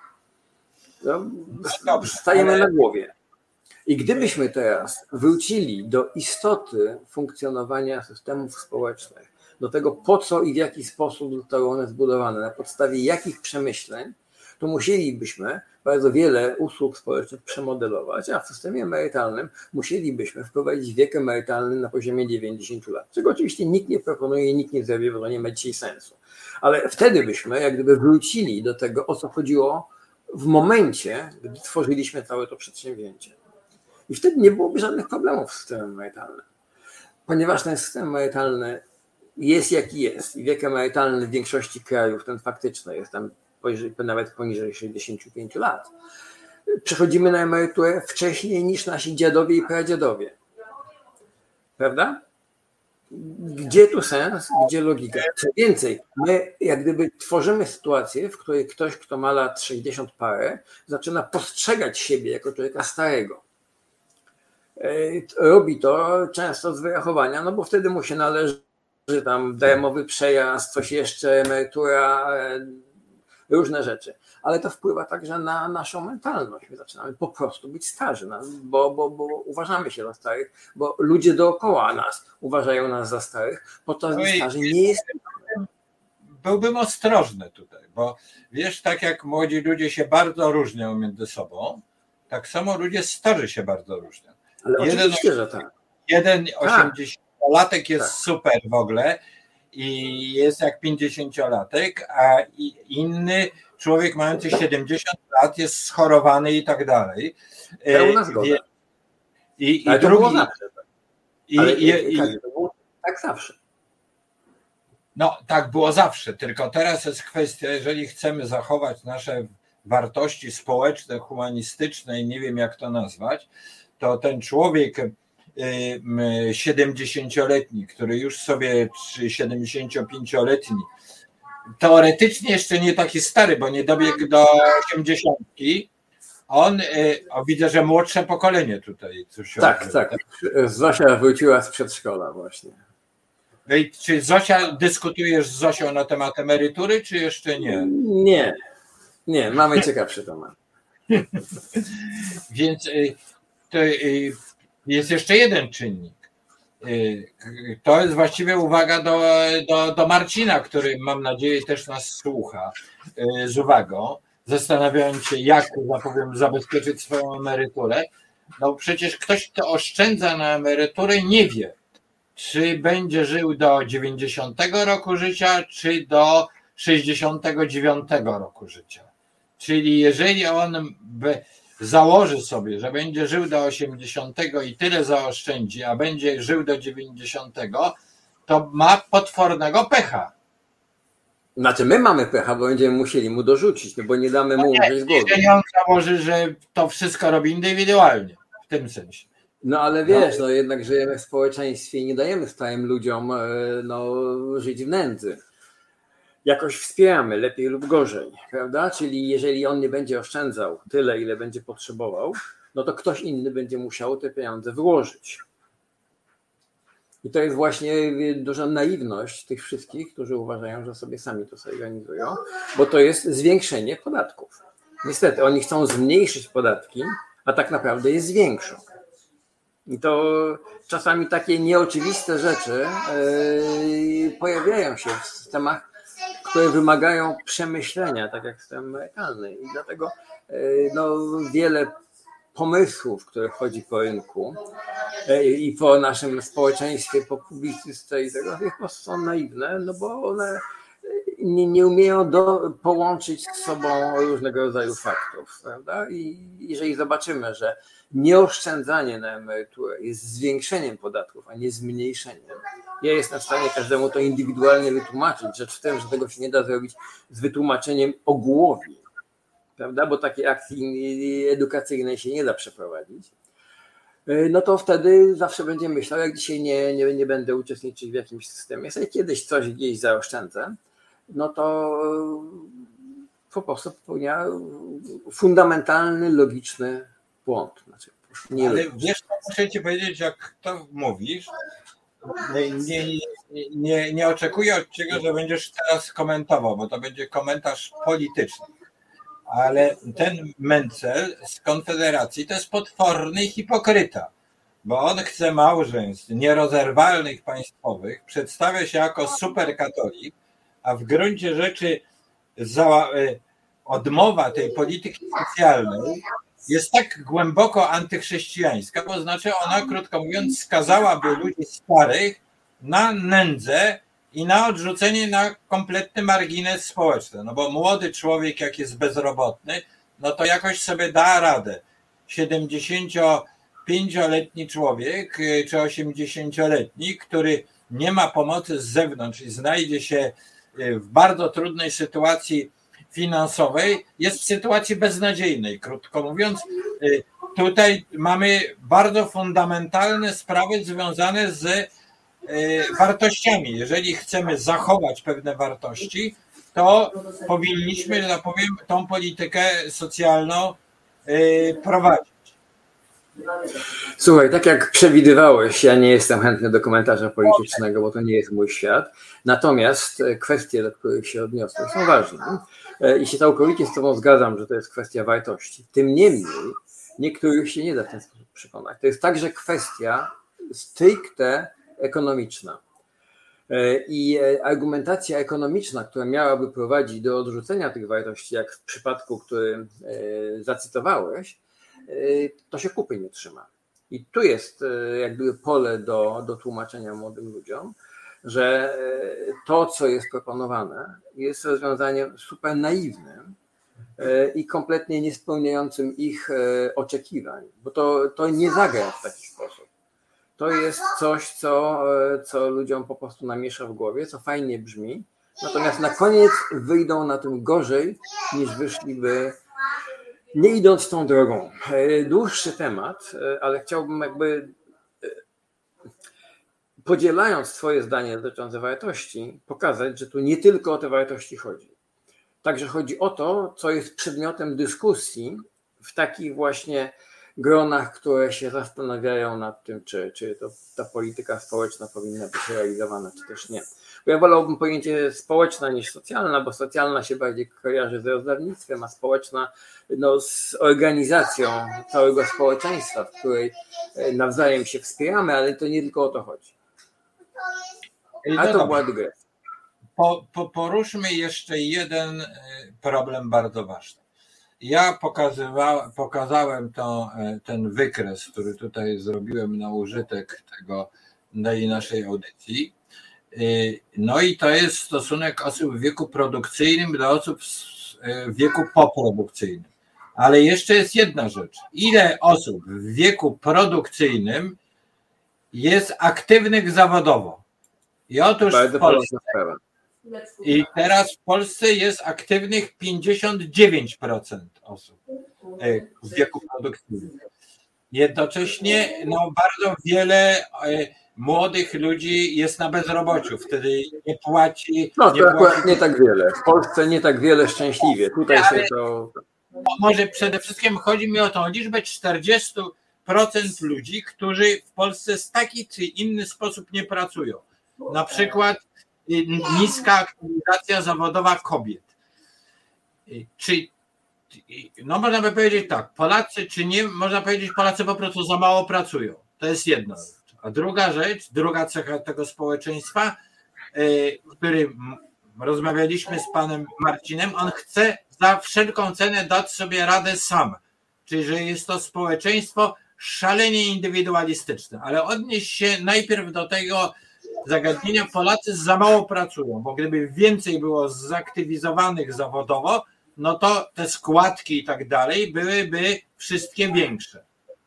S2: No, stajemy na głowie. I gdybyśmy teraz wrócili do istoty funkcjonowania systemów społecznych, do tego, po co i w jaki sposób zostały one zbudowane, na podstawie jakich przemyśleń, to musielibyśmy bardzo wiele usług społecznych przemodelować, a w systemie emerytalnym musielibyśmy wprowadzić wiek emerytalny na poziomie 90 lat, czego oczywiście nikt nie proponuje i nikt nie zrobi, bo to nie ma dzisiaj sensu. Ale wtedy byśmy jak gdyby wrócili do tego, o co chodziło w momencie, gdy tworzyliśmy całe to przedsięwzięcie. I wtedy nie byłoby żadnych problemów z systemem emerytalnym. Ponieważ ten system emerytalny jest jaki jest i wiek emerytalny w większości krajów, ten faktyczny, jest tam nawet poniżej 65 lat, przechodzimy na emeryturę wcześniej niż nasi dziadowie i pradziadowie. Prawda? Gdzie tu sens, gdzie logika? Co więcej, my jak gdyby tworzymy sytuację, w której ktoś, kto ma lat 60 parę, zaczyna postrzegać siebie jako człowieka starego. Robi to często z wyrachowania, no bo wtedy mu się należy tam darmowy przejazd, coś jeszcze, emerytura, różne rzeczy. Ale to wpływa także na naszą mentalność. My zaczynamy po prostu być starzy, bo uważamy się za starych, bo ludzie dookoła nas uważają nas za starych, podczas gdy starzy nie jesteśmy.
S1: Byłbym ostrożny tutaj, bo wiesz, tak jak młodzi ludzie się bardzo różnią między sobą, tak samo ludzie starzy się bardzo różnią.
S2: Ale oczywiście, że tak.
S1: Jeden 80-latek jest super w ogóle i jest jak 50-latek, a inny człowiek mający 70 lat jest schorowany i tak dalej.
S2: Pełna zgoda. Ale to było zawsze. To było tak zawsze.
S1: No, tak było zawsze, tylko teraz jest kwestia, jeżeli chcemy zachować nasze wartości społeczne, humanistyczne i nie wiem jak to nazwać, to ten człowiek 70-letni, który już sobie, czy 75-letni, teoretycznie jeszcze nie taki stary, bo nie dobiegł do 80, on, widzę, że młodsze pokolenie tutaj.
S2: Tak. Zosia wróciła z przedszkola właśnie.
S1: Czy Zosia, dyskutujesz z Zosią na temat emerytury, czy jeszcze nie?
S2: Nie, mamy ciekawszy temat.
S1: Więc to jest jeszcze jeden czynnik. To jest właściwie uwaga do Marcina, który mam nadzieję też nas słucha z uwagą, zastanawiając się, jak zabezpieczyć swoją emeryturę. No przecież ktoś, kto oszczędza na emeryturę, nie wie, czy będzie żył do 90 roku życia, czy do 69 roku życia. Czyli jeżeli on założy sobie, że będzie żył do 80 i tyle zaoszczędzi, a będzie żył do 90, to ma potwornego pecha.
S2: Znaczy my mamy pecha, bo będziemy musieli mu dorzucić, no bo nie damy mu umrzeć z głodu.
S1: Jeżeli on założy, że to wszystko robi indywidualnie, w tym sensie.
S2: No ale wiesz, no jednak żyjemy w społeczeństwie i nie dajemy starym ludziom żyć w nędzy. Jakoś wspieramy, lepiej lub gorzej, prawda? Czyli jeżeli on nie będzie oszczędzał tyle, ile będzie potrzebował, no to ktoś inny będzie musiał te pieniądze wyłożyć. I to jest właśnie duża naiwność tych wszystkich, którzy uważają, że sobie sami to zorganizują, bo to jest zwiększenie podatków. Niestety, oni chcą zmniejszyć podatki, a tak naprawdę jest większą. I to czasami takie nieoczywiste rzeczy pojawiają się w systemach, które wymagają przemyślenia, tak jak system emerytalny. I dlatego wiele pomysłów, które chodzi po rynku i po naszym społeczeństwie, po publicystyce i tego, po prostu są naiwne, no bo one nie umieją połączyć z sobą różnego rodzaju faktów, prawda? I jeżeli zobaczymy, że nieoszczędzanie na emeryturę jest zwiększeniem podatków, a nie zmniejszeniem, ja jestem w stanie każdemu to indywidualnie wytłumaczyć. Rzecz w tym, że tego się nie da zrobić z wytłumaczeniem ogółowi, prawda? Bo takiej akcji edukacyjnej się nie da przeprowadzić. No to wtedy zawsze będzie myślał, jak dzisiaj nie będę uczestniczyć w jakimś systemie, sobie kiedyś coś gdzieś zaoszczędzę, no to po prostu popełnia fundamentalny, logiczny błąd. Znaczy,
S1: ale wiesz, muszę ci powiedzieć, jak to mówisz, nie oczekuję od ciebie, że będziesz teraz komentował, bo to będzie komentarz polityczny. Ale ten Mencel z Konfederacji to jest potworny hipokryta, bo on chce małżeństw nierozerwalnych państwowych, przedstawia się jako superkatolik, a w gruncie rzeczy odmowa tej polityki socjalnej jest tak głęboko antychrześcijańska, bo znaczy ona, krótko mówiąc, skazałaby ludzi starych na nędzę i na odrzucenie na kompletny margines społeczny. No bo młody człowiek, jak jest bezrobotny, no to jakoś sobie da radę. 75-letni człowiek czy 80-letni, który nie ma pomocy z zewnątrz i znajdzie się w bardzo trudnej sytuacji finansowej, jest w sytuacji beznadziejnej. Krótko mówiąc, tutaj mamy bardzo fundamentalne sprawy związane z wartościami. Jeżeli chcemy zachować pewne wartości, to powinniśmy, że tak powiem, tą politykę socjalną prowadzić.
S2: Słuchaj, tak jak przewidywałeś, ja nie jestem chętny do komentarza politycznego, bo to nie jest mój świat. Natomiast kwestie, do których się odniosłem, są ważne. I się całkowicie z tobą zgadzam, że to jest kwestia wartości. Tym niemniej niektórych się nie da w ten sposób przekonać. To jest także kwestia stricte ekonomiczna. I argumentacja ekonomiczna, która miałaby prowadzić do odrzucenia tych wartości, jak w przypadku, który zacytowałeś, to się kupy nie trzyma. I tu jest jakby pole do tłumaczenia młodym ludziom, że to, co jest proponowane, jest rozwiązaniem super naiwnym i kompletnie niespełniającym ich oczekiwań, bo to nie zagra w taki sposób. To jest coś, co ludziom po prostu namiesza w głowie, co fajnie brzmi, natomiast na koniec wyjdą na tym gorzej, niż wyszliby nie idąc tą drogą. Dłuższy temat, ale chciałbym jakby, podzielając swoje zdanie dotyczące wartości, pokazać, że tu nie tylko o te wartości chodzi. Także chodzi o to, co jest przedmiotem dyskusji w takich właśnie gronach, które się zastanawiają nad tym, czy to ta polityka społeczna powinna być realizowana, czy też nie. Bo ja wolałbym pojęcie społeczna niż socjalna, bo socjalna się bardziej kojarzy z rozdawnictwem, a społeczna z organizacją całego społeczeństwa, w której nawzajem się wspieramy, ale to nie tylko o to chodzi. A to była dygresja.
S1: Poruszmy jeszcze jeden problem bardzo ważny. Ja pokazałem ten wykres, który tutaj zrobiłem na użytek tej naszej audycji. No i to jest stosunek osób w wieku produkcyjnym do osób w wieku poprodukcyjnym. Ale jeszcze jest jedna rzecz. Ile osób w wieku produkcyjnym jest aktywnych zawodowo? I otóż w Polsce, i teraz w Polsce jest aktywnych 59% osób w wieku produkcyjnym. Jednocześnie bardzo wiele młodych ludzi jest na bezrobociu, wtedy nie płaci.
S2: Nie tak wiele. W Polsce nie tak wiele szczęśliwie. Tutaj się to.
S1: Może przede wszystkim chodzi mi o tą liczbę 40% ludzi, którzy w Polsce w taki czy inny sposób nie pracują. Na przykład niska aktywizacja zawodowa kobiet. Czy no można by powiedzieć tak, Polacy czy nie, można powiedzieć, Polacy po prostu za mało pracują. To jest jedna rzecz. A druga rzecz, druga cecha tego społeczeństwa, który rozmawialiśmy z panem Marcinem, on chce za wszelką cenę dać sobie radę sam. Czyli, że jest to społeczeństwo szalenie indywidualistyczne. Ale odnieść się najpierw do tego zagadnienia, Polacy za mało pracują, bo gdyby więcej było zaktywizowanych zawodowo, no to te składki i tak dalej byłyby wszystkie większe.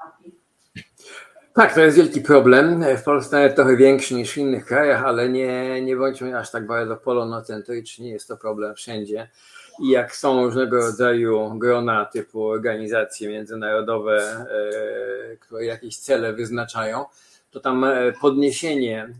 S2: Tak, to jest wielki problem. W Polsce nawet trochę większy niż w innych krajach, ale nie bądźmy aż tak bardzo polonocentryczni, jest to problem wszędzie. I jak są różnego rodzaju grona typu organizacje międzynarodowe, które jakieś cele wyznaczają, to tam podniesienie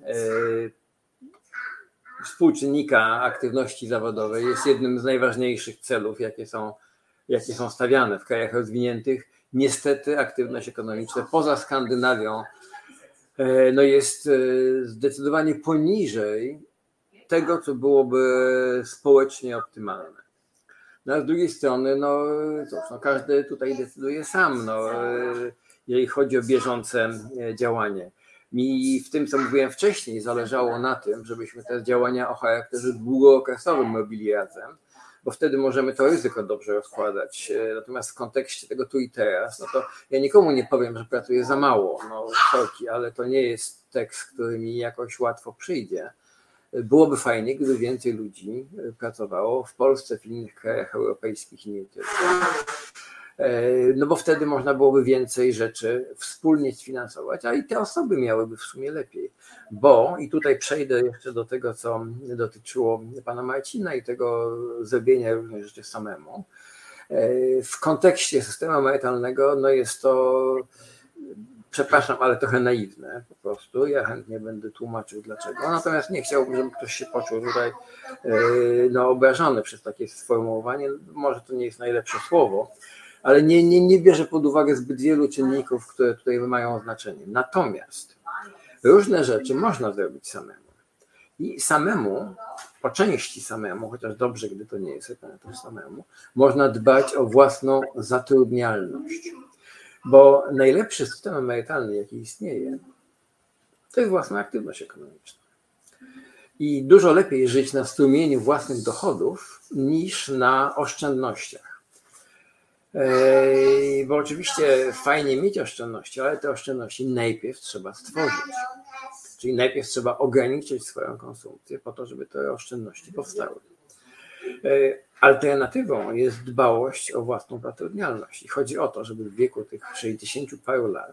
S2: współczynnika aktywności zawodowej jest jednym z najważniejszych celów, jakie są stawiane w krajach rozwiniętych. Niestety aktywność ekonomiczna poza Skandynawią no jest zdecydowanie poniżej tego, co byłoby społecznie optymalne. No, a z drugiej strony, każdy tutaj decyduje sam, jeżeli chodzi o bieżące działanie. Mi w tym, co mówiłem wcześniej, zależało na tym, żebyśmy te działania o charakterze długookresowym robili razem, bo wtedy możemy to ryzyko dobrze rozkładać. Natomiast w kontekście tego tu i teraz, no to ja nikomu nie powiem, że pracuję za mało, ale to nie jest tekst, który mi jakoś łatwo przyjdzie. Byłoby fajnie, gdyby więcej ludzi pracowało w Polsce, w innych krajach europejskich i nie tylko. No bo wtedy można byłoby więcej rzeczy wspólnie sfinansować, a i te osoby miałyby w sumie lepiej. Bo, i tutaj przejdę jeszcze do tego, co dotyczyło pana Marcina i tego zrobienia różnych rzeczy samemu. W kontekście systemu emerytalnego, no jest to, przepraszam, ale trochę naiwne po prostu. Ja chętnie będę tłumaczył dlaczego. Natomiast nie chciałbym, żeby ktoś się poczuł tutaj obrażony przez takie sformułowanie. Może to nie jest najlepsze słowo, ale nie bierze pod uwagę zbyt wielu czynników, które tutaj mają znaczenie. Natomiast różne rzeczy można zrobić samemu. I samemu, po części samemu, chociaż dobrze, gdy to nie jest to samemu, można dbać o własną zatrudnialność. Bo najlepszy system emerytalny, jaki istnieje, to jest własna aktywność ekonomiczna. I dużo lepiej żyć na strumieniu własnych dochodów niż na oszczędnościach. Bo oczywiście fajnie mieć oszczędności, ale te oszczędności najpierw trzeba stworzyć. Czyli najpierw trzeba ograniczyć swoją konsumpcję po to, żeby te oszczędności powstały. Alternatywą jest dbałość o własną zatrudnialność. I chodzi o to, żeby w wieku tych 60 paru lat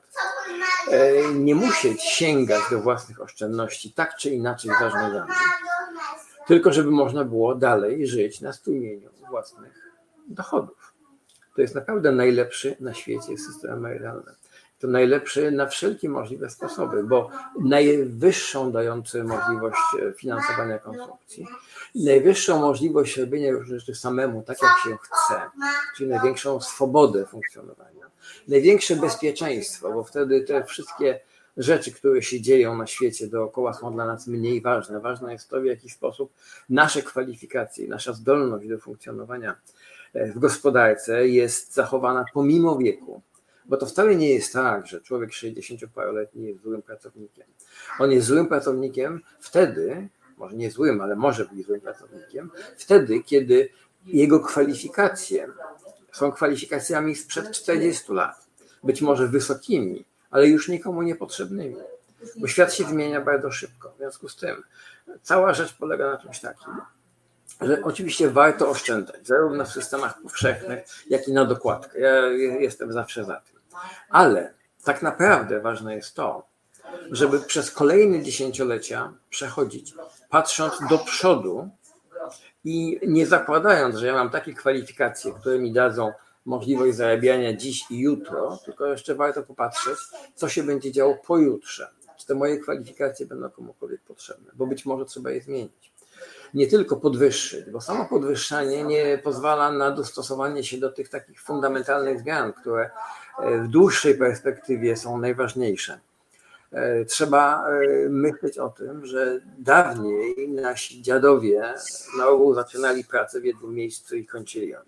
S2: nie musieć sięgać do własnych oszczędności tak czy inaczej zarządzanych, tylko żeby można było dalej żyć na strumieniu własnych dochodów. To jest naprawdę najlepszy na świecie system emerytalny. To najlepszy na wszelkie możliwe sposoby, bo najwyższą dający możliwość finansowania konsumpcji, najwyższą możliwość robienia różnych rzeczy samemu, tak jak się chce, czyli największą swobodę funkcjonowania, największe bezpieczeństwo, bo wtedy te wszystkie rzeczy, które się dzieją na świecie dookoła, są dla nas mniej ważne. Ważne jest to, w jaki sposób nasze kwalifikacje, nasza zdolność do funkcjonowania w gospodarce jest zachowana pomimo wieku. Bo to wcale nie jest tak, że człowiek 60-paroletni jest złym pracownikiem. On jest złym pracownikiem wtedy, może nie złym, ale może być złym pracownikiem, wtedy, kiedy jego kwalifikacje są kwalifikacjami sprzed 40 lat. Być może wysokimi, ale już nikomu niepotrzebnymi. Bo świat się zmienia bardzo szybko. W związku z tym cała rzecz polega na czymś takim, że oczywiście warto oszczędzać, zarówno w systemach powszechnych, jak i na dokładkę. Ja jestem zawsze za tym. Ale tak naprawdę ważne jest to, żeby przez kolejne dziesięciolecia przechodzić, patrząc do przodu i nie zakładając, że ja mam takie kwalifikacje, które mi dadzą możliwość zarabiania dziś i jutro, tylko jeszcze warto popatrzeć, co się będzie działo pojutrze. Czy te moje kwalifikacje będą komukolwiek potrzebne, bo być może trzeba je zmienić. Nie tylko podwyższyć, bo samo podwyższanie nie pozwala na dostosowanie się do tych takich fundamentalnych zmian, które w dłuższej perspektywie są najważniejsze. Trzeba myśleć o tym, że dawniej nasi dziadowie na ogół zaczynali pracę w jednym miejscu i kończyli ją w jednym miejscu.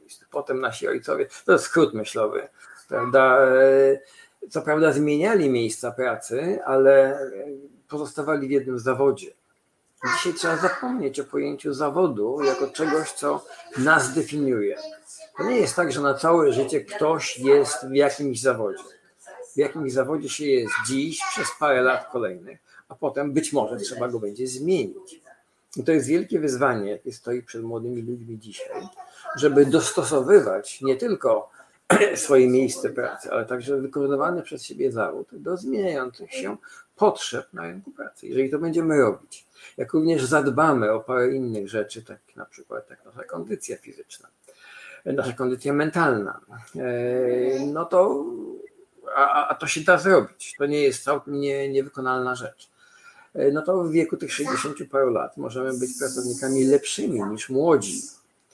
S2: swoisty. Potem nasi ojcowie, to jest skrót myślowy, prawda? Co prawda zmieniali miejsca pracy, ale pozostawali w jednym zawodzie. Dzisiaj trzeba zapomnieć o pojęciu zawodu jako czegoś, co nas definiuje. To nie jest tak, że na całe życie ktoś jest w jakimś zawodzie. W jakimś zawodzie się jest dziś przez parę lat kolejnych, a potem być może trzeba go będzie zmienić. I to jest wielkie wyzwanie, jakie stoi przed młodymi ludźmi dzisiaj, żeby dostosowywać nie tylko swoje miejsce pracy, ale także wykonywany przez siebie zawód do zmieniających się potrzeb na rynku pracy. Jeżeli to będziemy robić, jak również zadbamy o parę innych rzeczy, tak na przykład jak nasza kondycja fizyczna, nasza kondycja mentalna, no to a to się da zrobić. To nie jest całkiem niewykonalna rzecz. No to w wieku tych 60 paru lat możemy być pracownikami lepszymi niż młodzi.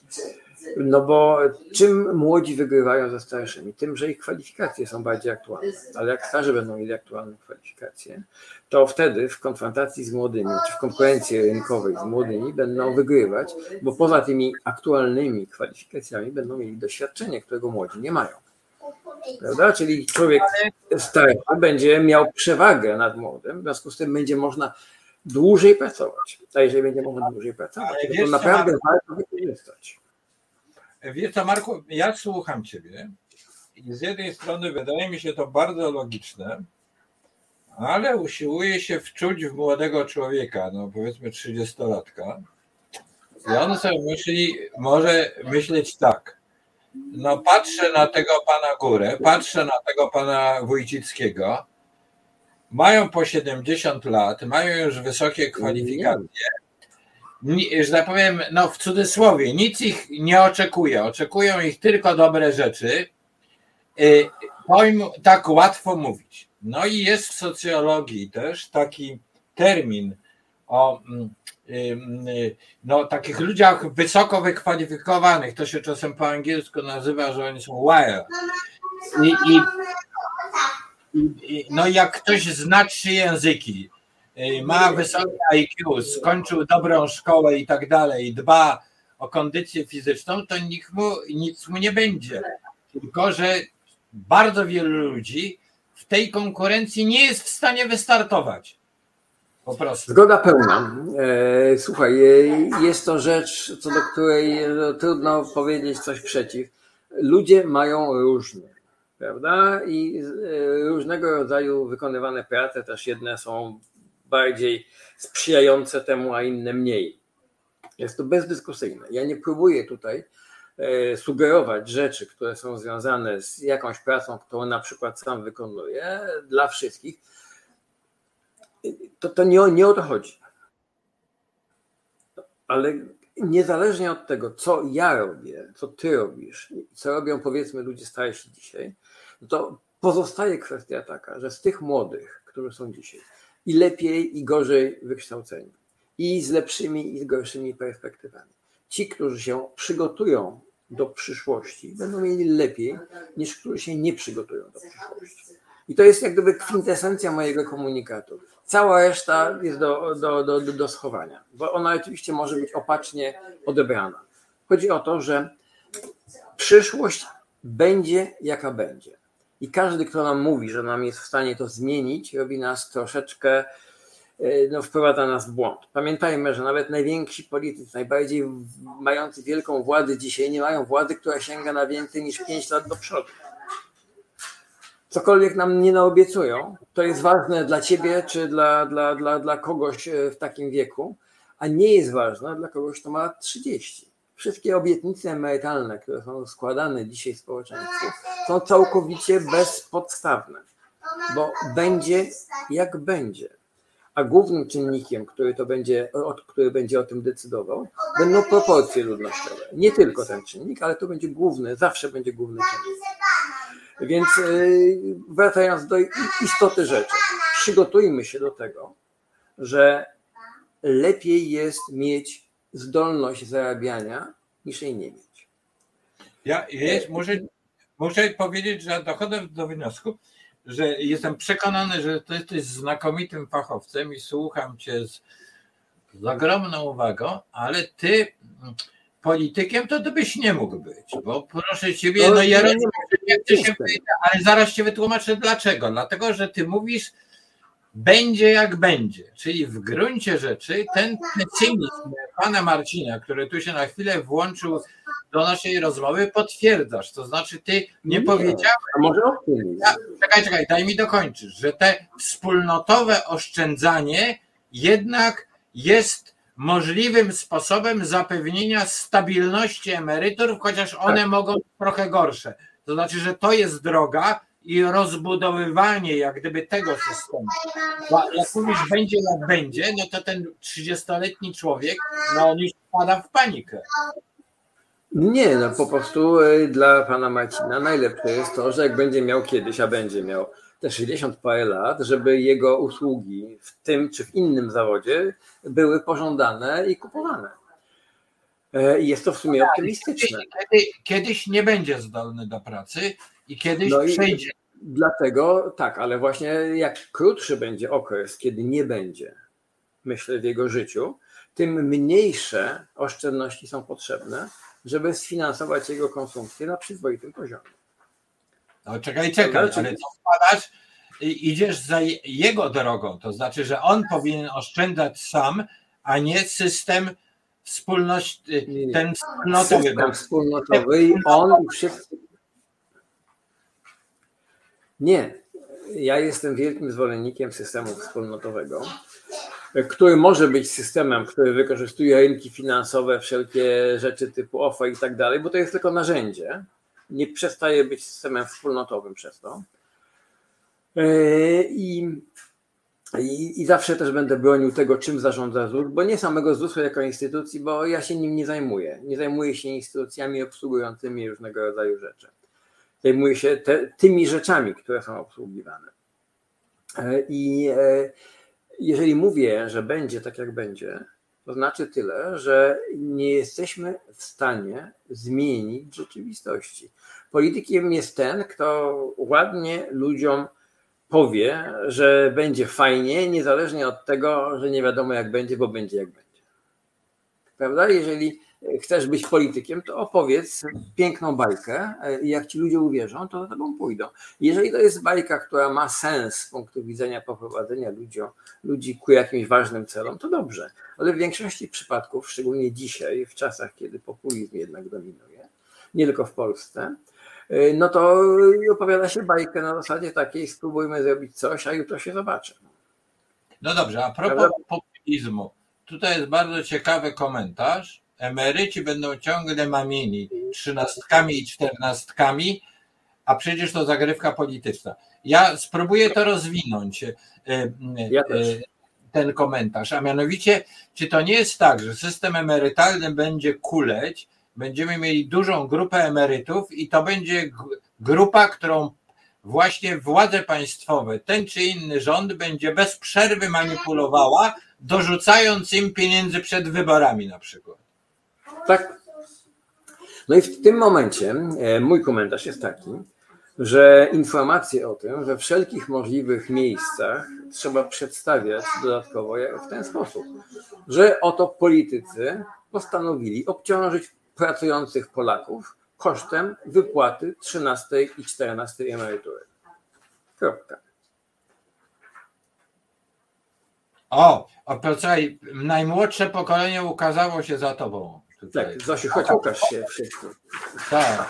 S2: No bo czym młodzi wygrywają ze starszymi? Tym, że ich kwalifikacje są bardziej aktualne. Ale jak starzy będą mieli aktualne kwalifikacje, to wtedy w konfrontacji z młodymi, czy w konkurencji rynkowej z młodymi będą wygrywać, bo poza tymi aktualnymi kwalifikacjami będą mieli doświadczenie, którego młodzi nie mają. Prawda? Czyli człowiek starszy będzie miał przewagę nad młodym, w związku z tym będzie można dłużej pracować. A jeżeli będzie można dłużej pracować, to naprawdę warto wykorzystać.
S1: Wiesz co, Marku, ja słucham Ciebie i z jednej strony wydaje mi się to bardzo logiczne, ale usiłuję się wczuć w młodego człowieka, no powiedzmy 30-latka, i on sobie może myśleć tak, no patrzę na tego pana Górę, patrzę na tego pana Wójcickiego, mają po 70 lat, mają już wysokie kwalifikacje, że tak powiem, no w cudzysłowie, nic ich nie oczekuje, oczekują ich tylko dobre rzeczy, to im tak łatwo mówić. No i jest w socjologii też taki termin o no, takich ludziach wysoko wykwalifikowanych, to się czasem po angielsku nazywa, że oni są wire. No jak ktoś zna 3 języki, ma wysokie IQ, skończył dobrą szkołę i tak dalej, dba o kondycję fizyczną, to nic mu nie będzie. Tylko że bardzo wielu ludzi w tej konkurencji nie jest w stanie wystartować. Po prostu.
S2: Zgoda pełna. Słuchaj, jest to rzecz, co do której trudno powiedzieć coś przeciw. Ludzie mają różne, prawda? I różnego rodzaju wykonywane prace, też jedne są bardziej sprzyjające temu, a inne mniej. Jest to bezdyskusyjne. Ja nie próbuję tutaj sugerować rzeczy, które są związane z jakąś pracą, którą na przykład sam wykonuję, dla wszystkich. To nie o to chodzi. Ale niezależnie od tego, co ja robię, co ty robisz, co robią powiedzmy ludzie starsi dzisiaj, to pozostaje kwestia taka, że z tych młodych, którzy są dzisiaj, i lepiej, i gorzej wykształceni, i z lepszymi, i z gorszymi perspektywami. Ci, którzy się przygotują do przyszłości, będą mieli lepiej, niż którzy się nie przygotują do przyszłości. I to jest jak gdyby kwintesencja mojego komunikatu. Cała reszta jest do schowania, bo ona oczywiście może być opacznie odebrana. Chodzi o to, że przyszłość będzie jaka będzie. I każdy, kto nam mówi, że nam jest w stanie to zmienić, robi nas troszeczkę, wprowadza nas w błąd. Pamiętajmy, że nawet najwięksi politycy, najbardziej mający wielką władzę dzisiaj nie mają władzy, która sięga na więcej niż 5 lat do przodu. Cokolwiek nam nie naobiecują, to jest ważne dla ciebie czy dla kogoś w takim wieku, a nie jest ważne dla kogoś, kto ma lat 30. Wszystkie obietnice emerytalne, które są składane dzisiaj w społeczeństwie, są całkowicie bezpodstawne, bo będzie jak będzie. A głównym czynnikiem, który będzie o tym decydował, będą proporcje ludnościowe. Nie tylko ten czynnik, ale to będzie zawsze będzie główny czynnik. Więc wracając do istoty rzeczy, przygotujmy się do tego, że lepiej jest mieć zdolność zarabiania, niż jej nie mieć.
S1: Muszę powiedzieć, że dochodzę do wniosku, że jestem przekonany, że ty jesteś znakomitym fachowcem i słucham cię z ogromną uwagą, ale ty politykiem, to byś nie mógł być, bo proszę ciebie, no ja rozumiem, ale zaraz cię wytłumaczę dlaczego. Dlatego, że ty mówisz, będzie jak będzie, czyli w gruncie rzeczy ten pesymizm pana Marcina, który tu się na chwilę włączył do naszej rozmowy, potwierdzasz, to znaczy ty nie powiedziałeś,
S2: a może
S1: czekaj, daj mi dokończyć, że te wspólnotowe oszczędzanie jednak jest możliwym sposobem zapewnienia stabilności emerytur, chociaż one mogą być trochę gorsze. To znaczy, że to jest droga i rozbudowywanie jak gdyby tego systemu. Bo jak mówisz będzie jak będzie, no to ten 30-letni człowiek, no on już wpada w panikę.
S2: Nie, no po prostu dla pana Marcina najlepsze jest to, że jak będzie miał kiedyś, a będzie miał te 60 parę lat, żeby jego usługi w tym czy w innym zawodzie były pożądane i kupowane. I jest to w sumie optymistyczne.
S1: Kiedyś nie będzie zdolny do pracy i kiedyś przejdzie.
S2: Dlatego tak, ale właśnie jak krótszy będzie okres, kiedy nie będzie, myślę, w jego życiu, tym mniejsze oszczędności są potrzebne, żeby sfinansować jego konsumpcję na przyzwoitym poziomie.
S1: No czekaj, ale to wpadasz i idziesz za jego drogą, to znaczy, że on powinien oszczędzać sam, a nie system ten wspólnotowy.
S2: System wspólnotowy i on wszyscy... Nie, ja jestem wielkim zwolennikiem systemu wspólnotowego, który może być systemem, który wykorzystuje rynki finansowe, wszelkie rzeczy typu OFE i tak dalej, bo to jest tylko narzędzie. Nie przestaje być systemem wspólnotowym przez to. I zawsze też będę bronił tego, czym zarządza ZUS, bo nie samego ZUS-u jako instytucji, bo ja się nim nie zajmuję. Nie zajmuję się instytucjami obsługującymi różnego rodzaju rzeczy. Zajmuję się tymi rzeczami, które są obsługiwane. I jeżeli mówię, że będzie tak jak będzie, to znaczy tyle, że nie jesteśmy w stanie zmienić rzeczywistości. Politykiem jest ten, kto ładnie ludziom powie, że będzie fajnie, niezależnie od tego, że nie wiadomo jak będzie, bo będzie jak będzie. Prawda? Jeżeli chcesz być politykiem, to opowiedz piękną bajkę i jak ci ludzie uwierzą, to za tobą pójdą. Jeżeli to jest bajka, która ma sens z punktu widzenia poprowadzenia ludzi ku jakimś ważnym celom, to dobrze. Ale w większości przypadków, szczególnie dzisiaj, w czasach, kiedy populizm jednak dominuje, nie tylko w Polsce, no to opowiada się bajkę na zasadzie takiej, spróbujmy zrobić coś, a jutro się zobaczy.
S1: No dobrze, a propos populizmu, tutaj jest bardzo ciekawy komentarz. Emeryci będą ciągle mamieni 13 i 14, a przecież to zagrywka polityczna. Ja spróbuję to rozwinąć, ten komentarz, a mianowicie, czy to nie jest tak, że system emerytalny będzie kuleć, będziemy mieli dużą grupę emerytów i to będzie grupa, którą właśnie władze państwowe, ten czy inny rząd będzie bez przerwy manipulowała, dorzucając im pieniędzy przed wyborami na przykład.
S2: Tak. No i w tym momencie mój komentarz jest taki, że informacje o tym we wszelkich możliwych miejscach trzeba przedstawiać dodatkowo w ten sposób, że oto politycy postanowili obciążyć pracujących Polaków kosztem wypłaty 13 i 14 emerytury. Kropka.
S1: Poczekaj, najmłodsze pokolenie ukazało się za tobą. Tutaj.
S2: Tak, Zosiu, chodź ukaż się wszystko.
S1: Tak.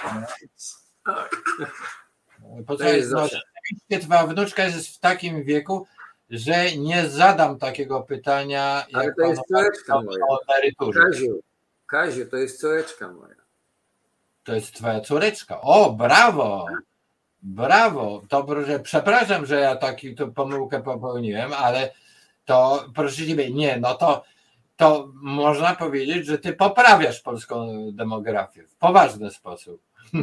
S1: Poczekaj, no, twoja wnuczka jest w takim wieku, że nie zadam takiego pytania,
S2: ale
S1: jak
S2: to jest córeczka moja.
S1: O emeryturze.
S2: Kaziu, to jest córeczka moja.
S1: To jest twoja córeczka. O, brawo! Brawo! To proszę, przepraszam, że ja taką pomyłkę popełniłem, ale to proszę ciebie, nie, no to można powiedzieć, że ty poprawiasz polską demografię w poważny sposób.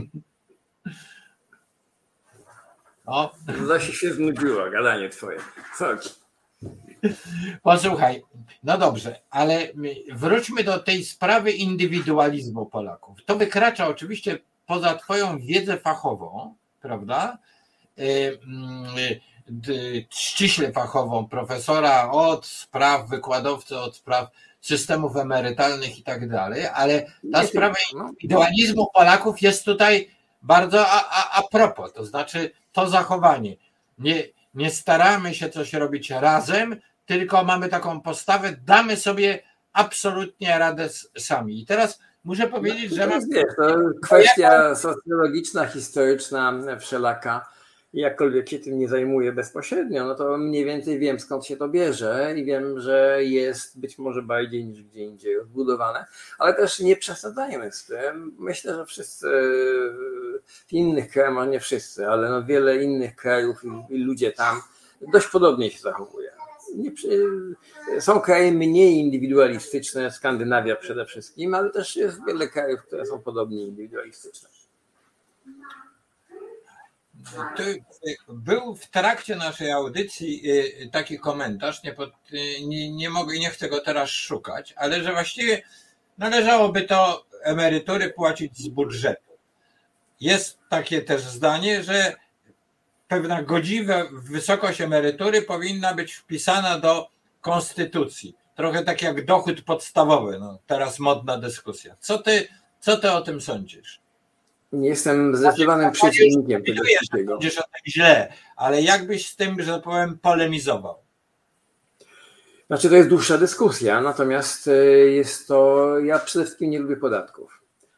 S2: Zosi się znudziło, gadanie twoje. Chodź.
S1: Posłuchaj, no dobrze, ale wróćmy do tej sprawy indywidualizmu Polaków. To wykracza oczywiście poza twoją wiedzę fachową, prawda? ściśle fachową, profesora od spraw, wykładowcy od spraw systemów emerytalnych i tak dalej, ale ta sprawa indywidualizmu Polaków jest tutaj bardzo a propos, to znaczy to zachowanie. Nie staramy się coś robić razem, tylko mamy taką postawę, damy sobie absolutnie radę sami. I teraz muszę powiedzieć, że...
S2: To kwestia socjologiczna, historyczna, wszelaka. Jakkolwiek się tym nie zajmuję bezpośrednio, no to mniej więcej wiem, skąd się to bierze i wiem, że jest być może bardziej niż gdzie indziej odbudowane, ale też nie przesadzajmy z tym. Myślę, że wszyscy w innych krajach, może nie wszyscy, ale no wiele innych krajów i ludzie tam dość podobnie się zachowują. Są kraje mniej indywidualistyczne, Skandynawia przede wszystkim, ale też jest wiele krajów, które są podobnie indywidualistyczne.
S1: Był w trakcie naszej audycji taki komentarz, nie chcę go teraz szukać, ale że właściwie należałoby to emerytury płacić z budżetu. Jest takie też zdanie, że pewna godziwa wysokość emerytury powinna być wpisana do konstytucji. Trochę tak jak dochód podstawowy. No, teraz modna dyskusja. Co ty o tym sądzisz?
S2: Nie jestem zdecydowanym przeciwnikiem tego wszystkiego.
S1: Będziesz o tym źle, ale jakbyś z tym, że tak powiem, polemizował?
S2: Znaczy to jest dłuższa dyskusja, natomiast ja przede wszystkim nie lubię podatków.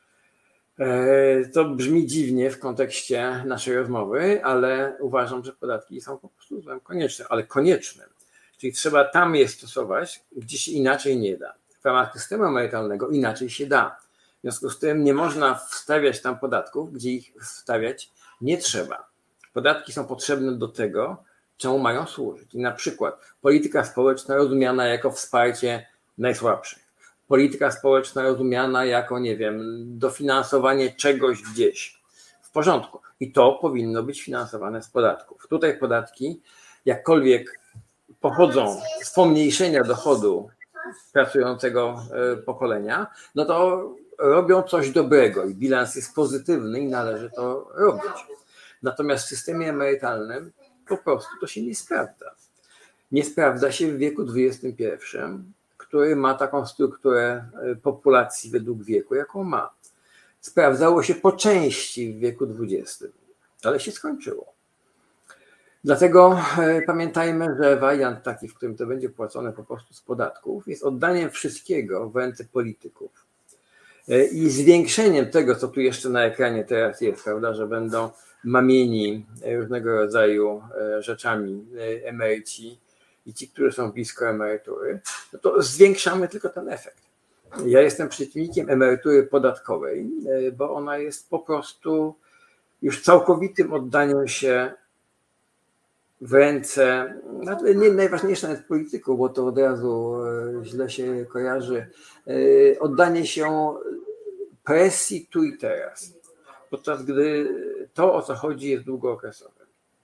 S2: To brzmi dziwnie w kontekście naszej rozmowy, ale uważam, że podatki są po prostu złem koniecznym, ale koniecznym. Czyli trzeba tam je stosować, gdzie się inaczej nie da. W ramach systemu emerytalnego inaczej się da. W związku z tym nie można wstawiać tam podatków, gdzie ich wstawiać nie trzeba. Podatki są potrzebne do tego, czemu mają służyć. I na przykład polityka społeczna rozumiana jako wsparcie najsłabszych. Polityka społeczna rozumiana jako, nie wiem, dofinansowanie czegoś gdzieś. W porządku. I to powinno być finansowane z podatków. Tutaj podatki, jakkolwiek pochodzą z pomniejszenia dochodu pracującego pokolenia, no to robią coś dobrego i bilans jest pozytywny i należy to robić. Natomiast w systemie emerytalnym po prostu to się nie sprawdza. Nie sprawdza się w wieku XXI, który ma taką strukturę populacji według wieku, jaką ma. Sprawdzało się po części w wieku XX, ale się skończyło. Dlatego pamiętajmy, że wariant taki, w którym to będzie płacone po prostu z podatków, jest oddaniem wszystkiego w ręce polityków i zwiększeniem tego, co tu jeszcze na ekranie teraz jest, prawda, że będą mamieni różnego rodzaju rzeczami emeryci i ci, którzy są blisko emerytury, no to zwiększamy tylko ten efekt. Ja jestem przeciwnikiem emerytury podatkowej, bo ona jest po prostu już całkowitym oddaniem się w ręce, nie najważniejsze nawet polityków, bo to od razu źle się kojarzy, oddanie się presji tu i teraz, podczas gdy to, o co chodzi, jest długookresowe.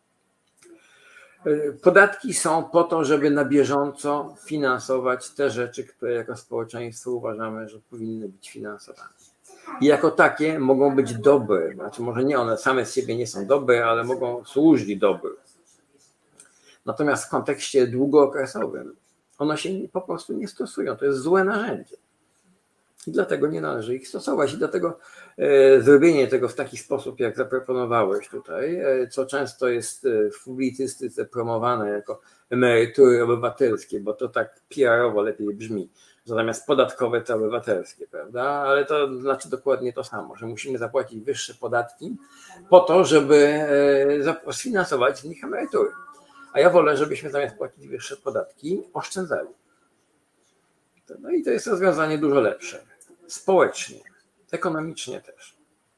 S2: Podatki są po to, żeby na bieżąco finansować te rzeczy, które jako społeczeństwo uważamy, że powinny być finansowane. I jako takie mogą być dobre, znaczy może nie one same z siebie nie są dobre, ale mogą służyć dobru. Natomiast w kontekście długookresowym one się po prostu nie stosują. To jest złe narzędzie. I dlatego nie należy ich stosować. I dlatego zrobienie tego w taki sposób, jak zaproponowałeś tutaj, co często jest w publicystyce promowane jako emerytury obywatelskie, bo to tak PR-owo lepiej brzmi, że zamiast podatkowe to obywatelskie, prawda? Ale to znaczy dokładnie to samo, że musimy zapłacić wyższe podatki po to, żeby sfinansować z nich emerytury. A ja wolę, żebyśmy zamiast płacić wyższe podatki oszczędzali. No i to jest rozwiązanie dużo lepsze. Społecznie, ekonomicznie też.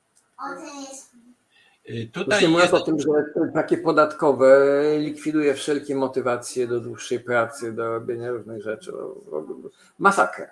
S2: Tutaj mówiąc o tym, że takie podatkowe likwiduje wszelkie motywacje do dłuższej pracy, do robienia różnych rzeczy. Masakra.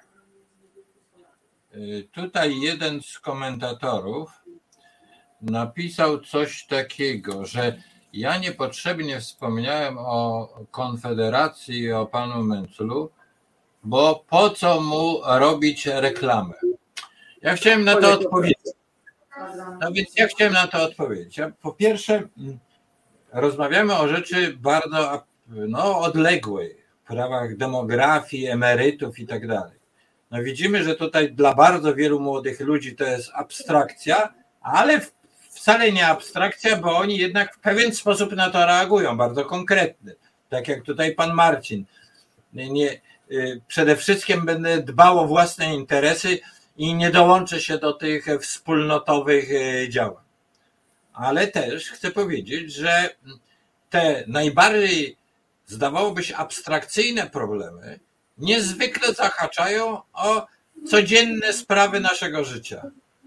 S1: Tutaj jeden z komentatorów napisał coś takiego, że ja niepotrzebnie wspomniałem o Konfederacji i o panu Menclu, bo po co mu robić reklamę? Ja chciałem na to odpowiedzieć. No więc ja chciałem na to odpowiedzieć. Po pierwsze, rozmawiamy o rzeczy bardzo odległej, w sprawach demografii, emerytów i tak dalej. No widzimy, że tutaj dla bardzo wielu młodych ludzi to jest abstrakcja, ale wcale nie abstrakcja, bo oni jednak w pewien sposób na to reagują, bardzo konkretny. Tak jak tutaj pan Marcin. Przede wszystkim będę dbał o własne interesy i nie dołączę się do tych wspólnotowych działań. Ale też chcę powiedzieć, że te najbardziej, zdawałoby się, abstrakcyjne problemy niezwykle zahaczają o codzienne sprawy naszego życia.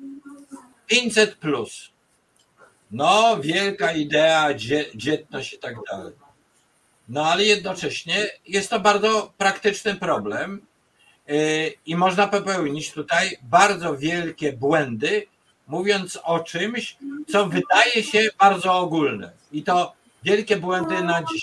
S1: 500+. No, wielka idea, dzietność i tak dalej. No, ale jednocześnie jest to bardzo praktyczny problem i można popełnić tutaj bardzo wielkie błędy, mówiąc o czymś, co wydaje się bardzo ogólne. I to wielkie błędy na dziś.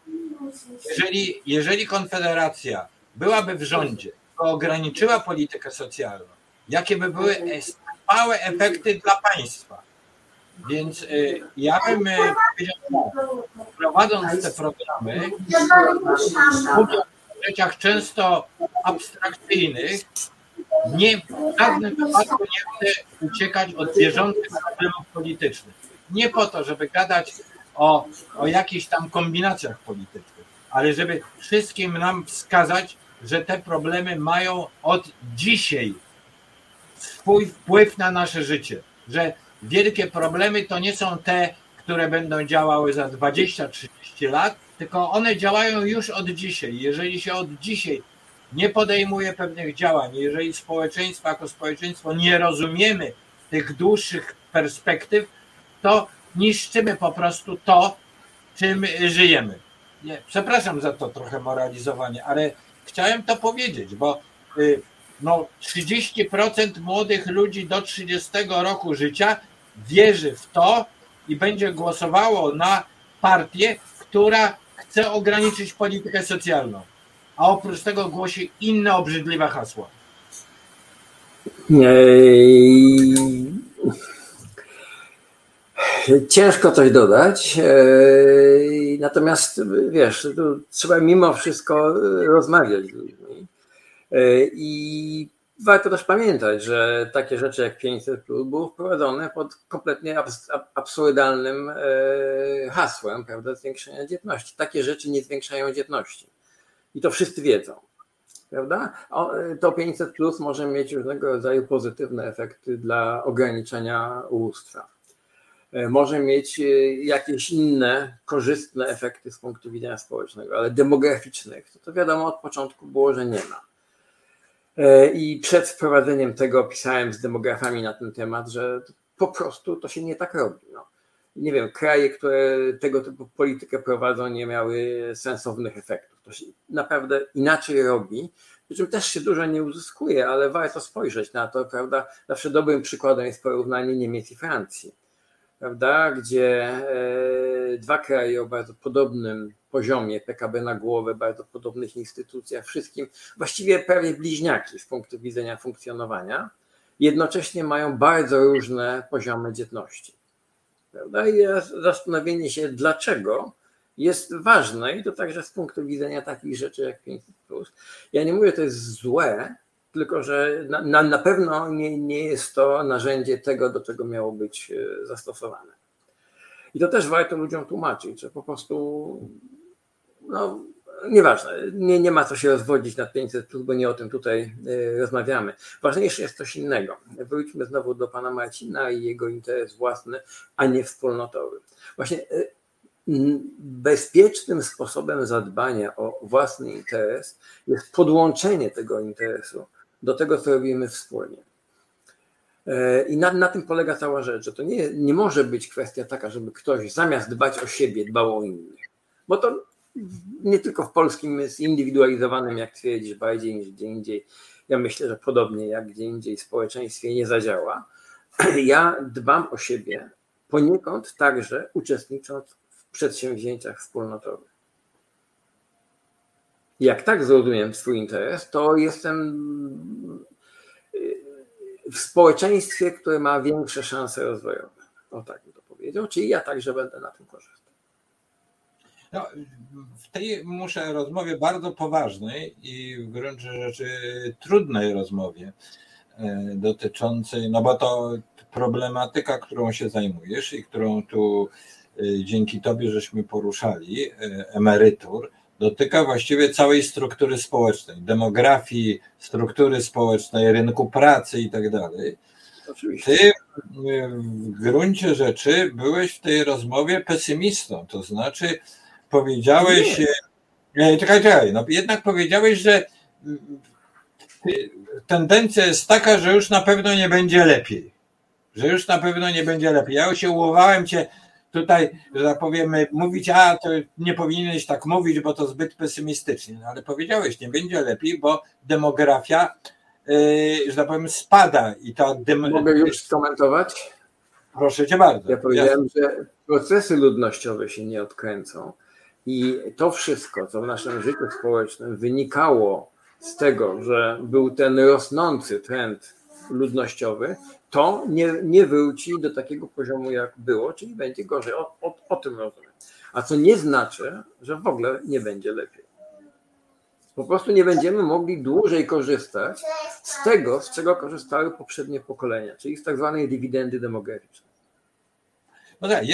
S1: Jeżeli Konfederacja byłaby w rządzie, to ograniczyła politykę socjalną, jakie by były małe efekty dla państwa. Więc ja bym powiedział tak, prowadząc te programy, mówię o rzeczach często abstrakcyjnych, w żadnym wypadku nie chcę uciekać od bieżących problemów politycznych. Nie po to, żeby gadać o jakichś tam kombinacjach politycznych, ale żeby wszystkim nam wskazać, że te problemy mają od dzisiaj swój wpływ na nasze życie, że wielkie problemy to nie są te, które będą działały za 20-30 lat, tylko one działają już od dzisiaj. Jeżeli się od dzisiaj nie podejmuje pewnych działań, jeżeli społeczeństwo jako społeczeństwo nie rozumiemy tych dłuższych perspektyw, to niszczymy po prostu to, czym żyjemy. Przepraszam za to trochę moralizowanie, ale chciałem to powiedzieć, bo 30% młodych ludzi do 30 roku życia wierzy w to i będzie głosowało na partię, która chce ograniczyć politykę socjalną, a oprócz tego głosi inne obrzydliwe hasła.
S2: Ciężko coś dodać, natomiast wiesz, tu trzeba mimo wszystko rozmawiać z ludźmi i warto też pamiętać, że takie rzeczy jak 500+ były wprowadzone pod kompletnie absurdalnym hasłem, prawda, zwiększenia dzietności. Takie rzeczy nie zwiększają dzietności i to wszyscy wiedzą, prawda? To 500+ może mieć różnego rodzaju pozytywne efekty dla ograniczenia ubóstwa. Może mieć jakieś inne korzystne efekty z punktu widzenia społecznego, ale demograficznych to wiadomo od początku było, że nie ma. I przed wprowadzeniem tego pisałem z demografami na ten temat, że po prostu to się nie tak robi. No. Nie wiem, kraje, które tego typu politykę prowadzą, nie miały sensownych efektów. To się naprawdę inaczej robi, przy czym też się dużo nie uzyskuje, ale warto spojrzeć na to, prawda? Zawsze dobrym przykładem jest porównanie Niemiec i Francji, prawda? Gdzie dwa kraje o bardzo podobnym poziomie PKB na głowę, bardzo podobnych instytucjach, wszystkim, właściwie prawie bliźniaki z punktu widzenia funkcjonowania, jednocześnie mają bardzo różne poziomy dzietności. Prawda? I zastanowienie się, dlaczego, jest ważne i to także z punktu widzenia takich rzeczy jak 500+. Ja nie mówię, że to jest złe, tylko że na pewno nie jest to narzędzie tego, do czego miało być zastosowane. I to też warto ludziom tłumaczyć, że po prostu nieważne, nie ma co się rozwodzić nad 500+, bo nie o tym tutaj rozmawiamy. Ważniejsze jest coś innego. Wróćmy znowu do pana Marcina i jego interes własny, a nie wspólnotowy. Właśnie bezpiecznym sposobem zadbania o własny interes jest podłączenie tego interesu do tego, co robimy wspólnie. I na tym polega cała rzecz, że to nie może być kwestia taka, żeby ktoś zamiast dbać o siebie, dbał o innych. Bo to nie tylko w polskim zindywidualizowanym, jak twierdzisz, bardziej niż gdzie indziej. Ja myślę, że podobnie jak gdzie indziej w społeczeństwie nie zadziała. Ja dbam o siebie poniekąd także uczestnicząc w przedsięwzięciach wspólnotowych. Jak tak zrozumiem swój interes, to jestem w społeczeństwie, które ma większe szanse rozwojowe. O tak bym to powiedział, czyli ja także będę na tym korzystał.
S1: No, w tej muszę rozmowie bardzo poważnej i w gruncie rzeczy trudnej rozmowie dotyczącej, no bo to problematyka, którą się zajmujesz i którą tu dzięki tobie żeśmy poruszali, emerytur, dotyka właściwie całej struktury społecznej, demografii, struktury społecznej, rynku pracy i tak dalej. Ty w gruncie rzeczy byłeś w tej rozmowie pesymistą, to znaczy powiedziałeś, czekaj, no jednak powiedziałeś, że tendencja jest taka, że już na pewno nie będzie lepiej. Ja się ułowałem cię tutaj, że tak powiem, mówić, to nie powinieneś tak mówić, bo to zbyt pesymistycznie, no ale powiedziałeś, nie będzie lepiej, bo demografia, że tak powiem, spada i to...
S2: Mogę już skomentować?
S1: Proszę cię bardzo.
S2: Ja powiedziałem, że procesy ludnościowe się nie odkręcą i to wszystko, co w naszym życiu społecznym wynikało z tego, że był ten rosnący trend ludnościowy, to nie wróci do takiego poziomu, jak było, czyli będzie gorzej. O tym rozumiem. A co nie znaczy, że w ogóle nie będzie lepiej. Po prostu nie będziemy mogli dłużej korzystać z tego, z czego korzystały poprzednie pokolenia, czyli z tak zwanej dywidendy demograficznej.
S1: No tak,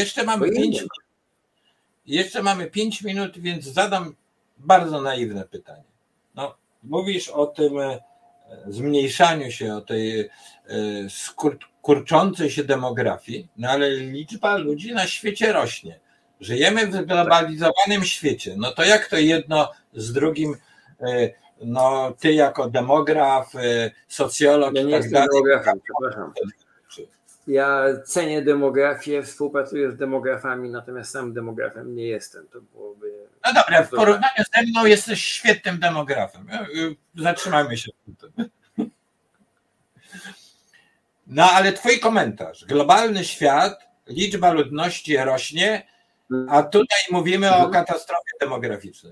S1: jeszcze mamy 5 minut, więc zadam bardzo naiwne pytanie. No, mówisz o tym zmniejszaniu się, o tej kurczącej się demografii, no ale liczba ludzi na świecie rośnie. Żyjemy w zglobalizowanym świecie. No to jak to jedno z drugim, no ty jako demograf, socjolog
S2: i tak dalej. Demografem, przepraszam. Ja cenię demografię, współpracuję z demografami, natomiast sam demografem nie jestem. To byłoby...
S1: No dobra, w porównaniu ze mną jesteś świetnym demografem. Zatrzymajmy się w tym. No ale twój komentarz. Globalny świat, liczba ludności rośnie, a tutaj mówimy o katastrofie demograficznej.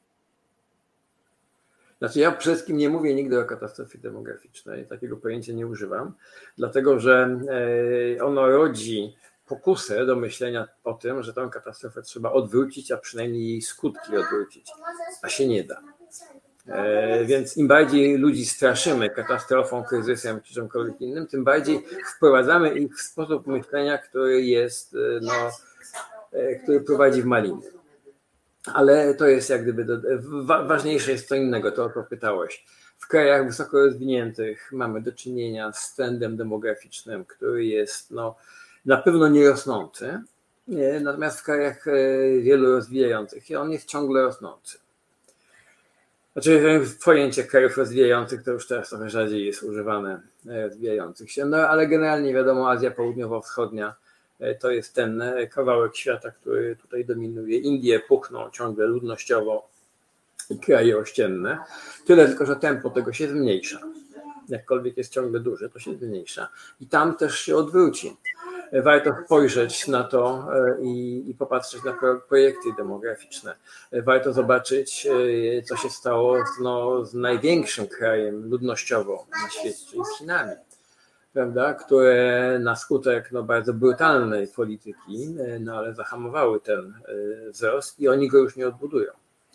S2: Znaczy ja przede wszystkim nie mówię nigdy o katastrofie demograficznej, takiego pojęcia nie używam, dlatego że ono rodzi pokusę do myślenia o tym, że tę katastrofę trzeba odwrócić, a przynajmniej jej skutki odwrócić, a się nie da. Więc im bardziej ludzi straszymy katastrofą, kryzysem czy czymkolwiek innym, tym bardziej wprowadzamy ich w sposób myślenia, który jest, który prowadzi w maliny. Ale to jest jak gdyby, ważniejsze jest co innego, to o to pytałeś. W krajach wysoko rozwiniętych mamy do czynienia z trendem demograficznym, który jest na pewno nierosnący, natomiast w krajach wielu rozwijających on jest ciągle rosnący. Znaczy pojęcie krajów rozwijających to już teraz trochę rzadziej jest używane, rozwijających się, no ale generalnie wiadomo, Azja Południowo-Wschodnia to jest ten kawałek świata, który tutaj dominuje. Indie puchną ciągle ludnościowo i kraje ościenne. Tyle tylko, że tempo tego się zmniejsza. Jakkolwiek jest ciągle duże, to się zmniejsza. I tam też się odwróci. Warto spojrzeć na to i popatrzeć na projekty demograficzne. Warto zobaczyć, co się stało z największym krajem ludnościowo na świecie, czyli z Chinami. Prawda, które na skutek bardzo brutalnej polityki, ale zahamowały ten wzrost i oni go już nie odbudują.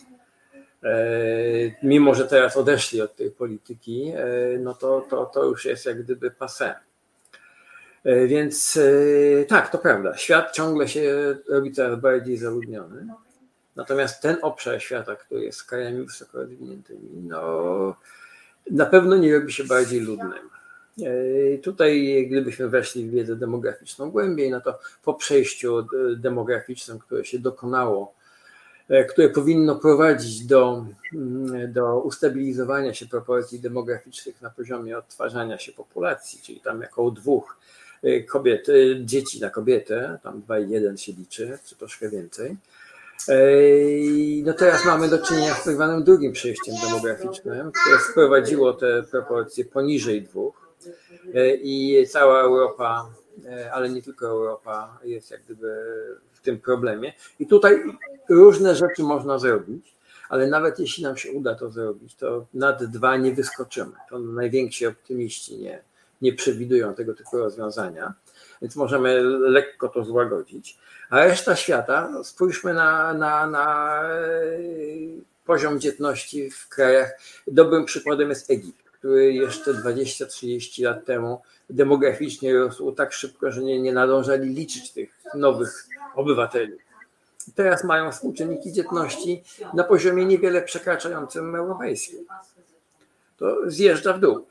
S2: Mimo że teraz odeszli od tej polityki, no to już jest jak gdyby passé. Więc tak, to prawda, świat ciągle się robi coraz bardziej zaludniony, natomiast ten obszar świata, który jest z krajami wysoko rozwiniętymi, na pewno nie robi się bardziej ludnym. Tutaj gdybyśmy weszli w wiedzę demograficzną głębiej, no to po przejściu demograficznym, które się dokonało, które powinno prowadzić do ustabilizowania się proporcji demograficznych na poziomie odtwarzania się populacji, czyli tam około 2 dzieci na kobietę, tam 2,1 się liczy, czy troszkę więcej. No teraz mamy do czynienia z tak zwanym drugim przejściem demograficznym, które sprowadziło te proporcje poniżej 2 i cała Europa, ale nie tylko Europa jest jak gdyby w tym problemie. I tutaj różne rzeczy można zrobić, ale nawet jeśli nam się uda to zrobić, to nad 2 nie wyskoczymy. To najwięksi optymiści nie przewidują tego typu rozwiązania, więc możemy lekko to złagodzić. A reszta świata, spójrzmy na poziom dzietności w krajach. Dobrym przykładem jest Egipt, który jeszcze 20-30 lat temu demograficznie rósł tak szybko, że nie nadążali liczyć tych nowych obywateli. Teraz mają współczynniki dzietności na poziomie niewiele przekraczającym europejskim. To zjeżdża w dół.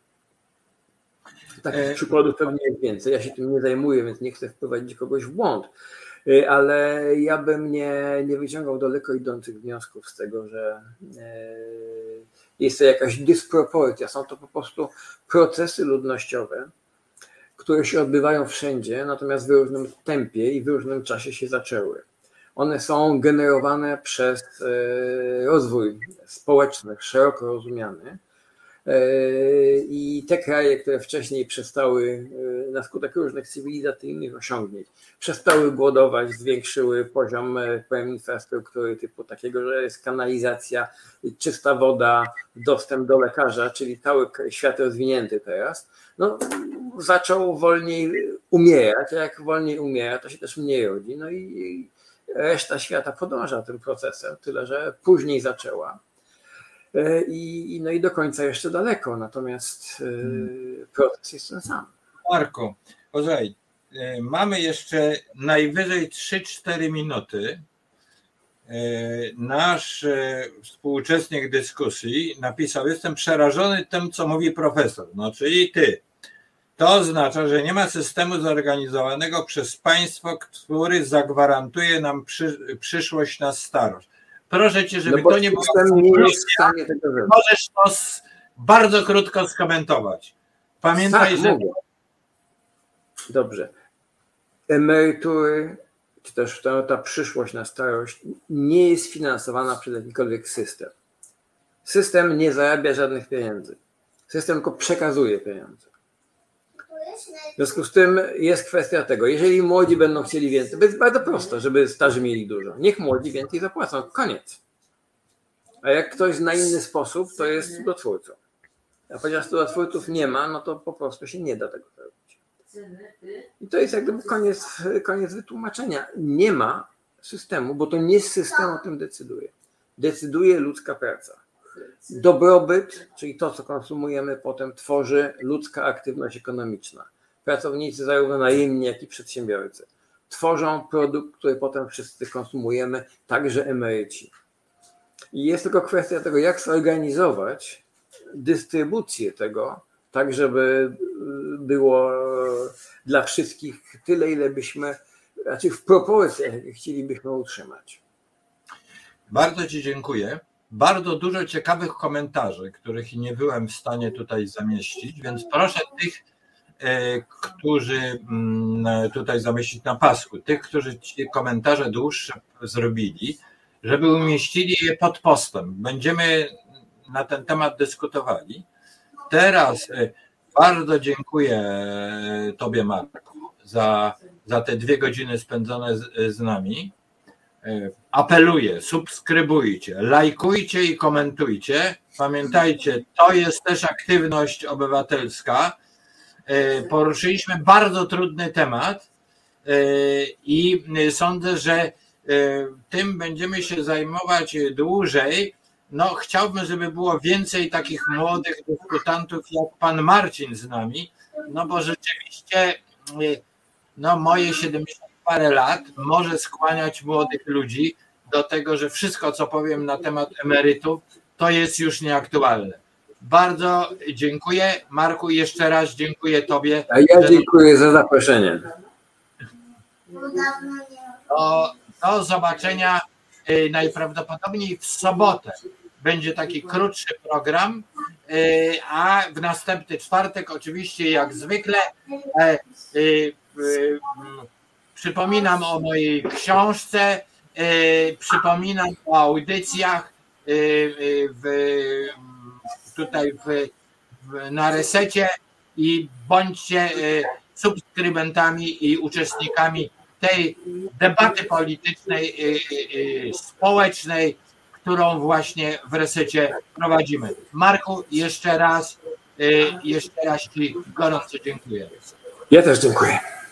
S2: Takich przykładów pewnie jest więcej. Ja się tym nie zajmuję, więc nie chcę wprowadzić kogoś w błąd. Ale ja bym nie wyciągał daleko idących wniosków z tego, że jest to jakaś dysproporcja. Są to po prostu procesy ludnościowe, które się odbywają wszędzie, natomiast w różnym tempie i w różnym czasie się zaczęły. One są generowane przez rozwój społeczny, szeroko rozumiany. I te kraje, które wcześniej przestały na skutek różnych cywilizacyjnych osiągnięć, przestały głodować, zwiększyły poziom infrastruktury typu takiego, że jest kanalizacja, czysta woda, dostęp do lekarza, czyli cały świat rozwinięty teraz, no, zaczął wolniej umierać, a jak wolniej umiera, to się też mniej rodzi. No i reszta świata podąża tym procesem, tyle że później zaczęła. No i do końca jeszcze daleko, natomiast proces jest ten sam.
S1: Marku, posłuchaj, mamy jeszcze najwyżej 3-4 minuty. Nasz współuczestnik dyskusji napisał: jestem przerażony tym, co mówi profesor, no czyli ty. To oznacza, że nie ma systemu zorganizowanego przez państwo, który zagwarantuje nam przyszłość na starość. Proszę cię, żeby to nie było konkluzja, możesz to bardzo krótko skomentować. Pamiętaj, że...
S2: Dobrze. Emerytury, czy też ta przyszłość na starość nie jest finansowana przez jakikolwiek system. System nie zarabia żadnych pieniędzy. System tylko przekazuje pieniądze. W związku z tym jest kwestia tego, jeżeli młodzi będą chcieli więcej, to jest bardzo proste, żeby starzy mieli dużo. Niech młodzi więcej zapłacą, koniec. A jak ktoś zna inny sposób, to jest cudotwórcą. A ponieważ cudotwórców nie ma, no to po prostu się nie da tego robić. I to jest jak gdyby koniec wytłumaczenia. Nie ma systemu, bo to nie system o tym decyduje. Decyduje ludzka praca. Dobrobyt, czyli to, co konsumujemy, potem tworzy ludzka aktywność ekonomiczna. Pracownicy, zarówno najemni, jak i przedsiębiorcy, tworzą produkt, który potem wszyscy konsumujemy, także emeryci. I jest tylko kwestia tego, jak zorganizować dystrybucję tego, tak żeby było dla wszystkich tyle, ile byśmy, raczej w proporcjach, jakie chcielibyśmy utrzymać.
S1: Bardzo ci dziękuję. Bardzo dużo ciekawych komentarzy, których nie byłem w stanie tutaj zamieścić, więc proszę tych, którzy tutaj zamieścić na pasku, tych, którzy ci komentarze dłuższe zrobili, żeby umieścili je pod postem. Będziemy na ten temat dyskutowali. Teraz bardzo dziękuję tobie, Marku, za te 2 godziny spędzone z nami. Apeluję, subskrybujcie, lajkujcie i komentujcie. Pamiętajcie, to jest też aktywność obywatelska. Poruszyliśmy bardzo trudny temat i sądzę, że tym będziemy się zajmować dłużej. No, chciałbym, żeby było więcej takich młodych dyskutantów jak pan Marcin z nami, no bo rzeczywiście no, moje 70 parę lat może skłaniać młodych ludzi do tego, że wszystko, co powiem na temat emerytów, to jest już nieaktualne. Bardzo dziękuję. Marku, jeszcze raz dziękuję tobie.
S2: A ja dziękuję za zaproszenie.
S1: Do zobaczenia najprawdopodobniej w sobotę. Będzie taki krótszy program, a w następny czwartek oczywiście jak zwykle przypominam o mojej książce, przypominam o audycjach tutaj na Resecie i bądźcie subskrybentami i uczestnikami tej debaty politycznej, społecznej, którą właśnie w Resecie prowadzimy. Marku, jeszcze raz
S4: Jeszcze raz Ci gorąco dziękuję.
S2: Ja też dziękuję.